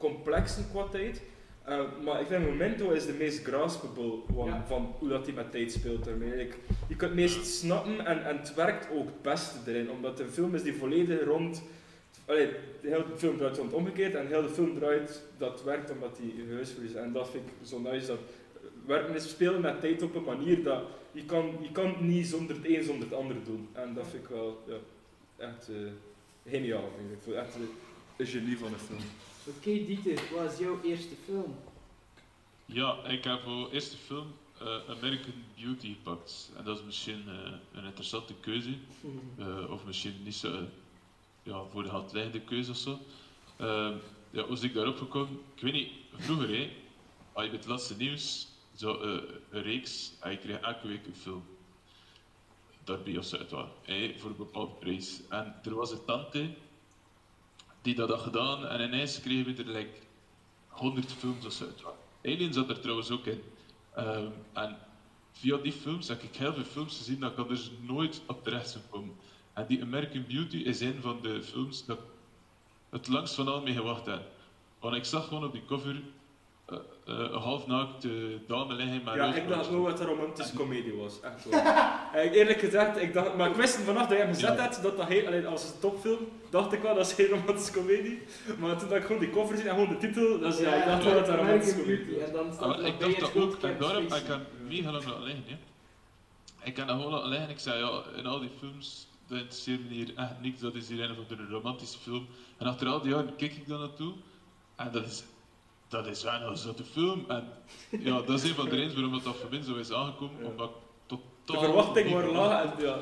[SPEAKER 2] complexen qua tijd. Maar ik vind Memento is de meest graspable van hoe dat hij met tijd speelt daarmee. Je kunt het meest snappen en het werkt ook het beste erin, omdat de film is die volledig rond... de hele film draait rond omgekeerd en de hele film draait dat werkt omdat hij gehuisverliest. En dat vind ik zo nice, dat werken is spelen met tijd op een manier dat je kan het niet zonder het een zonder het ander doen. En dat vind ik wel echt geniaal. Ik voel echt een genie van de film.
[SPEAKER 1] Oké, Dieter, wat is jouw eerste film?
[SPEAKER 3] Ja, ik heb voor de eerste film American Beauty gepakt. En dat is misschien een interessante keuze. Of misschien niet zo voor de hand liggende keuze of zo. Hoe is ik daarop gekomen? Ik weet niet, vroeger als je met het laatste nieuws zo een reeks en je kreeg elke week een film. Daarbij of zo uit waar, voor een bepaalde prijs. En er was een tante die dat had gedaan en ineens kregen we er 100 films of zo uit waar. Alien zat er trouwens ook in. En via die films heb ik heel veel films gezien dat ik er dus nooit op terecht zou komen. En die American Beauty is een van de films dat ik het langst van al mee gewacht heb. Want ik zag gewoon op die cover een halfnaakte dame liggen met
[SPEAKER 2] ja, ik dacht wel wat een romantische komedie was, echt wel. Eerlijk gezegd, ik dacht, maar ik wist vanaf dat je hem gezet had, dat als een topfilm, dacht ik wel, dat is geen romantische komedie. Maar toen ik gewoon die cover zie en gewoon de titel, dus ik dacht wel dat het een romantische komedie was.
[SPEAKER 3] Ik dacht dat ook, en daarom heb ik hem mega lang laten liggen. Ik kan dat gewoon laten liggen, ik zei in al die films, dat interesseert me hier echt niks, dat is hier een of andere romantische film. En achter al die jaren kijk ik daar naartoe, en dat is wel een zotte film. En dat is een van de redenen waarom dat voor mij zo is aangekomen, omdat ik totaal...
[SPEAKER 2] De verwachting was laag en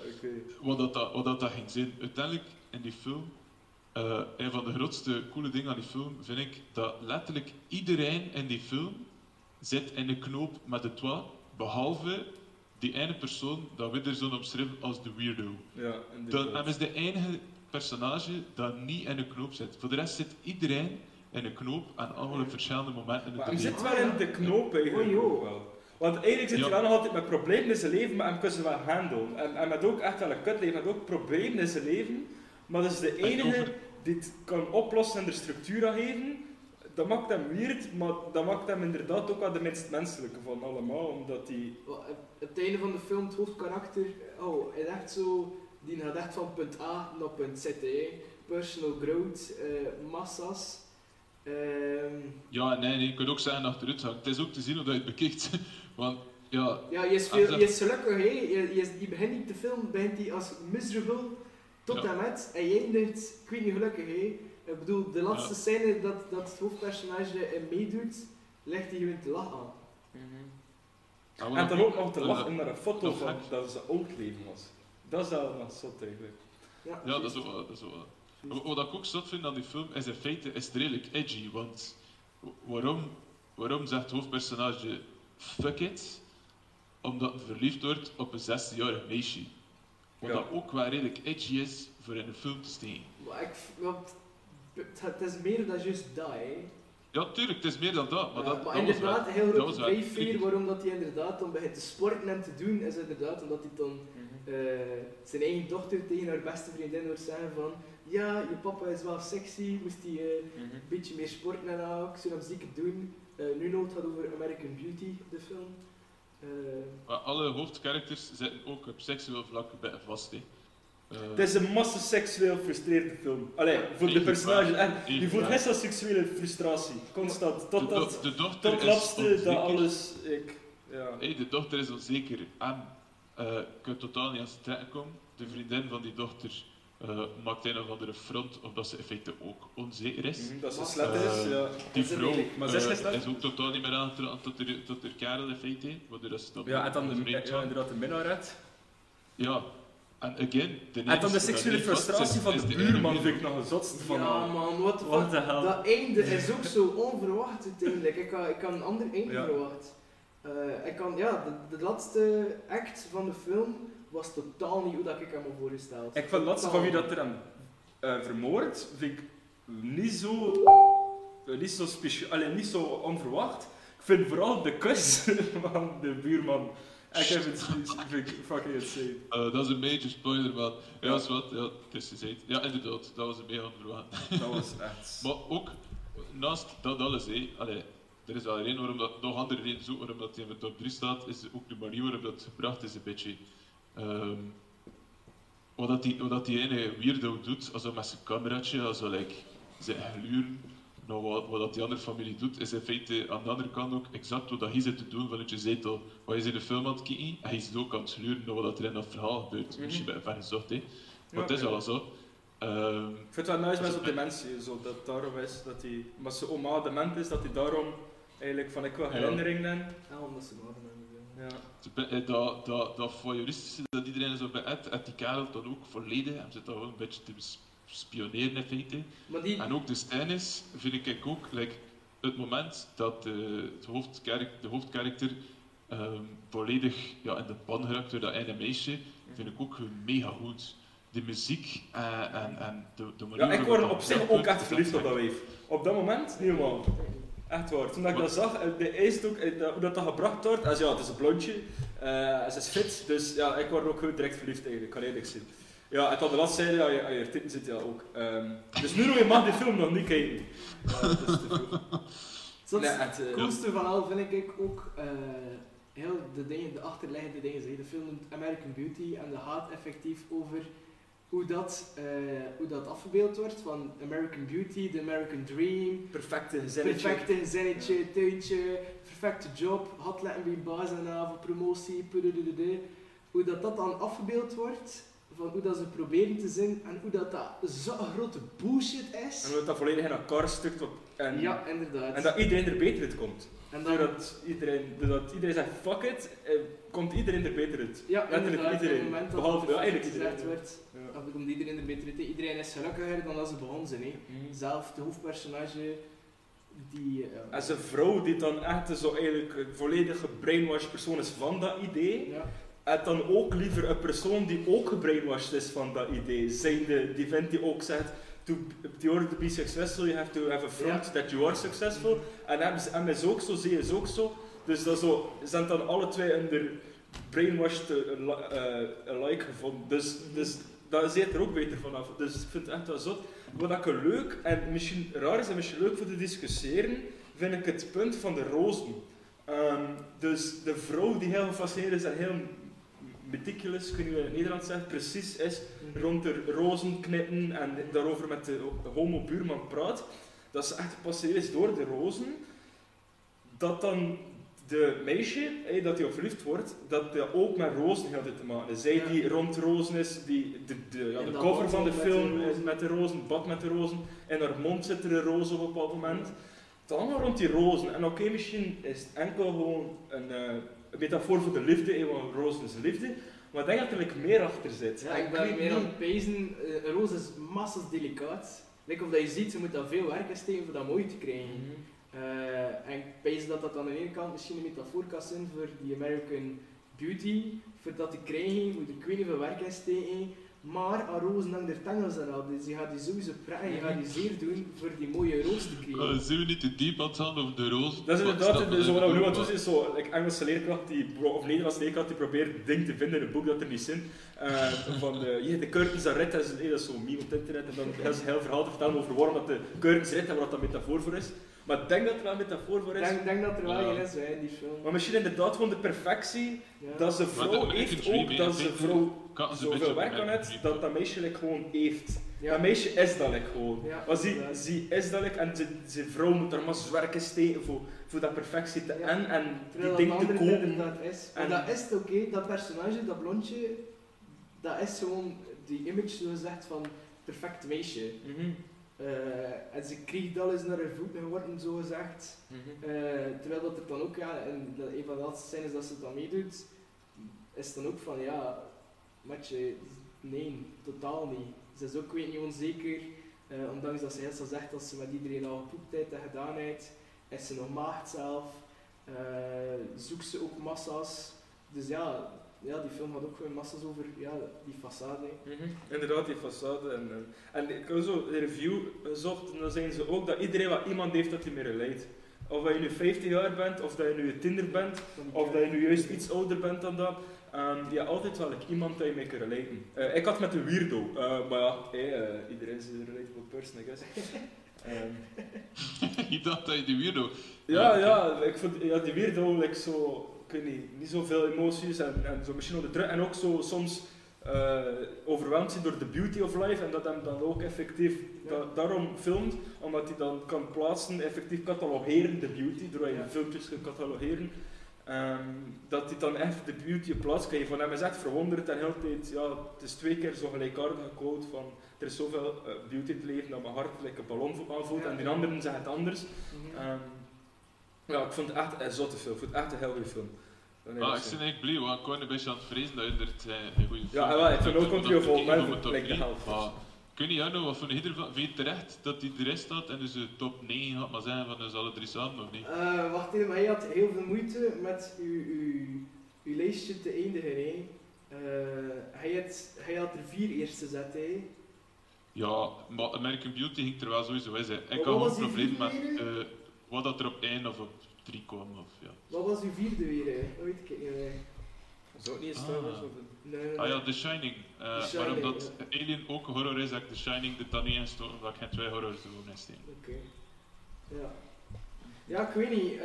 [SPEAKER 3] Wat dat ging zijn. Uiteindelijk in die film, een van de grootste coole dingen aan die film, vind ik dat letterlijk iedereen in die film zit in een knoop met de twa, behalve die ene persoon dat we er zo omschrijven als de weirdo.
[SPEAKER 2] Ja,
[SPEAKER 3] dat is de enige personage dat niet in een knoop zit. Voor de rest zit iedereen in een knoop en allemaal op verschillende momenten in de
[SPEAKER 2] maar hij zit wel in de knoop eigenlijk ook wel. Want eigenlijk zit hij wel nog altijd met problemen in zijn leven, maar hem kunnen ze wel handelen. En met ook echt wel een kutleven, met ook problemen in zijn leven. Maar dat is de enige die het kan oplossen en er structuur aan geven. Dat maakt hem weird, maar dat maakt hem inderdaad ook wel de minst menselijke van allemaal, omdat hij...
[SPEAKER 1] Het einde van de film, het hoofdkarakter, is echt zo... Die gaat echt van punt A naar punt Z, personal growth, massa's.
[SPEAKER 3] Je kunt ook zeggen achteruit gaan. Het is ook te zien hoe je het bekijkt. Want,
[SPEAKER 1] je is gelukkig, je begint niet de film als miserable tot en met, en je eindigt, ik weet niet gelukkig, Ik bedoel, de laatste scène dat het hoofdpersonage meedoet, legt hij gewoon te lachen aan.
[SPEAKER 2] En dan ook nog te lachen naar een foto van dat ze oud leven was. Dat is wel nog zot eigenlijk.
[SPEAKER 3] Ja, dat is ook wel. Wat ik ook zot vind aan die film is in feite is het redelijk edgy, want waarom zegt het hoofdpersonage fuck it? Omdat hij verliefd wordt op een 16-jarig meisje. Wat dat ook wel redelijk edgy is voor in een film te steken.
[SPEAKER 1] Het is meer dan juist dat,
[SPEAKER 3] Ja, tuurlijk, het is meer dan dat. Maar
[SPEAKER 1] inderdaad, een heel grote drijfveer waarom dat hij inderdaad dan begint te sporten en te doen, is inderdaad omdat hij dan zijn eigen dochter tegen haar beste vriendin hoort zeggen van ja, je papa is wel sexy, moest hij een beetje meer sporten en ook, ik zou hem zeker doen. Nu nog, het gaat over American Beauty, de film.
[SPEAKER 3] Maar alle hoofdkarakters zitten ook op seksueel vlak vast.
[SPEAKER 2] Het is een massa seksueel frustreerde film. Allee, voor de personages. Je voelt best wel seksuele frustratie. Constant. Tot het laatste, dat alles...
[SPEAKER 3] De dochter is onzeker en kan totaal niet aan zijn trekken komen. De vriendin van die dochter maakt een of andere front omdat ze in feite ook onzeker is.
[SPEAKER 2] Dat ze slet is, ja.
[SPEAKER 3] Die vrouw is ook totaal niet meer aangetrokken tot haar kerel in feite.
[SPEAKER 2] En dan inderdaad de minnaar uit.
[SPEAKER 3] Ja. En again,
[SPEAKER 2] en dan de seksuele frustratie van de buurman vind ik nog het zotste van
[SPEAKER 1] ja man, wat de hel. Dat einde is ook zo onverwacht uiteindelijk. Ik had een ander einde verwacht. De laatste act van de film was totaal niet hoe dat ik hem had voorgesteld.
[SPEAKER 2] Ik vind het laatste van wie dat er hem vermoordt, vind ik niet zo speciaal, niet zo onverwacht. Ik vind vooral de kus van de buurman. Ik heb het fucking insane.
[SPEAKER 3] Dat is een major spoiler, man. Ja, is wat. Ja, het is gezegd. Ja, inderdaad. Dat was een mega onverwacht.
[SPEAKER 2] Dat was echt...
[SPEAKER 3] Maar ook, naast dat alles, er is wel een reden waarom dat, nog andere redenen ook waarom dat hij in de top 3 staat, is ook de manier waarop dat gebracht is een beetje. Wat die ene weirdo doet, also met zijn cameraatje, also zijn gluren, nou, wat die andere familie doet, is in feite aan de andere kant ook exact wat hij zit te doen vanuit je zetel. Waar je in de film aan het kijken en hij zit ook aan het gluren naar wat er in dat verhaal gebeurt. Misschien ben je ver gezocht, maar het is wel zo.
[SPEAKER 2] Ik vind het wel nice met zo'n dementie, zo, dat daarom is dat hij, maar zijn oma dement is, dat hij daarom eigenlijk van ik wil herinneringen hebben.
[SPEAKER 1] Ja, omdat ze maar
[SPEAKER 3] Dat voyeuristische dat iedereen zo bij heeft, die kerel dan ook volledig, hij zit daar wel een beetje te spioneren in feite. En ook de scènes vind ik ook, het moment dat de hoofdkarakter volledig in de pan geraakt door dat ene meisje, vind ik ook mega goed. De muziek en de manier...
[SPEAKER 2] Ja, ik word op zich ook echt verliefd op dat wijf. Op dat moment, niet helemaal. Echt waar. Toen ik dat zag, de eist ook, hoe dat gebracht wordt, het is een blondje, ze is fit, dus ja, ik word ook gewoon direct verliefd eigenlijk, kan eerlijk zijn. Ja, en tot de laatste zijde, ja, je titten zit ja ook. Dus nu nog, je mag die film nog niet kijken. Dat is te veel.
[SPEAKER 1] Het coolste van al vind ik ook heel de achterliggende dingen. De film noemt American Beauty en dat gaat effectief over hoe dat afgebeeld wordt van American Beauty, the American Dream.
[SPEAKER 2] Perfecte gezinnetje,
[SPEAKER 1] tuintje, perfecte job, had laten wie baas en voor promotie, hoe dat dan afgebeeld wordt. Van hoe dat ze proberen te zijn en hoe dat zo'n grote bullshit is.
[SPEAKER 2] En hoe dat volledig in elkaar stukt.
[SPEAKER 1] Ja, inderdaad.
[SPEAKER 2] En dat iedereen er beter uit komt. En doordat iedereen zegt fuck it, komt iedereen er beter uit.
[SPEAKER 1] Ja, inderdaad.
[SPEAKER 2] Iedereen.
[SPEAKER 1] Op het moment dat
[SPEAKER 2] behalve
[SPEAKER 1] het
[SPEAKER 2] eigenlijk
[SPEAKER 1] gezegd wordt, dan komt iedereen er beter uit. Iedereen is gelukkiger dan als ze begonnen zijn. Zelf de hoofdpersonage die...
[SPEAKER 2] en zijn vrouw die dan echt zo eigenlijk een volledig gebrainwashed persoon is van dat idee.
[SPEAKER 1] Ja.
[SPEAKER 2] En dan ook liever een persoon die ook gebrainwashed is van dat idee. Zijnde die vent die ook zegt, in order to be successful, you have to have a front that you are successful. En hem is ook zo, ze is ook zo. Dus dat zo, ze zijn dan alle twee onder brainwashed alike gevonden. Dus dat zit er ook beter vanaf. Dus ik vind het echt wel zot. Wat ik leuk en misschien raar is en misschien leuk voor te discussiëren, vind ik het punt van de rozen. Dus de vrouw die heel gefascineerd is en heel meticulous, kun je in het Nederlands zeggen, precies is rond de rozen knippen en daarover met de homo-buurman praat, dat ze echt gepasseerd is door de rozen, dat dan de meisje, dat hij op verliefd wordt, dat hij ook met rozen gaat te maken is. Zij die rond rozen is, de cover van de film is met de rozen, bad met de rozen, in haar mond zit er een roze op een bepaald moment. Het is allemaal rond die rozen. En oké, misschien is het enkel gewoon een metafoor voor de liefde, want rozen is liefde. Maar ik denk dat er meer achter zit.
[SPEAKER 1] Ja, ik ben meer aan het pezen. Een roos is massas delicaat. Of dat je ziet, ze moet daar veel werk in steken voor dat mooi te krijgen. En ik pees dat aan de ene kant misschien een metafoor kan zijn voor die American Beauty. Voor dat te krijgen, moet er ik veel werk in steken. Maar aan rozen hangt er tengels aan al, dus je gaat die sowieso praten, je gaat die zeer doen voor die mooie roos te krijgen.
[SPEAKER 3] Zien we niet te diep aan het gaan over de roos?
[SPEAKER 2] Dat is inderdaad, zo wat we nu aan het doen is zo, Engelse leerkracht of Nederlandse leerkracht die probeert dingen te vinden in een boek dat er niet zin. Van de curtains are red, dat is zo'n meme op het internet en dan gaan ze een heel verhaal te vertellen over waarom dat de curtains red en wat dat metafoor voor is. Maar ik denk dat er wel een metafoor voor is.
[SPEAKER 1] Ik denk dat er wel geen is in die film.
[SPEAKER 2] Maar misschien inderdaad gewoon de perfectie, dat ze vrouw heeft ook, dat ze vrouw zoveel werk aan heeft, dat dat meisje gewoon heeft. Ja. Dat meisje is dat gewoon. Ja, maar ze is dat en de vrouw moet er maar werken steken voor dat perfectie te en die ding te kopen.
[SPEAKER 1] Dat is. En dat is het oké, dat personage, dat blondje, dat is gewoon die image zo gezegd van perfect meisje. En ze kreeg alles naar haar voeten geworden, zo gezegd. Terwijl dat er dan ook, een van de laatste scènes dat ze het dan meedoet, is dan ook van, matje, nee, totaal niet. Ze is ook, weet niet, onzeker, ondanks dat ze heel snel zegt dat ze met iedereen al gepoept heeft en gedaan heeft, is ze nog maagd zelf, zoekt ze ook massa's. Dus die film gaat ook gewoon massa's over die façade.
[SPEAKER 2] Inderdaad, die façade. En ik heb zo de review gezocht en dan zeggen ze ook dat iedereen wat iemand heeft dat hij meer relateert. Of dat je nu 50 jaar bent, of dat je nu een Tinder bent, of dat je nu juist iets ouder bent dan dat. Altijd wel iemand dat je mee kan relaten. Ik had met een weirdo, maar iedereen is een relatable person, I guess.
[SPEAKER 3] Ik dacht dat je die weirdo...
[SPEAKER 2] Ja, ik vond die weirdo like zo, ik weet niet zoveel emoties en zo misschien onder druk en ook zo soms overweldigd zijn door the beauty of life en dat hem dan ook effectief daarom filmt, omdat hij dan kan plaatsen, effectief catalogeren, de beauty, doordat je filmpjes kan catalogeren. Dat hij dan echt de beauty op plaats krijgt. Van hem is echt verwonderd en heel de tijd, het is 2 keer zo gelijkaardig quote van er is zoveel beauty in het leven dat mijn hart like een ballon aanvoelt en die anderen zeggen het anders. Ik vond het echt een zotte film, ik vond het echt een heel goede film.
[SPEAKER 3] Ik ben eigenlijk blij, want ik was een beetje aan het vrezen dat je er een goede film...
[SPEAKER 2] Ja, ik vind ook een goede film, maar de helft.
[SPEAKER 3] Kun je nou wat van ieder van vind je terecht dat hij erin staat en dus de top 9 gaat maar zijn van dus alle 3 samen of niet?
[SPEAKER 1] Wacht even, maar je had heel veel moeite met uw lijstje te eindigen. Hij had er 4 eerst gezet.
[SPEAKER 3] Ja, maar American Beauty ging er wel sowieso in. Ik had een probleem met wat dat er op 1 of op 3 kwam.
[SPEAKER 1] Wat was uw 4e weer? Ooit kijk niet meer.
[SPEAKER 2] Zou het niet eens Star Wars of
[SPEAKER 1] Nee.
[SPEAKER 3] Ah ja, The Shining. Maar omdat Alien ook horror is, heb ik The Shining er dan niet in stoten, omdat ik geen 2 horrors er gewoon in steen.
[SPEAKER 1] Oké. Ja. Ja, ik weet niet.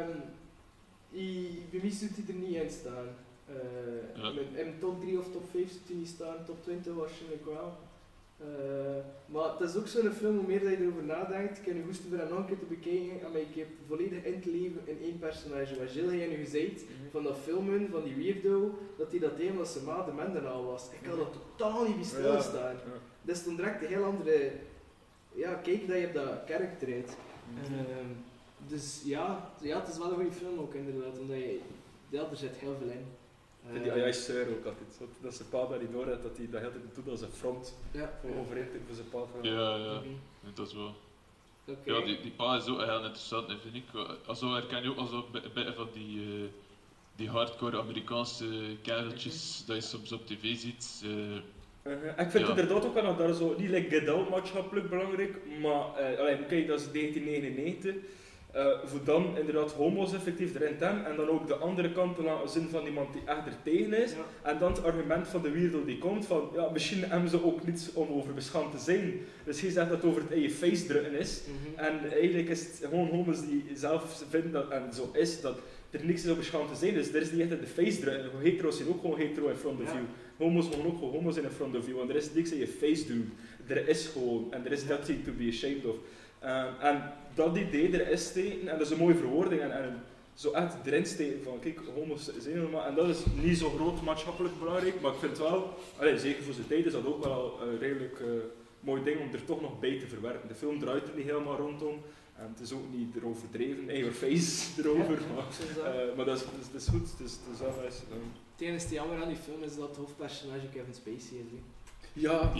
[SPEAKER 1] Bij mij zou hij er niet in staan. In top 3 of top 5 zou hij niet staan, top 20 waarschijnlijk wel. Maar het is ook zo'n film, hoe meer dat je erover nadenkt, kan je goesten voor hem nog een keer te bekijken en mij een keer volledig in te leven in 1 personage. Wat Gilles jij nu gezegd van dat filmen, van die weirdo, dat hij dat deed omdat zijn ma de Mendenhall was. Ik had dat totaal niet bij stilstaan. Dat is dan direct een heel andere kijk dat je op dat karakter hebt. Dus ja, het is wel een goede film ook inderdaad, omdat er zit heel veel in.
[SPEAKER 2] Die AI-seur ook altijd, dat zijn pa daar niet door heeft, dat hij dat heel tijd doet als een front overeen voor zijn pa.
[SPEAKER 3] Ja, dat is wel.
[SPEAKER 1] Okay.
[SPEAKER 3] Ja, die pa is ook heel interessant, vind ik. Also herken je ook als een beetje van die hardcore Amerikaanse kereltjes dat je soms op tv ziet.
[SPEAKER 2] Ik vind inderdaad ook dat daar zo niet like Get Out maatschappelijk belangrijk, maar kijk, dat is 1999. Voor dan inderdaad homo's effectief erin te hebben en dan ook de andere kant te laten zien van iemand die echt er tegen is. En dan het argument van de weirdo die komt van misschien hebben ze ook niets om over beschaamd te zijn. Dus je zegt dat het over het eigen face drukken is. En eigenlijk is het gewoon homo's die zelf vinden dat, en zo is, dat er niks is om beschaamd te zijn. Dus er is niet echt in de face drukken. Hetero's zijn ook gewoon hetero in front of you. Homo's mogen ook gewoon homo's in front of you, want er is niks in je face doen. Er is gewoon, en er is nothing to be ashamed of. En dat idee er is steken, en dat is een mooie verwoording, en zo echt erin steken van kijk, homo's zijn normaal, en dat is niet zo groot maatschappelijk belangrijk, maar ik vind het wel, zeker voor zijn tijd is dat ook wel een redelijk mooi ding om er toch nog bij te verwerken. De film draait er niet helemaal rondom, en het is ook niet erover dreven, in your face erover, maar dat is goed, het is wel nice.
[SPEAKER 1] Het enige jammer aan die film is dat het hoofdpersonage Kevin Spacey is.
[SPEAKER 3] Ik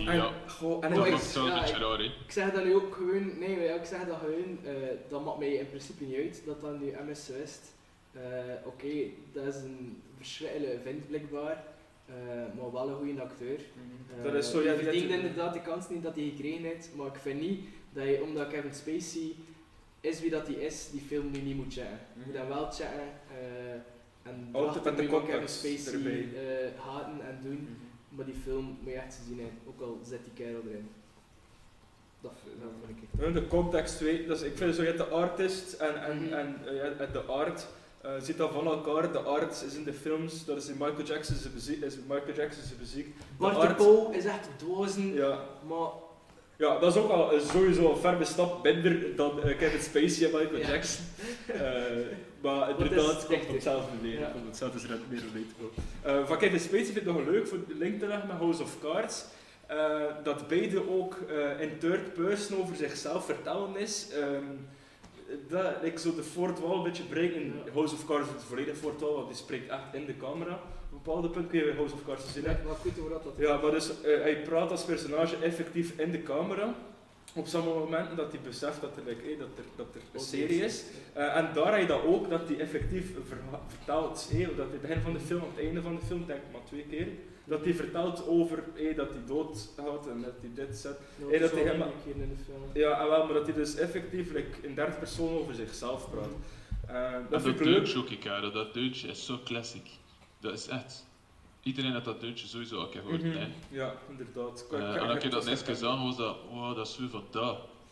[SPEAKER 1] zeg dat nu ook gewoon, ik zeg dat gewoon, dat maakt mij in principe niet uit dat dat nu MS West. Oké, dat is een verschrikkelijke vent blijkbaar, maar wel een goede acteur.
[SPEAKER 2] Dat is zo,
[SPEAKER 1] je verdient inderdaad de kans niet dat hij gekregen heeft, maar ik vind niet dat je, omdat Kevin Spacey is wie dat hij is, die film nu niet moet checken. Je moet hem wel checken en
[SPEAKER 2] altijd met de
[SPEAKER 1] Kevin Spacey haten en doen. Maar die film moet je echt zien, ook al zit die kerel erin. Dat vond ik.
[SPEAKER 2] De context weet, dus ik vind zo, je hebt de artist en de art. Zit dat van elkaar, de art is in de films, dat is in Michael Jackson's muziek.
[SPEAKER 1] Bart de Pauw is echt dwazen, maar...
[SPEAKER 2] Ja, dat is ook al sowieso een verre stap minder dan Kevin Spacey en Michael Jackson. Maar inderdaad, het komt op hetzelfde neer. Ja. Hetzelfde is meer relatable. Van Kevin Spacey vind ik nog leuk, voor de link te leggen met House of Cards. Dat beide ook in third person over zichzelf vertellen is. Dat lijkt zo de fourth wall een beetje breken. In House of Cards is het volledig fourth wall, want die spreekt echt in de camera. Op een bepaald punt kun je bij House of Cards zien. Ja, maar dus hij praat als personage effectief in de camera. Op sommige momenten dat hij beseft dat er een serie is. En daar heb je dat ook, dat hij effectief vertelt. Dat hij begin van de film, op het einde van de film, denk ik maar 2 keer. Dat hij vertelt over dat hij doodgaat en dat hij dit zet. Dat hij helemaal... Ja, wel, maar dat hij dus effectief in derde persoon over zichzelf praat.
[SPEAKER 3] Dat vind ik leuk. Dat deuntje is zo classic. Dat is echt... Iedereen had dat deuntje sowieso al gehoord.
[SPEAKER 2] Ja, inderdaad.
[SPEAKER 3] En als ik dat net zag, was dat, wow, dat is zo van dat.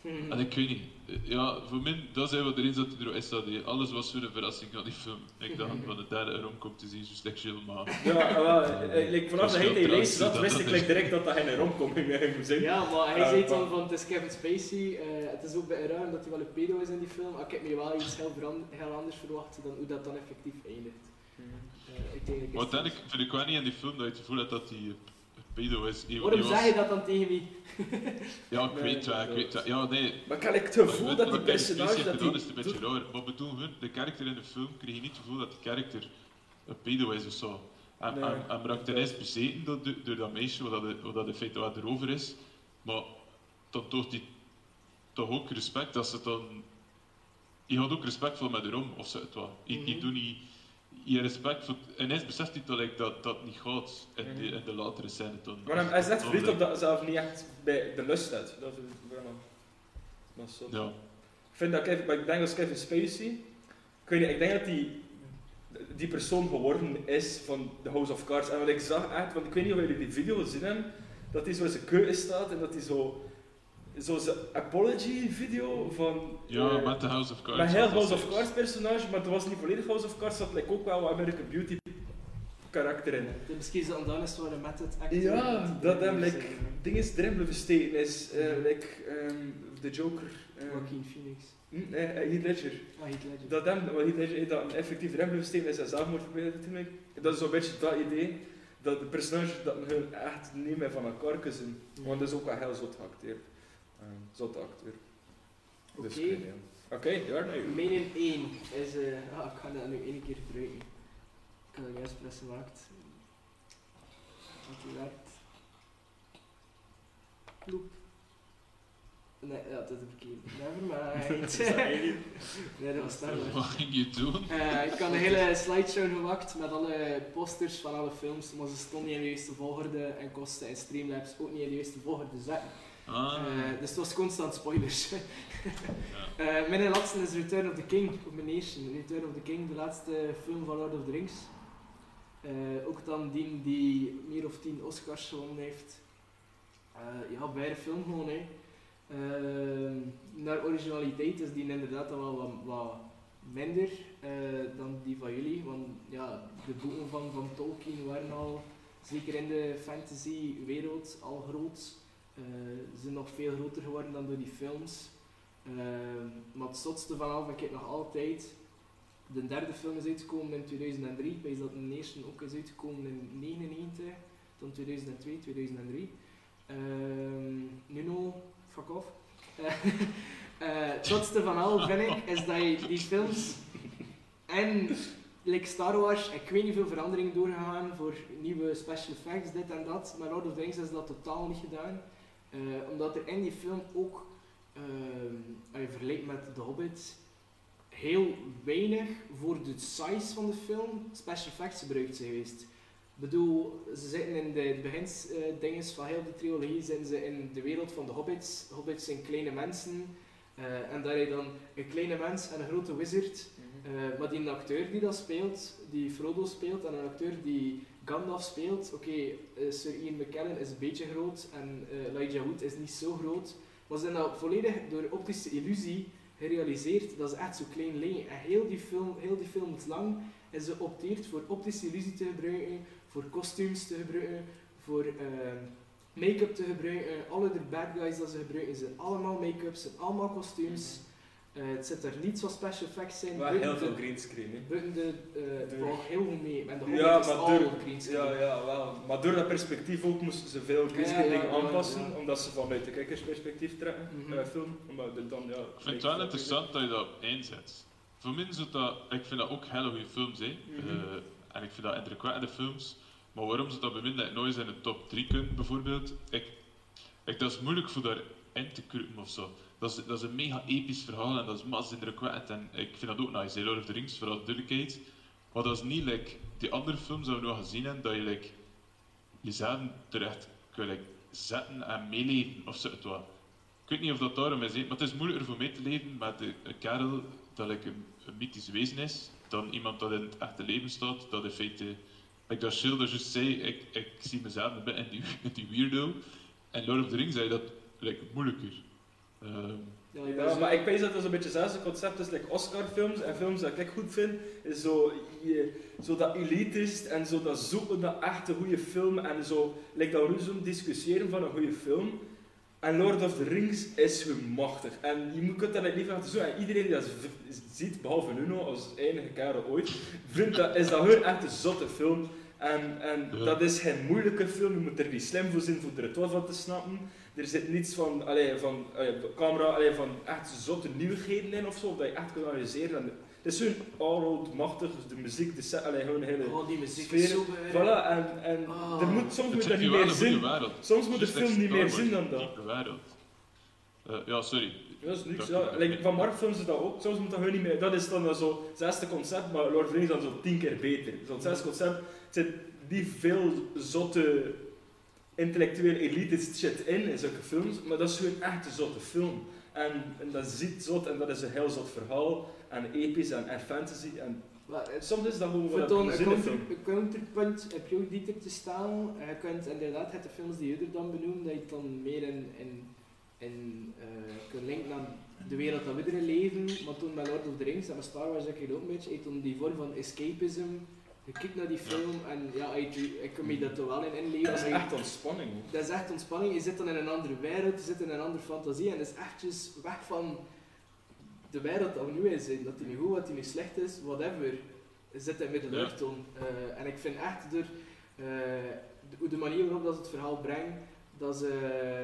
[SPEAKER 3] En ik weet niet. Ja, voor mij, dat is wat erin zat is dat alles was voor een verrassing van die film. Ik dacht van de derde romcom te zien, zoals Chill, maar...
[SPEAKER 2] Ja, vanaf dat hij die leest dat, wist ik direct dat hij een romcom ging zijn.
[SPEAKER 1] Ja, maar hij zei dan van, het is Kevin Spacey, het is ook bij ruim dat hij wel een pedo is in die film, maar ik heb me wel iets heel anders verwacht dan hoe dat dan effectief eindigt.
[SPEAKER 3] Maar uiteindelijk vind ik wel niet in die film dat je het gevoel hebt dat hij pedo is.
[SPEAKER 1] Waarom zeg je dat dan tegen wie?
[SPEAKER 3] Ja, ik weet het. Ja, nee.
[SPEAKER 2] Maar kan ik het gevoel dat die personage
[SPEAKER 3] dat is een beetje raar. Maar bedoel, de karakter in de film kreeg je niet het gevoel dat die karakter een pedo is of zo. En raakt ten eerste bezeten door dat meisje, wat dat in feite wat erover is. Maar dan toont hij toch ook respect dat ze dan... Je gaat ook respectvol met haar om, of zo het wat. Je doet niet... Je respect voor... En hij beseft hij dat dat niet gaat in de latere scène.
[SPEAKER 2] Maar hij is net verliefd op dat hij zelf niet echt bij de lust heeft. Dat is zo. Ja. Ik vind dat ik denk als Kevin Spacey... Ik denk dat die persoon geworden is van The House of Cards. En wat ik zag echt... Want ik weet niet of jullie die video gezien hebben. Dat hij zo in zijn keuken staat en dat hij zo... Zo'n apology video van...
[SPEAKER 3] Ja, met de House of Cards.
[SPEAKER 2] Met heel House of Cards personage, maar het was niet volledig House of Cards, er zat ook wel wat American Beauty karakter in.
[SPEAKER 1] Misschien zal dan eens worden met het acteur.
[SPEAKER 2] Ja, dat hem ding is erin blijven steken is, de Joker.
[SPEAKER 1] Joaquin Phoenix.
[SPEAKER 2] Heath Ledger.
[SPEAKER 1] Heath Ledger.
[SPEAKER 2] Dat Heath Ledger dat effectief erin blijven steken is en zelfmoord probeert te. Dat is zo'n beetje dat idee, dat de personage dat hun echt niet meer van elkaar kunnen zien. Want dat is ook wel heel zot geacteerd. Zotte acteur. Oké, ja, nee.
[SPEAKER 1] Mening 1 is... ik ga dat nu 1 keer gebruiken. Ik heb dat juist press gemaakt. Dat die werkt. Ploep. Nee, ja, dat is de verkeerde. Nevermind. Nee, dat was Star Wars.
[SPEAKER 3] Wat ging je doen?
[SPEAKER 1] Ik had een hele slideshow gemaakt met alle posters van alle films, maar ze stonden niet in de juiste volgorde en kosten in Streamlabs ook niet in de juiste volgorde zetten. Dus het was constant spoilers. Mijn laatste is Return of the King, of The Nation. Return of the King, de laatste film van Lord of the Rings. Ook dan die meer of 10 Oscars gewonnen heeft. Ja, bij de film gewoon. Naar originaliteit is die inderdaad wel wat minder dan die van jullie. Want ja, de boeken van Tolkien waren al, zeker in de fantasy-wereld, al groot. Ze zijn nog veel groter geworden dan door die films. Maar het zotste vanaf, ik heb nog altijd... De derde film is uitgekomen in 2003. Ik weet dat The Nation ook is uitgekomen in 1999. Dan 2002, 2003. Nuno, fuck off. Het zotste van al vind ik, is dat je die films... En... Like Star Wars, ik weet niet veel verandering doorgegaan voor nieuwe special effects, dit en dat. Maar Lord of the Rings is dat totaal niet gedaan. Omdat er in die film ook, als je vergelijkt met The Hobbit, heel weinig voor de size van de film special effects gebruikt zijn geweest. Ik bedoel, ze zitten in de beginsdinges van heel de trilogie, zitten ze in de wereld van de Hobbits. Hobbits zijn kleine mensen. En daar heb je dan een kleine mens en een grote wizard. Maar die acteur die dat speelt, die Frodo speelt, en een acteur die Gandalf speelt, Sir Ian McKellen is een beetje groot en Elijah Wood is niet zo groot. Maar ze hebben dat volledig door optische illusie gerealiseerd dat ze echt zo klein liggen. En heel die film is lang en ze opteert voor optische illusie te gebruiken, voor kostuums te gebruiken, voor make-up te gebruiken. Alle de bad guys dat ze gebruiken zijn allemaal make-ups, zijn allemaal kostuums. Het zit er niet zo special effects in.
[SPEAKER 2] Maar heel veel greenscreen.
[SPEAKER 1] Het valt heel goed mee. En de
[SPEAKER 2] Hobbit
[SPEAKER 1] is al greenscreen.
[SPEAKER 2] Ja, wel. Maar door dat perspectief ook moesten ze veel greenscreen dingen aanpassen, omdat ze vanuit de kijkersperspectief trekken, film. Omdat dit dan,
[SPEAKER 3] ik vind het wel interessant dat je dat inzet. Voor mij is het dat, ik vind dat ook hele goede films, en ik vind dat indrukwekkende films. Maar waarom ze dat bij mij dat nooit in de top 3 kunnen, bijvoorbeeld? Dat is moeilijk voor daarin te kruipen of zo. Dat is een mega episch verhaal en dat is massa indrukwekkend en ik vind dat ook nice, Lord of the Rings, vooral de duidelijkheid. Maar dat is niet die andere films die we nog gezien hebben, dat je jezelf terecht kunt zetten en meeleven of zo. Ik weet niet of dat daarom is, maar het is moeilijker voor mij te leven met een kerel dat een mythisch wezen is, dan iemand dat in het echte leven staat, dat in feite, dat Schilder juist zei, ik zie mezelf een beetje in die weirdo. En Lord of the Rings zei dat moeilijker.
[SPEAKER 2] Ja, maar ik weet dat het een beetje hetzelfde concept is, like Oscar-films en films dat ik goed vind, is zo dat elitist en zo dat zoeken naar echt een goede film en zo, like dat we nu zo discussiëren van een goede film. En Lord of the Rings is gemachtig. En je kunt dat niet laten zo. En iedereen die dat ziet, behalve Nuno, als enige kerel ooit, vindt dat gewoon echt een zotte film. En dat is geen moeilijke film, je moet er niet slim voor zijn voor er het wel van te snappen. Er zit niets van camera, van echt zotte nieuwigheden in ofzo, dat je echt kunt analyseren. En het is zo'n all-round machtig, dus de muziek, de set, gewoon een hele
[SPEAKER 1] die muziek
[SPEAKER 2] sfeer.
[SPEAKER 1] is zo
[SPEAKER 2] Voilà, en er moet, soms moet dat niet meer zin. Soms moet de film niet meer zin dan dat.
[SPEAKER 3] Ja, sorry.
[SPEAKER 2] Dat is niks, ja. Like, van Marvel-films is dat ook, soms moet dat gewoon niet meer. Dat is dan zo het zesde concept, maar Lord of the Rings is dan zo 10 keer beter. Zo'n zesde concept, er zit niet veel zotte intellectueel elite shit in zulke films, maar dat is gewoon echt een zotte film. En dat ziet zot en dat is een heel zot verhaal, en episch en fantasy. En soms is dat gewoon wat een
[SPEAKER 1] counterpunt heb je ook die te staan. Je kunt inderdaad de films die je er dan benoemt, dat je dan meer kunt linken aan de wereld dat we erin leven. Maar toen bij Lord of the Rings en bij Star Wars ook een beetje, toen die vorm van escapism. Je kijkt naar die film en ja, ik kan me dat toch wel in inleven.
[SPEAKER 2] Dat is echt ontspanning.
[SPEAKER 1] Dat is echt ontspanning. Je zit dan in een andere wereld, je zit in een andere fantasie en dat is echt weg van de wereld dat we nu in zijn. Dat die nu goed, wat die nu slecht is, whatever. Je zit in Middle-earth toen. En ik vind echt door de manier waarop dat ze het verhaal brengen, dat ze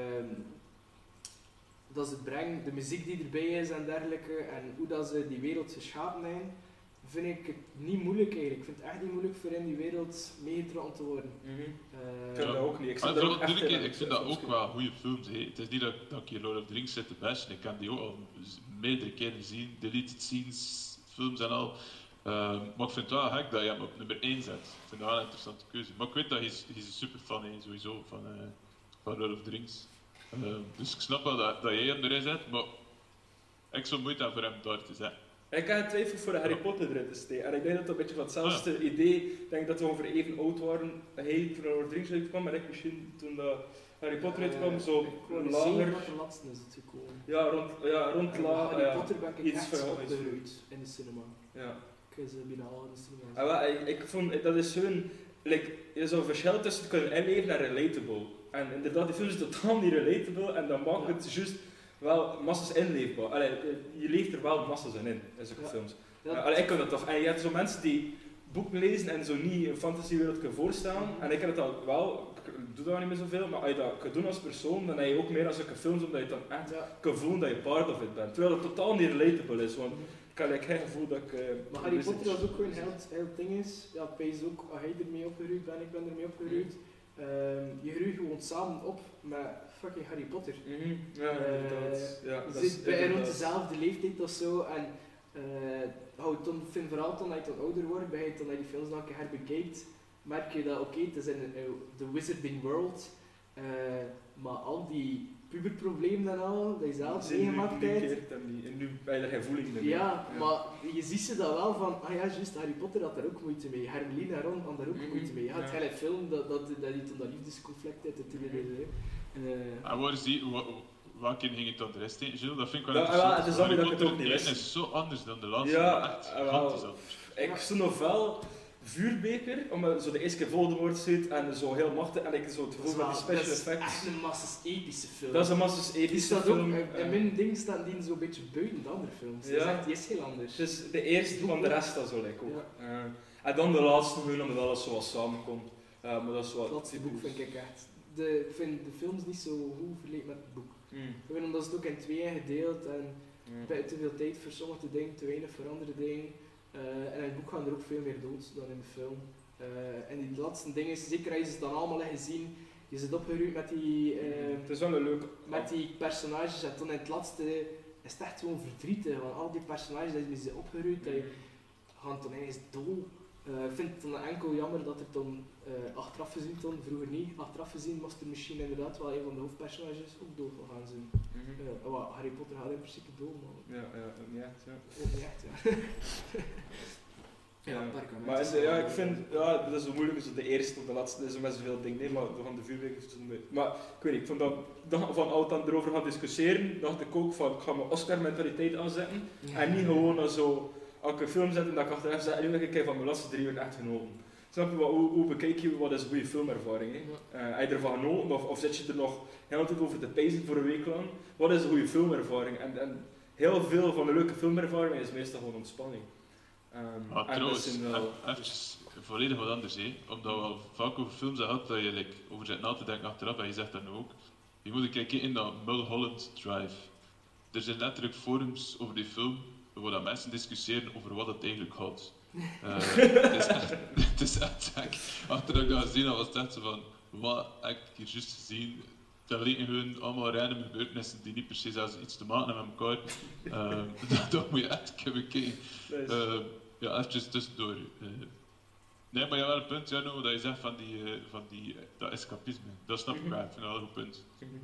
[SPEAKER 1] het brengen, de muziek die erbij is en dergelijke, en hoe dat ze die wereld geschapen hebben, vind ik het niet moeilijk eigenlijk. Ik vind het echt niet moeilijk voor in die wereld meegetrokken te worden.
[SPEAKER 2] Ik vind dat ook niet.
[SPEAKER 3] Ik vind dat ook wel goede films. Hey. Het is niet dat ik hier Lord of the Rings zit te bashen. Ik kan die ook al meerdere keren zien, deleted scenes, films en al. Maar ik vind het wel gek dat je hem op nummer 1 zet. Ik vind dat wel een interessante keuze. Maar ik weet dat hij is een super fan is, sowieso van Lord of the Rings. Dus ik snap wel dat jij hem erin zet, maar ik zou moeite hebben voor hem daar te zetten.
[SPEAKER 2] Ik had twijfel voor de Harry Potter erin te steken. En ik denk dat dat een beetje van hetzelfde idee. Ik denk dat we ongeveer even oud waren. Hij toen Lord of the Rings uitkwam en ik misschien toen dat Harry Potter uitkwam, zo lager.
[SPEAKER 1] De laatste is het gekomen.
[SPEAKER 2] Ja, rond laag.
[SPEAKER 1] Harry Potter ben ik
[SPEAKER 2] iets
[SPEAKER 1] echt opgegroeid in de cinema.
[SPEAKER 2] Ja.
[SPEAKER 1] Ik is bijna al in de cinema.
[SPEAKER 2] Ik vond dat is zo'n. Er is een verschil tussen het kunnen inleven en relatable. En inderdaad, die film is totaal niet relatable en dan maakt het juist wel massas inleefbaar. Je leeft er wel massas in zulke films. Ik kan dat toch. En je hebt zo mensen die boeken lezen en zo niet een fantasiewereld kunnen voorstellen. En ik heb het al wel, ik doe dat niet meer zoveel, maar als je dat kunt doen als persoon, dan heb je ook meer dan zulke films, omdat je dan echt kan voelen dat je part of it bent. Terwijl het totaal niet relatable is, want ik heb geen gevoel dat ik...
[SPEAKER 1] maar Harry Potter was ook gewoon heel ding is. Ja, Pees ook, als hij ermee opgegroeid bent, ik ben ermee opgegroeid. Je groeit gewoon samen op met fucking Harry Potter.
[SPEAKER 2] Ja, inderdaad.
[SPEAKER 1] Zit bij rond dezelfde leeftijd of zo. En vind vooral toen je dan ouder wordt, bij toen je die films nog een keer herbekijkt, merk je dat het is in the Wizarding World, maar al die puberproblemen en al, dat je zelf meegemaakt hebt.
[SPEAKER 2] En nu ben je er geen voeling mee.
[SPEAKER 1] Ja, maar je ziet ze dat wel van, juist, Harry Potter had daar ook moeite mee, Hermeline en Ron hadden daar ook moeite mee. Je had hele film dat hij toen dat liefdesconflict had.
[SPEAKER 3] Welke ging het dan de rest in, Gilles? Dat vind ik wel
[SPEAKER 2] interessant.
[SPEAKER 3] Het is
[SPEAKER 2] dat ik het ook niet wist.
[SPEAKER 3] Het is zo anders dan de laatste,
[SPEAKER 2] ja,
[SPEAKER 3] echt gigantisch anders.
[SPEAKER 2] Ik stond nog wel Vuurbeker, omdat zo de eerste keer Voldemort zit en zo heel machtig en ik zo het gevoel van die special effects.
[SPEAKER 1] Dat is echt een massas epische film.
[SPEAKER 2] Dat is een massas epische film.
[SPEAKER 1] In mijn ding staat die zo'n beetje buiten de andere films. Die is heel anders.
[SPEAKER 2] Dus de eerste van de rest dat zo lekker ook. En dan de laatste gewoon omdat alles zo wat samenkomt. Maar dat is wat.
[SPEAKER 1] Het laatste boek vind ik echt. Ik vind de films niet zo goed vergeleken met het boek. Gewoon omdat ze het ook in tweeën gedeeld en te veel tijd voor sommige dingen, te weinig voor andere dingen. En in het boek gaan er ook veel meer dood dan in de film. En die laatste dingen, zeker als je ze dan allemaal hebt gezien, je zit opgegroeid met die...
[SPEAKER 2] het is wel een leuk...
[SPEAKER 1] Met die personages en toen in het laatste is het echt gewoon verdrietig, want al die personages die je ze opgegroeid, die gaan dan ineens dood. Ik vind het dan enkel jammer dat er dan achteraf gezien, vroeger niet, achteraf gezien moest er misschien inderdaad wel een van de hoofdpersonages ook dood gaan zijn. Harry Potter gaat in principe dood, maar...
[SPEAKER 2] Ja, niet echt, ja.
[SPEAKER 1] Ook niet echt, ja. Ja, perkament.
[SPEAKER 2] Maar ik vind, dat is zo moeilijk, zo de eerste of de laatste, dat is met zoveel dingen, nee, maar we gaan de 4 weken zo moeilijk. Maar ik weet niet, ik vond dat van al dan erover gaan discussiëren, dacht ik ook van, ik ga mijn Oscar-mentaliteit aanzetten.
[SPEAKER 1] Ja.
[SPEAKER 2] En niet gewoon als ik een film zet en dat ik achteraf zeg, nu heb ik van mijn laatste 3 uur echt genoten. Snap je, hoe bekijk je, wat is een goede filmervaring? Heb je ervan genoten of zit je er nog heel tijd over te pijzen voor een week lang? Wat is een goede filmervaring? En heel veel van de leuke filmervaringen is meestal gewoon ontspanning.
[SPEAKER 3] Maar trouwens, even volledig wat anders, omdat we al vaak over films gehad dat je over zit na te denken achteraf, en je zegt dat nu ook. Je moet kijken in dat Mulholland Drive. Er zijn letterlijk forums over die film, waar dat mensen discussiëren over wat het eigenlijk gaat. Het is echt gek. Achter dat ik dat gezien had, was het echt zo van, wat heb ik hier juist gezien? Dat leken gewoon allemaal random gebeurtenissen die niet per se zelfs iets te maken hebben met elkaar. Dat moet je echt kunnen kijken. Ja, eventjes tussendoor. Nee, maar je hebt wel een punt, Jarno, dat je zegt van dat escapisme. Dat snap ik wel, ik vind dat wel een goed punt.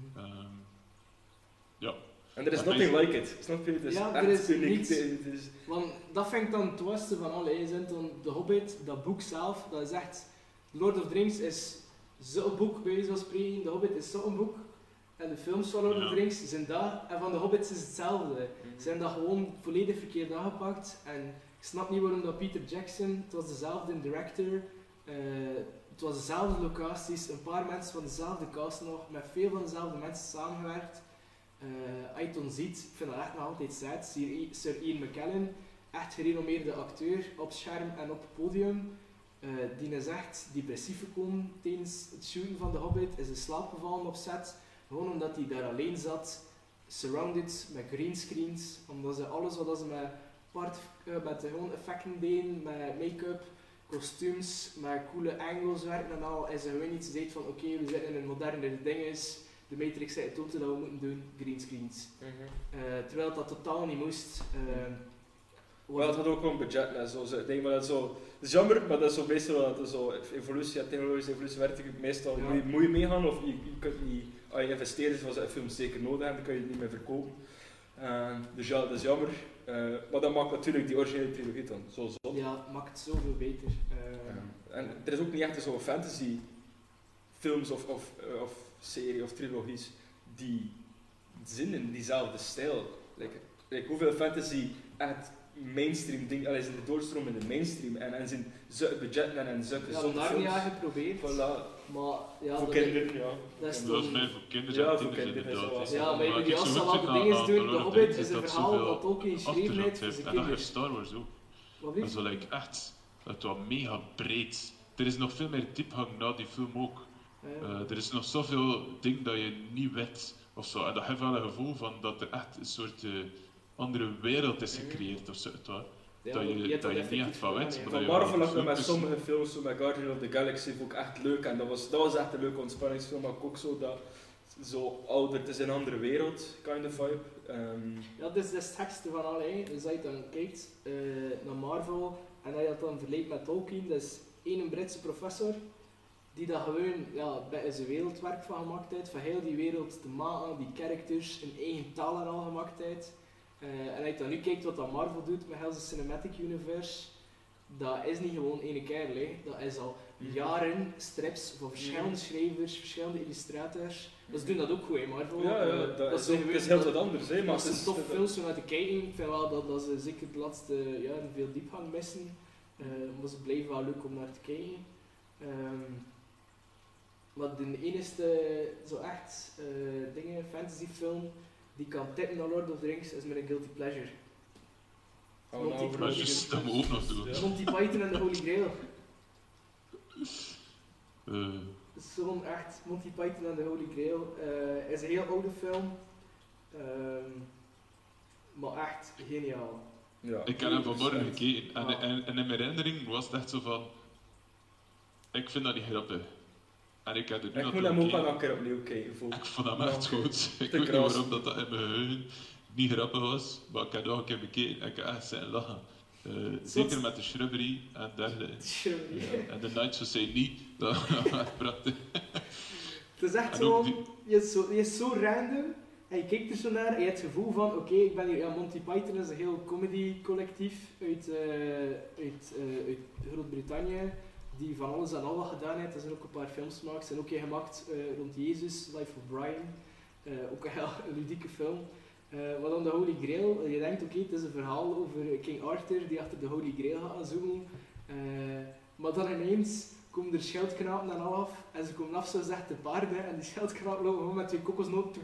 [SPEAKER 3] Ja.
[SPEAKER 2] En er is nothing like it, snap je? Het is
[SPEAKER 1] ja,
[SPEAKER 2] echt
[SPEAKER 1] er is
[SPEAKER 2] uniek.
[SPEAKER 1] niets. Want dat vind ik dan het beste van alle. Je zit dan The Hobbit, dat boek zelf, dat is echt... Lord of the Rings is zo'n boek, bij wijze van spreken. The Hobbit is zo'n boek. En de films van Lord of the Rings zijn dat. En van The Hobbit is hetzelfde. Ze zijn dat gewoon volledig verkeerd aangepakt. En ik snap niet waarom dat Peter Jackson, het was dezelfde director, het was dezelfde locaties, een paar mensen van dezelfde cast nog, met veel van dezelfde mensen samengewerkt. Als je het dan ziet, ik vind dat echt nog altijd sad. Sir Ian McKellen, echt gerenommeerde acteur op scherm en op het podium. Die is echt depressief gekomen tijdens het shooten van The Hobbit, is in slaap gevallen op set. Gewoon omdat hij daar alleen zat, surrounded met greenscreens, omdat ze alles wat ze met gewoon effecten deden, met make-up, kostuums, met coole angles werken en al, is er gewoon iets gezegd van oké, we zitten in een moderne dinges. De Matrix zei het ook dat we moeten doen, greenscreens. Terwijl dat totaal niet moest.
[SPEAKER 2] Wel, het had ook gewoon budget en zo. Ik denk maar dat zo... Het is jammer, maar dat is zo meestal dat er zo evolutie, technologische evolutie werkt meestal. Ja. Moet je meegaan of je kunt niet... Als je investeert, zoals een film zeker nodig hebt, dan kan je het niet meer verkopen. Dus ja, dat is jammer. Maar dat maakt natuurlijk die originele trilogie dan zo zot.
[SPEAKER 1] Ja, maakt het zoveel beter.
[SPEAKER 2] En er is ook niet echt zo'n fantasy films of serie of trilogies die zin in diezelfde stijl. Like hoeveel fantasy echt mainstream ding, is in de doorstroom in de mainstream en zijn zulke budgetten en zulke
[SPEAKER 1] zotte films. Ja, Narnia geprobeerd.
[SPEAKER 2] Voilà.
[SPEAKER 1] Maar ja,
[SPEAKER 2] voor kinderen, ja.
[SPEAKER 3] Dat is meer voor kinderen.
[SPEAKER 2] Ja, voor kinderen inderdaad.
[SPEAKER 1] Ja, maar je als al wat dingen doen, The Hobbit is een verhaal dat Tolkien geschreven heeft voor zijn
[SPEAKER 3] kinderen. En dat heeft Star Wars ook. Dat is wel echt, het was mega breed. Er is nog veel meer diepgang na die film ook. Er is nog zoveel dingen dat je niet weet of zo. En dat heeft wel een gevoel van dat er echt een soort andere wereld is gecreëerd of zo.
[SPEAKER 1] Ja,
[SPEAKER 3] dat je niet echt van weet.
[SPEAKER 2] Van Marvel had ik met sommige films, zo met Guardians of the Galaxy, vond ik echt leuk. En dat was echt een leuke ontspanningsfilm, maar ook zo dat zo ouder, het is een andere wereld, kind of vibe.
[SPEAKER 1] Ja, dat is het gekste van alle. Dus als je dan kijkt naar Marvel en dat je dat dan vergelijkt met Tolkien, dat is één Britse professor die dat gewoon bij zijn wereldwerk van gemaakt heeft, van heel die wereld te maken, die characters, een eigen taal en al gemaakt heeft. En als je dan nu kijkt wat dat Marvel doet met heel zijn cinematic universe, dat is niet gewoon één kerel, dat is al jaren strips van verschillende schrijvers, verschillende illustrators. Dus doen dat ook goed in Marvel.
[SPEAKER 2] Ja, dat is heel wat anders. Maar
[SPEAKER 1] het is tof films om naar te kijken. Ik vind wel dat ze zeker de laatste jaren veel diepgang missen. Maar ze blijven wel leuk om naar te kijken. Maar de enige zo echt fantasyfilm die kan tippen naar Lord of the Rings is met een guilty pleasure. Monty Python en de Holy Grail. Het is gewoon echt Monty Python en de Holy Grail. Het is een heel oude film. Maar echt geniaal.
[SPEAKER 3] Ja. Ik heb hem vanmorgen gekeken en in mijn herinnering was het echt zo van... Ik vind dat niet grappig. En ik
[SPEAKER 2] moet hem ook wel een keer opnieuw kijken.
[SPEAKER 3] Ik vond hem echt goed. Ik weet niet waarom dat in mijn geheugen niet grappig was, maar ik heb nog een keer bekeken en ik heb echt zitten lachen. Zeker met de shrubbery en dergelijke. En de Night Society, dat was echt prachtig.
[SPEAKER 1] Het is echt zo, je is zo random, en je kijkt er zo naar en je hebt het gevoel van, oké, ik ben hier... Ja, Monty Python is een heel comedy-collectief uit Groot-Brittannië, die van alles en al wat gedaan heeft. Er zijn ook een paar films gemaakt. Er zijn ook gemaakt rond Jezus, Life of Brian. Ook een heel ludieke film. Wat dan de Holy Grail, je denkt oké, het is een verhaal over King Arthur die achter de Holy Grail gaat zoeken. Maar dan ineens komen er schildknapen en al af en ze komen af zoals echt de paarden en die schildknapen lopen gewoon met twee kokosnoten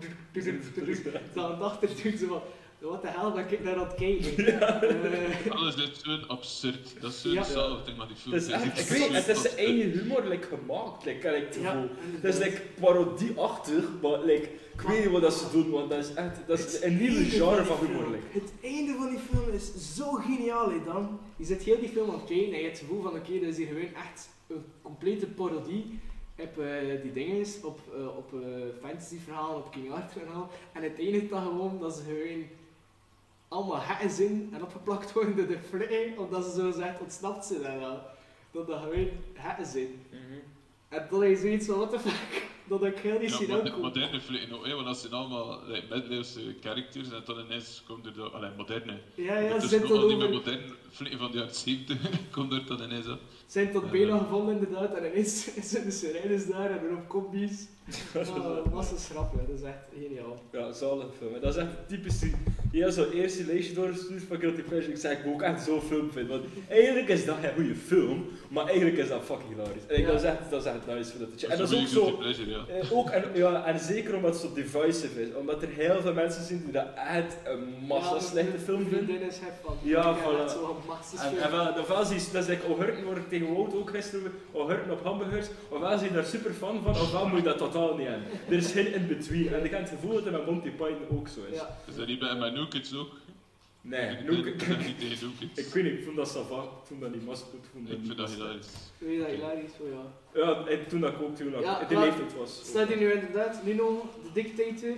[SPEAKER 1] dan daarachter doen ze van wat de hel ben ik naar aan het kijken.
[SPEAKER 3] Alles is zo'n absurd, dat is zo'n zalig ding wat die film
[SPEAKER 2] is. Ik weet, het is zijn eigen humor gemaakt, het is parodieachtig, maar ik weet niet wat dat ze doen, want dat is echt een nieuwe genre van humor.
[SPEAKER 1] Het einde van die film is zo geniaal dan. Je zit heel die film aan het kijken en je hebt het gevoel van oké, dat is hier gewoon echt een complete parodie op die dingen op fantasyverhalen, op King Arthur en al. En het eindigt dan gewoon dat ze gewoon allemaal hekken zijn en opgeplakt worden door de vliegen, omdat ze zo zegt ontsnapt zijn en al. Dat gewoon hekken zijn. En dan is zoiets van, what the fuck, dat ik heel niet zien aankomen.
[SPEAKER 3] Moderne vliegen ook, want dat zijn allemaal middeleeuwse characters en dan ineens komt er dan, moderne.
[SPEAKER 1] Ja,
[SPEAKER 3] ze
[SPEAKER 1] zijn tot
[SPEAKER 3] niet meer moderne vliegen van de jaren 70, komt er dan ineens op.
[SPEAKER 1] Zijn tot bijna gevonden inderdaad en ineens zijn de sirenes daar en op combi's. Massa schrappen, dat is echt geniaal.
[SPEAKER 2] Ja, zalig film. Dat is echt typisch die zo eerst die lijstje doorgestuurd van Guilty Pleasure. Ik zeg, ik moet ook echt zo'n film vinden. Want eigenlijk is dat een goede film, maar eigenlijk is dat fucking hilarisch. En dat is echt nice voor dat. En dat is ook zo. En zeker omdat het zo divisive is. Omdat er heel veel mensen zijn die dat echt een massa slechte film vinden. Ja, voilà. Dat is like, O'Hurten word ik tegen Wout ook gisteren, O'Hurten op hamburgers. Ofwel zijn je daar super fan van, ofwel moet je dat totaal niet hebben. Er is geen in-between. En ik heb het gevoel dat het met Monty Python ook zo is.
[SPEAKER 3] Ja. Is dat niet bij mijn New Kids ook?
[SPEAKER 2] Nee,
[SPEAKER 3] ik ben niet tegen New Kids.
[SPEAKER 2] Ik weet niet, ik vond dat sava, ik vond dat niet mas goed.
[SPEAKER 3] Ik vind dat hilarisch.
[SPEAKER 1] Vind je dat hilarisch?
[SPEAKER 2] Ja, toen dat ik ook toen dat die leeftijd was.
[SPEAKER 1] Staat hier nu inderdaad, Nino, de dictator.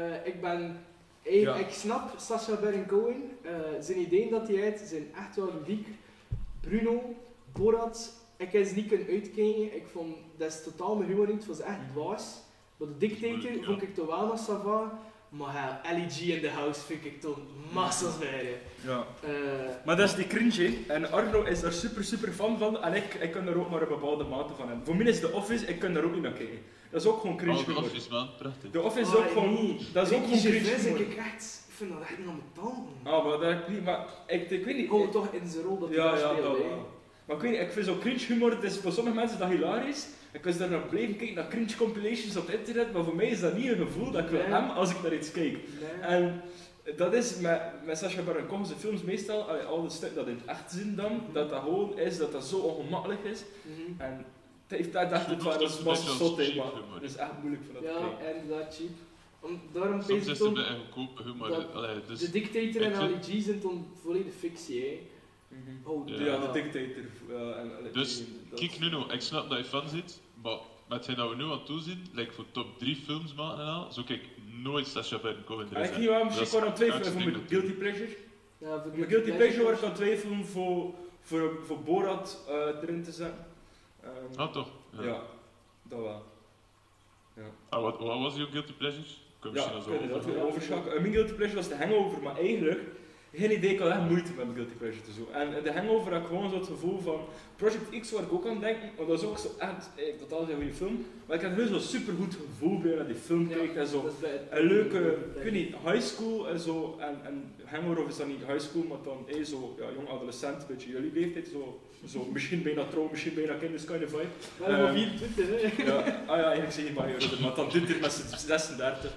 [SPEAKER 1] Ik snap Sacha Baron Cohen. Zijn ideeën dat hij uit zijn echt wel ludiek. Bruno, Borat, ik heb ze niet kunnen uitkijken. Ik vond, dat is totaal mijn humor niet, het was echt dwaas. Maar de dictator vond ik toch wel nog sava. Maar LG in the house vind ik toch massas bij.
[SPEAKER 2] Ja. Maar dat is die cringe, en Arno is daar super fan van en ik kan er ook maar een bepaalde mate van hebben. Voor mij is The Office, ik kan daar ook niet naar kijken. Dat is ook gewoon cringe humor.
[SPEAKER 3] The Office, man, prachtig.
[SPEAKER 2] The Office is ook gewoon, dat is ook gewoon cringe humor.
[SPEAKER 1] Ik vind dat echt niet aan mijn tanden.
[SPEAKER 2] Maar dat niet, maar ik weet niet.
[SPEAKER 1] Gewoon toch in zijn rol dat hij daar speelt.
[SPEAKER 2] Maar ik weet niet, ik vind zo cringe humor, het is voor sommige mensen dat hilarisch. Ik was daar naar blijven kijken naar cringe compilations op internet, maar voor mij is dat niet een gevoel dat ik wil hebben als ik naar iets kijk. Nee. En dat is met Sacha Baron Cohen zijn films meestal, al de stukken dat in het echt zin dan, dat gewoon is, dat zo ongemakkelijk is. En ik dacht het wel, dat is een zot, maar het is echt moeilijk voor dat te kijken.
[SPEAKER 1] Ja, en dat cheap. Daarom
[SPEAKER 3] soms is het bij een goedkoop humor. Dus
[SPEAKER 1] de dictator en Ali G zijn dan volledig fictie, hè.
[SPEAKER 2] De dictator.
[SPEAKER 3] Dus, kijk nu nog, ik snap dat je fan zit, maar met hetgeen dat we nu aan het doen zijn, voor top 3 films maken en al, zo kijk nooit Sacha Baron Cohen erin.
[SPEAKER 2] Ik niet waar, misschien gewoon aan het twijfelen voor mijn Guilty Pleasure. Ja, voor mijn Guilty Pleasure word ik aan het twijfelen voor Borat erin te zetten.
[SPEAKER 3] Toch?
[SPEAKER 2] Ja, dat wel.
[SPEAKER 3] Ja. Wat was jouw Guilty Pleasure?
[SPEAKER 2] Overschakelen. Mijn Guilty Pleasure was de Hangover, maar eigenlijk geen idee, ik had echt moeite met mijn Guilty Pleasure te zoeken. En de Hangover had ik gewoon zo het gevoel van Project X waar ik ook aan denken, want dat is ook zo echt totaal een goede film. Maar ik had heel zo'n supergoed gevoel bij dat die film kijkt en zo een leuke, ik weet niet, high school en zo. En Hangover is dan niet high school, maar dan zo jong adolescent, een beetje jullie leeftijd, zo misschien bijna trouw, misschien bijna kinders kind of vibe.
[SPEAKER 1] Maar 24 hè?
[SPEAKER 2] Ja, ik zeg maar ouder, maar dan dit met z'n 36.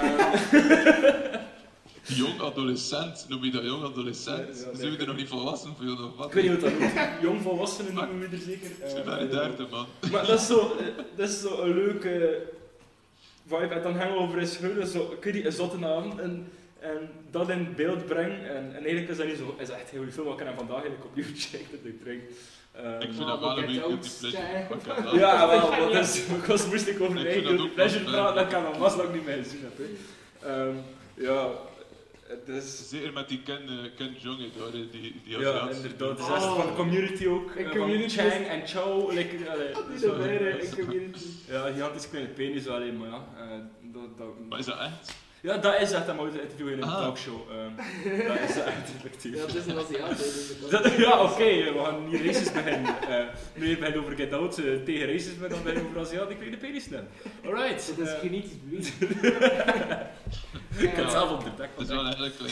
[SPEAKER 3] Jong adolescent, noem je dat jong adolescent? Zijn we er nog niet volwassen voor jou nog wat?
[SPEAKER 2] Ik weet niet wat dat noemt. Jong volwassenen noemen we er zeker.
[SPEAKER 3] Ze zijn in derde, man.
[SPEAKER 2] Maar dat is zo een leuke vibe. En dan Hangover is gewoon zo, ik weet niet, een zotte avond en dat in beeld brengen. En eigenlijk is dat niet zo, is echt een goede film. Wat ik vandaag eigenlijk opnieuw checken dat ik terug.
[SPEAKER 3] Ik vind dat wel een beetje guilty pleasure.
[SPEAKER 2] Ja, wel, want moest ik over mijn guilty pleasure praten, dan kan dat vast ook niet meer zien. Ja. Dus
[SPEAKER 3] zeker met die Ken Jeong, die
[SPEAKER 2] ja, inderdaad. Dat is echt van de Community ook. Van Chang en Chow.
[SPEAKER 1] Community.
[SPEAKER 2] Ja, gigantisch kleine penis alleen, maar ja.
[SPEAKER 3] Maar is dat echt?
[SPEAKER 2] Ja, dat is echt een mooie interview in een talkshow. Dat is echt effectief.
[SPEAKER 1] Ja, het is een Aziat, dus
[SPEAKER 2] ja, oké, we gaan niet racist beginnen. Nu je begint over Get Out tegen racisme, dan ben je over Aziat, ik weet de penis niet. Alright.
[SPEAKER 1] Dat is genetisch bewezen.
[SPEAKER 2] Ik kan het zelf op de dak.
[SPEAKER 3] Dat is wel eigenlijk klein,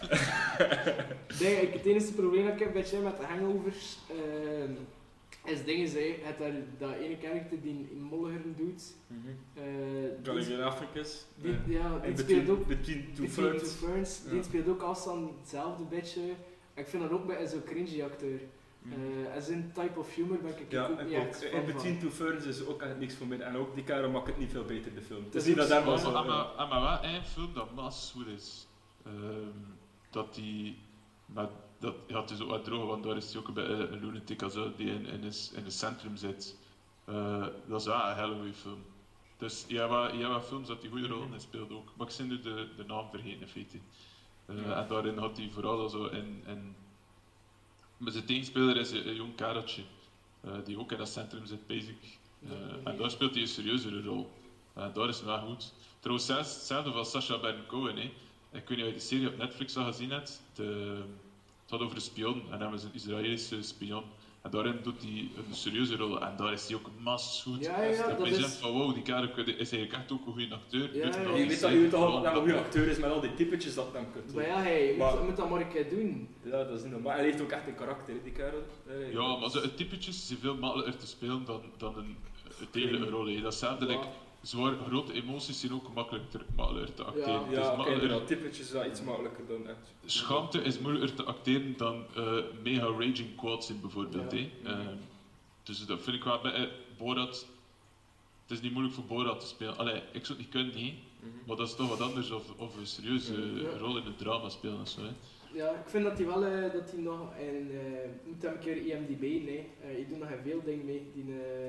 [SPEAKER 1] Het enige probleem dat ik heb met hangovers is dingen zei, het daar dat ene karakter die in Molligeren doet.
[SPEAKER 2] Gallagher Africus.
[SPEAKER 1] Die speelt ook
[SPEAKER 2] Between Two Ferns.
[SPEAKER 1] Die speelt ook afstand hetzelfde beetje. Ik vind dat ook bij zo'n cringy acteur. As in type of humor ben ik ook niet echt
[SPEAKER 2] In Between Two Ferns is ook echt niks voor mij. En ook die kerel maakt het niet veel beter, de film. Het is
[SPEAKER 3] Dus
[SPEAKER 2] niet dat daar was.
[SPEAKER 3] Maar wel een film dat maas goed is. Dat die... Maar dat gaat dus ook wat droog, want daar is hij ook bij een lunatic also, die in het centrum zit. Dat is wel een hele goede film. Dus je hebt wat films dat hij goede rollen in speelt ook. Maar ik ben nu de naam vergeten in feite. En daarin had hij vooral zo in maar zijn tegenspeler is een jong kareltje, die ook in dat centrum zit, basic. En daar speelt hij een serieuzere rol. Daar is het wel goed. Trouwens, hetzelfde van Sacha Baron Cohen. Ik weet niet of je de serie op Netflix al gezien hebt. Het gaat over een spion, en hij is een Israëlische spion. En daarin doet hij een serieuze rol, en daar is hij ook massas goed.
[SPEAKER 1] Dat
[SPEAKER 2] is...
[SPEAKER 1] zegt
[SPEAKER 3] van wow, die kerel is eigenlijk echt ook een goede acteur.
[SPEAKER 2] Je weet toch wat een goede acteur is met al die typetjes dat dan kunt.
[SPEAKER 1] Maar ja, hij moet dat maar een keer doen.
[SPEAKER 2] Ja, dat is niet normaal. Hij heeft ook echt een karakter, die kerel.
[SPEAKER 3] Ja, maar de typetjes zijn veel makkelijker te spelen dan een degelijke rol. Dat is hetzelfde, grote emoties zijn ook makkelijker te acteren.
[SPEAKER 2] Ja, typetjes is wel iets makkelijker dan echt.
[SPEAKER 3] Schaamte is moeilijker te acteren dan mega raging quotes in bijvoorbeeld. Dus dat vind ik wel bij Borat. Het is niet moeilijk voor Borat te spelen. Allee, ik zou het niet kunnen, maar dat is toch wat anders of een serieuze rol in het drama spelen of zo.
[SPEAKER 1] Ja, ik vind dat hij wel dat hij nog moet hem een keer IMDb, je doet nog veel dingen mee.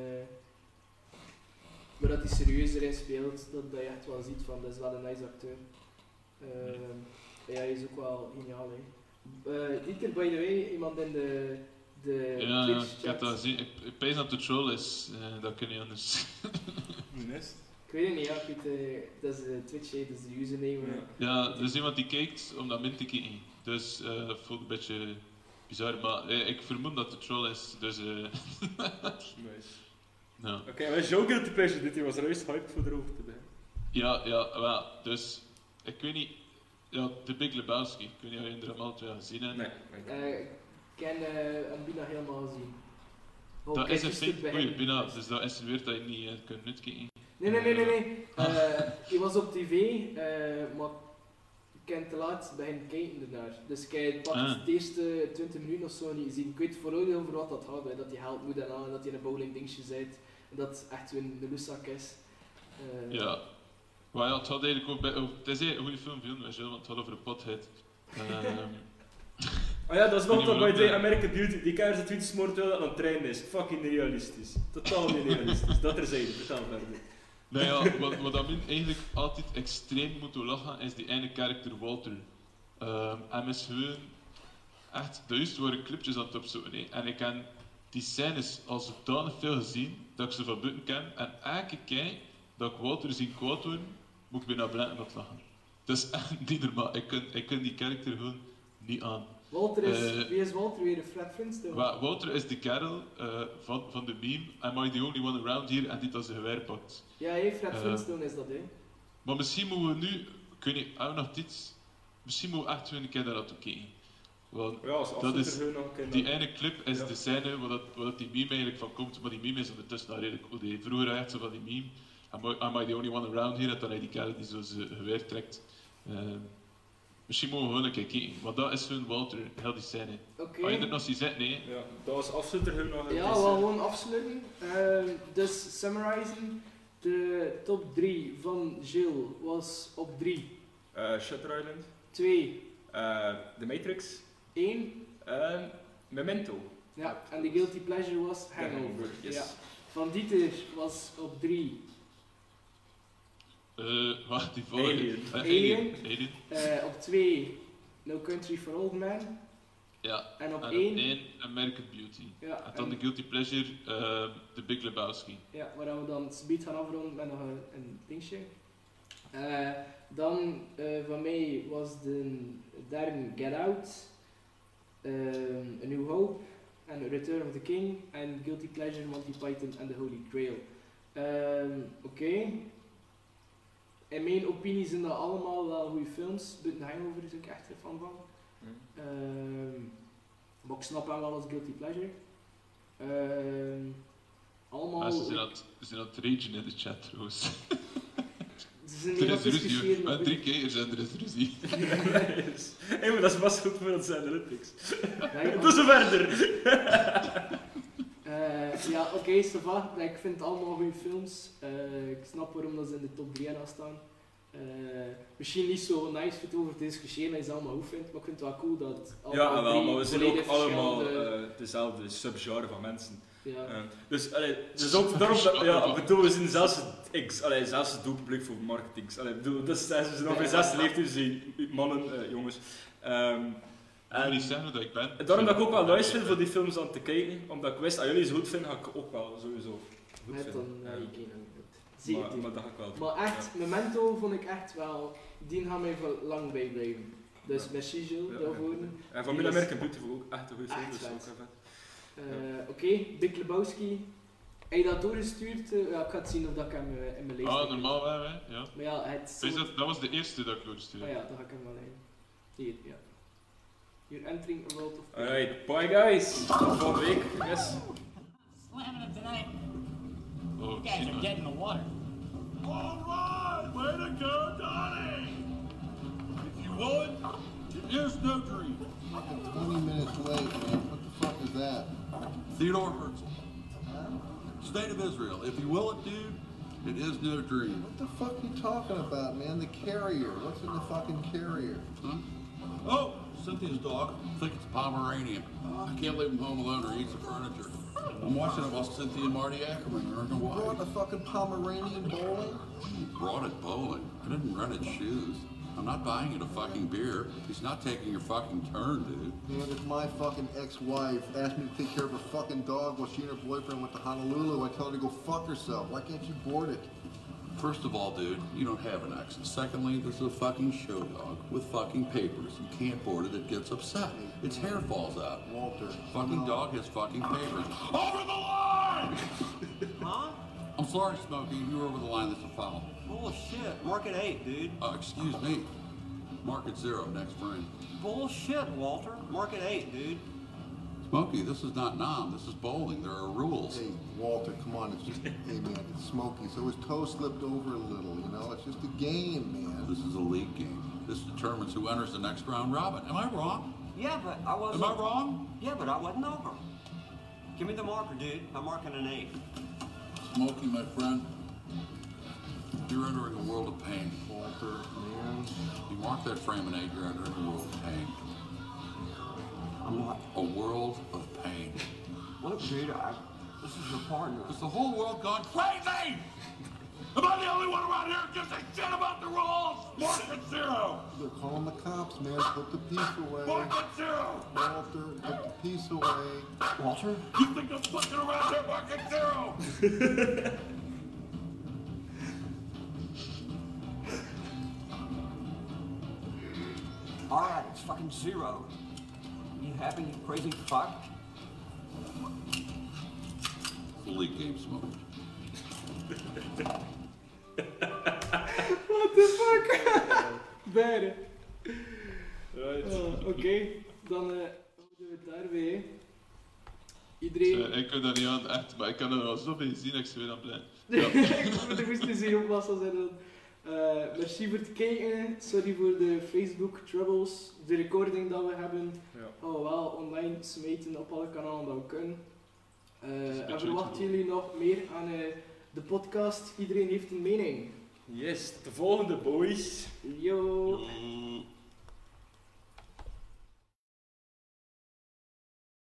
[SPEAKER 1] Maar dat hij serieuzer in speelt, dat je echt wel ziet van, dat is wel een nice acteur. Ja, hij is ook wel geniaal. Dieter, by the way, iemand in de Twitch chat.
[SPEAKER 3] Ik heb dat gezien. Ik pees dat het troll is, dat kun je anders.
[SPEAKER 1] Ik weet het niet, dat is de Twitch, dat is de username.
[SPEAKER 3] Ja, er is iemand die kijkt om dat min te kijken. Dus dat voelt een beetje bizar, maar ik vermoed dat het troll is, dus...
[SPEAKER 2] Nice.
[SPEAKER 3] Ja.
[SPEAKER 2] Oké, maar Joe Guilty Pleasure, dit was reuze hyped voor de hoogte bij.
[SPEAKER 3] Ja, dus ik weet niet, The Big Lebowski, ik weet niet of je er allemaal twee gezien hebt.
[SPEAKER 2] Nee.
[SPEAKER 1] Ik ken hem bijna helemaal gezien.
[SPEAKER 3] Dat is een fake goeie, bijna, dus dat insinueert dat je niet kunt nutkijken.
[SPEAKER 1] Nee. Hij was op tv, maar ik heb te laat beginnen kijken ernaar. Dus ik heb de eerste 20 minuten of zo niet gezien. Ik weet vooral over wat dat gaat, dat hij geld moet en dat hij een bowling dingetje zit. En dat het echt een loeszak is.
[SPEAKER 3] Ja. Maar ja, het gaat eigenlijk ook bij... Het is een goede film, want het gaat over een pothead.
[SPEAKER 2] Dat is nog toch bij de American Beauty. Die kerel zit 20 smoort terwijl dat aan het trainen is. Fucking niet realistisch. Totaal niet realistisch. Dat terzijde, vertel verder.
[SPEAKER 3] Nou ja, wat dat eigenlijk altijd extreem moet lachen, is die ene karakter Walter. Hij is gewoon echt, de juist waren clipjes aan het opzoeken. En ik heb die scènes al zodanig veel gezien, dat ik ze van buiten ken. En elke keer dat ik Walter zie kwaad worden, moet ik bijna blijven aan het lachen. Dat is echt niet normaal. Ik ken die karakter gewoon niet aan.
[SPEAKER 1] Walter is, wie is Walter weer? Fred Flintstone?
[SPEAKER 3] Walter is de kerel van de meme Am I the only one around here? En die dat zijn geweer pakt.
[SPEAKER 1] Ja, Fred Flintstone is dat, hè.
[SPEAKER 3] Maar misschien moeten we nu, ik weet niet, nog iets, misschien moeten we echt een keer daar naartoe kijken. Want dat is, die ene clip is de scène waar die meme eigenlijk van komt, maar die meme is ondertussen al redelijk goed. Vroeger had ze van die meme, Am I the only one around here? En dan heb je die kerel die zo zijn geweer trekt. Misschien moeten we gewoon een keer kijken, want dat is hun Walter, heel die scène. Als je er nog ziet zitten, nee.
[SPEAKER 2] Ja, dat was afsluiter hun nog.
[SPEAKER 1] Ja, wel gewoon afsluiten. Dus summarizing, de top 3 van Gilles was op 3.
[SPEAKER 2] Shutter Island.
[SPEAKER 1] 2.
[SPEAKER 2] The Matrix.
[SPEAKER 1] 1.
[SPEAKER 2] Memento.
[SPEAKER 1] Ja, en de Guilty Pleasure was Hangover.
[SPEAKER 2] Yes.
[SPEAKER 1] Ja. Van Dieter was op 3.
[SPEAKER 3] Wacht, die volgende.
[SPEAKER 1] Alien. Op 2, No Country for Old Men.
[SPEAKER 3] Ja,
[SPEAKER 1] en op
[SPEAKER 3] 1 American Beauty.
[SPEAKER 1] Ja,
[SPEAKER 3] en dan de Guilty Pleasure, The Big Lebowski.
[SPEAKER 1] Ja, waar we dan speed gaan afronden met nog een dingetje. Dan van mij was de derde Get Out, A New Hope en Return of the King en Guilty Pleasure, Monty Python and the Holy Grail. Oké. In mijn opinie zijn dat allemaal wel goede films. Buiten Hangover is ik echt een fan van. Maar ik snap hem wel als Guilty Pleasure. Allemaal...
[SPEAKER 3] Mensen zijn aan het ragen in de chat trouwens.
[SPEAKER 1] Ze zijn
[SPEAKER 3] Er
[SPEAKER 1] niet
[SPEAKER 3] is ruzie.
[SPEAKER 1] discussiëren.
[SPEAKER 3] Met 3 kijkers en er is ruzie.
[SPEAKER 2] Hé, maar dat is vast goed voor onze analytics.
[SPEAKER 1] Ja,
[SPEAKER 2] Doe zo verder!
[SPEAKER 1] Ja, oké, ça va. Ik vind het allemaal goede films. Ik snap waarom dat ze in de top 3 staan. Misschien niet zo nice voor het over te discussiëren dat je ze allemaal goed vindt, maar ik vind het wel cool dat het
[SPEAKER 2] Ja, wel, maar we zijn ook
[SPEAKER 1] volledig
[SPEAKER 2] allemaal
[SPEAKER 1] verschillende-
[SPEAKER 2] dezelfde subgenre van mensen.
[SPEAKER 1] Ja.
[SPEAKER 2] Dus ook daarom dat, ja, ik bedoel, we zijn zelfs het doelpubliek voor marketing. Dus ze zijn ongeveer 6 leeftijds, mannen, jongens.
[SPEAKER 3] En niet zeggen dat ik ben.
[SPEAKER 2] Daarom dat ik ook wel luister vind voor die films aan te kijken, omdat ik wist, als jullie ze goed vinden, ga ik ook wel sowieso goed
[SPEAKER 1] Met
[SPEAKER 2] vinden.
[SPEAKER 1] dan zeker.
[SPEAKER 2] Maar dat ga ik wel doen.
[SPEAKER 1] Maar echt, Memento vond ik echt wel, die gaan mij voor lang bijblijven. Dus merci Gilles daarvoor.
[SPEAKER 2] En van Middle American Beautiful ook echt een goede film, dus ook even.
[SPEAKER 1] Oké, Big Lebowski. Heb je dat doorgestuurd? Ja, ik ga het zien of dat ik hem in mijn lijst heb.
[SPEAKER 3] Normaal wel, hè. Ja.
[SPEAKER 1] Maar ja, het
[SPEAKER 3] Dat was de eerste dat ik doorstuurde.
[SPEAKER 1] Oh ja, dan ga ik hem wel in. Hier, ja. You're entering a world of...
[SPEAKER 2] Alright, bye guys. Tot volgende week. Yes.
[SPEAKER 14] Slamming it tonight.
[SPEAKER 3] Oh,
[SPEAKER 14] You guys are dead in the water.
[SPEAKER 9] All right, way to go, Donnie! If you would, it is no dream.
[SPEAKER 15] 20 minutes late, man. What the fuck is that?
[SPEAKER 16] Theodore Herzl. State of Israel. If you will it, dude, it is no dream.
[SPEAKER 15] What the fuck are you talking about, man? The carrier. What's in the fucking carrier?
[SPEAKER 16] Huh? Oh, Cynthia's dog. I think it's Pomeranian. I can't leave him home alone or he eats the furniture. I'm watching it while Cynthia and Marty Ackerman are in
[SPEAKER 15] You
[SPEAKER 16] Hawaii.
[SPEAKER 15] brought the fucking Pomeranian bowling?
[SPEAKER 16] He brought it bowling. I didn't rent its shoes. I'm not buying it a fucking beer. He's not taking your fucking turn, dude.
[SPEAKER 15] Man, if my fucking ex-wife asked me to take care of her fucking dog while she and her boyfriend went to Honolulu, I tell her to go fuck herself. Why can't you board it?
[SPEAKER 16] First of all, dude, you don't have an ex. Secondly, this is a fucking show dog with fucking papers. You can't board it, it gets upset. Its hair falls out.
[SPEAKER 15] Walter.
[SPEAKER 16] Fucking dog has fucking papers.
[SPEAKER 9] Over the line!
[SPEAKER 14] Huh?
[SPEAKER 16] I'm sorry, Smokey, you were over the line, that's a foul.
[SPEAKER 14] Bullshit. Market 8, dude.
[SPEAKER 16] Excuse me. Market 0, next frame.
[SPEAKER 14] Bullshit, Walter. Market 8, dude.
[SPEAKER 16] Smokey, this is not Nam, this is bowling. There are rules.
[SPEAKER 15] Hey, Walter, come on, it's just, hey man, it's Smokey, so his toe slipped over a little, you know? It's just a game, man.
[SPEAKER 16] This is a league game. This determines who enters the next round robin. Am I wrong?
[SPEAKER 14] Yeah, but I wasn't...
[SPEAKER 16] Am I wrong?
[SPEAKER 14] Yeah, but I wasn't over. Give me the marker, dude. I'm marking an 8.
[SPEAKER 16] Smokey, my friend, you're entering a world of pain.
[SPEAKER 15] Walter, man.
[SPEAKER 16] You mark that frame an 8, you're entering a world of pain.
[SPEAKER 14] I'm not.
[SPEAKER 16] A world of pain.
[SPEAKER 14] Look, dude, this is your partner.
[SPEAKER 16] Is the whole world gone
[SPEAKER 9] Crazy! Am I the only one around here who gives a shit about the rules? Market 0!
[SPEAKER 15] They're calling the cops, man. Put the piece away.
[SPEAKER 9] Market 0!
[SPEAKER 15] Walter, put the piece away.
[SPEAKER 14] Walter?
[SPEAKER 9] You think I'm fucking around here? Market 0!
[SPEAKER 14] Alright, it's fucking 0. You happy, you crazy fuck?
[SPEAKER 16] It's a league game, Smokey.
[SPEAKER 1] What the fuck? Beide. Oké, dan houden we het daarbij. Hè. Iedereen...
[SPEAKER 3] Ik kan dat niet aan, echt, maar ik kan er wel zoveel zien dat ik ze weer aan blij.
[SPEAKER 1] Ik moest dus hier oppassen zijn dan. Merci voor het kijken. Sorry voor de Facebook troubles. De recording dat we hebben.
[SPEAKER 2] Ja.
[SPEAKER 1] Oh wel online smeten op alle kanalen dat we kunnen. En verwachten jullie nog meer aan de podcast? Iedereen heeft een mening.
[SPEAKER 2] Yes, tot de volgende boys.
[SPEAKER 1] Yo.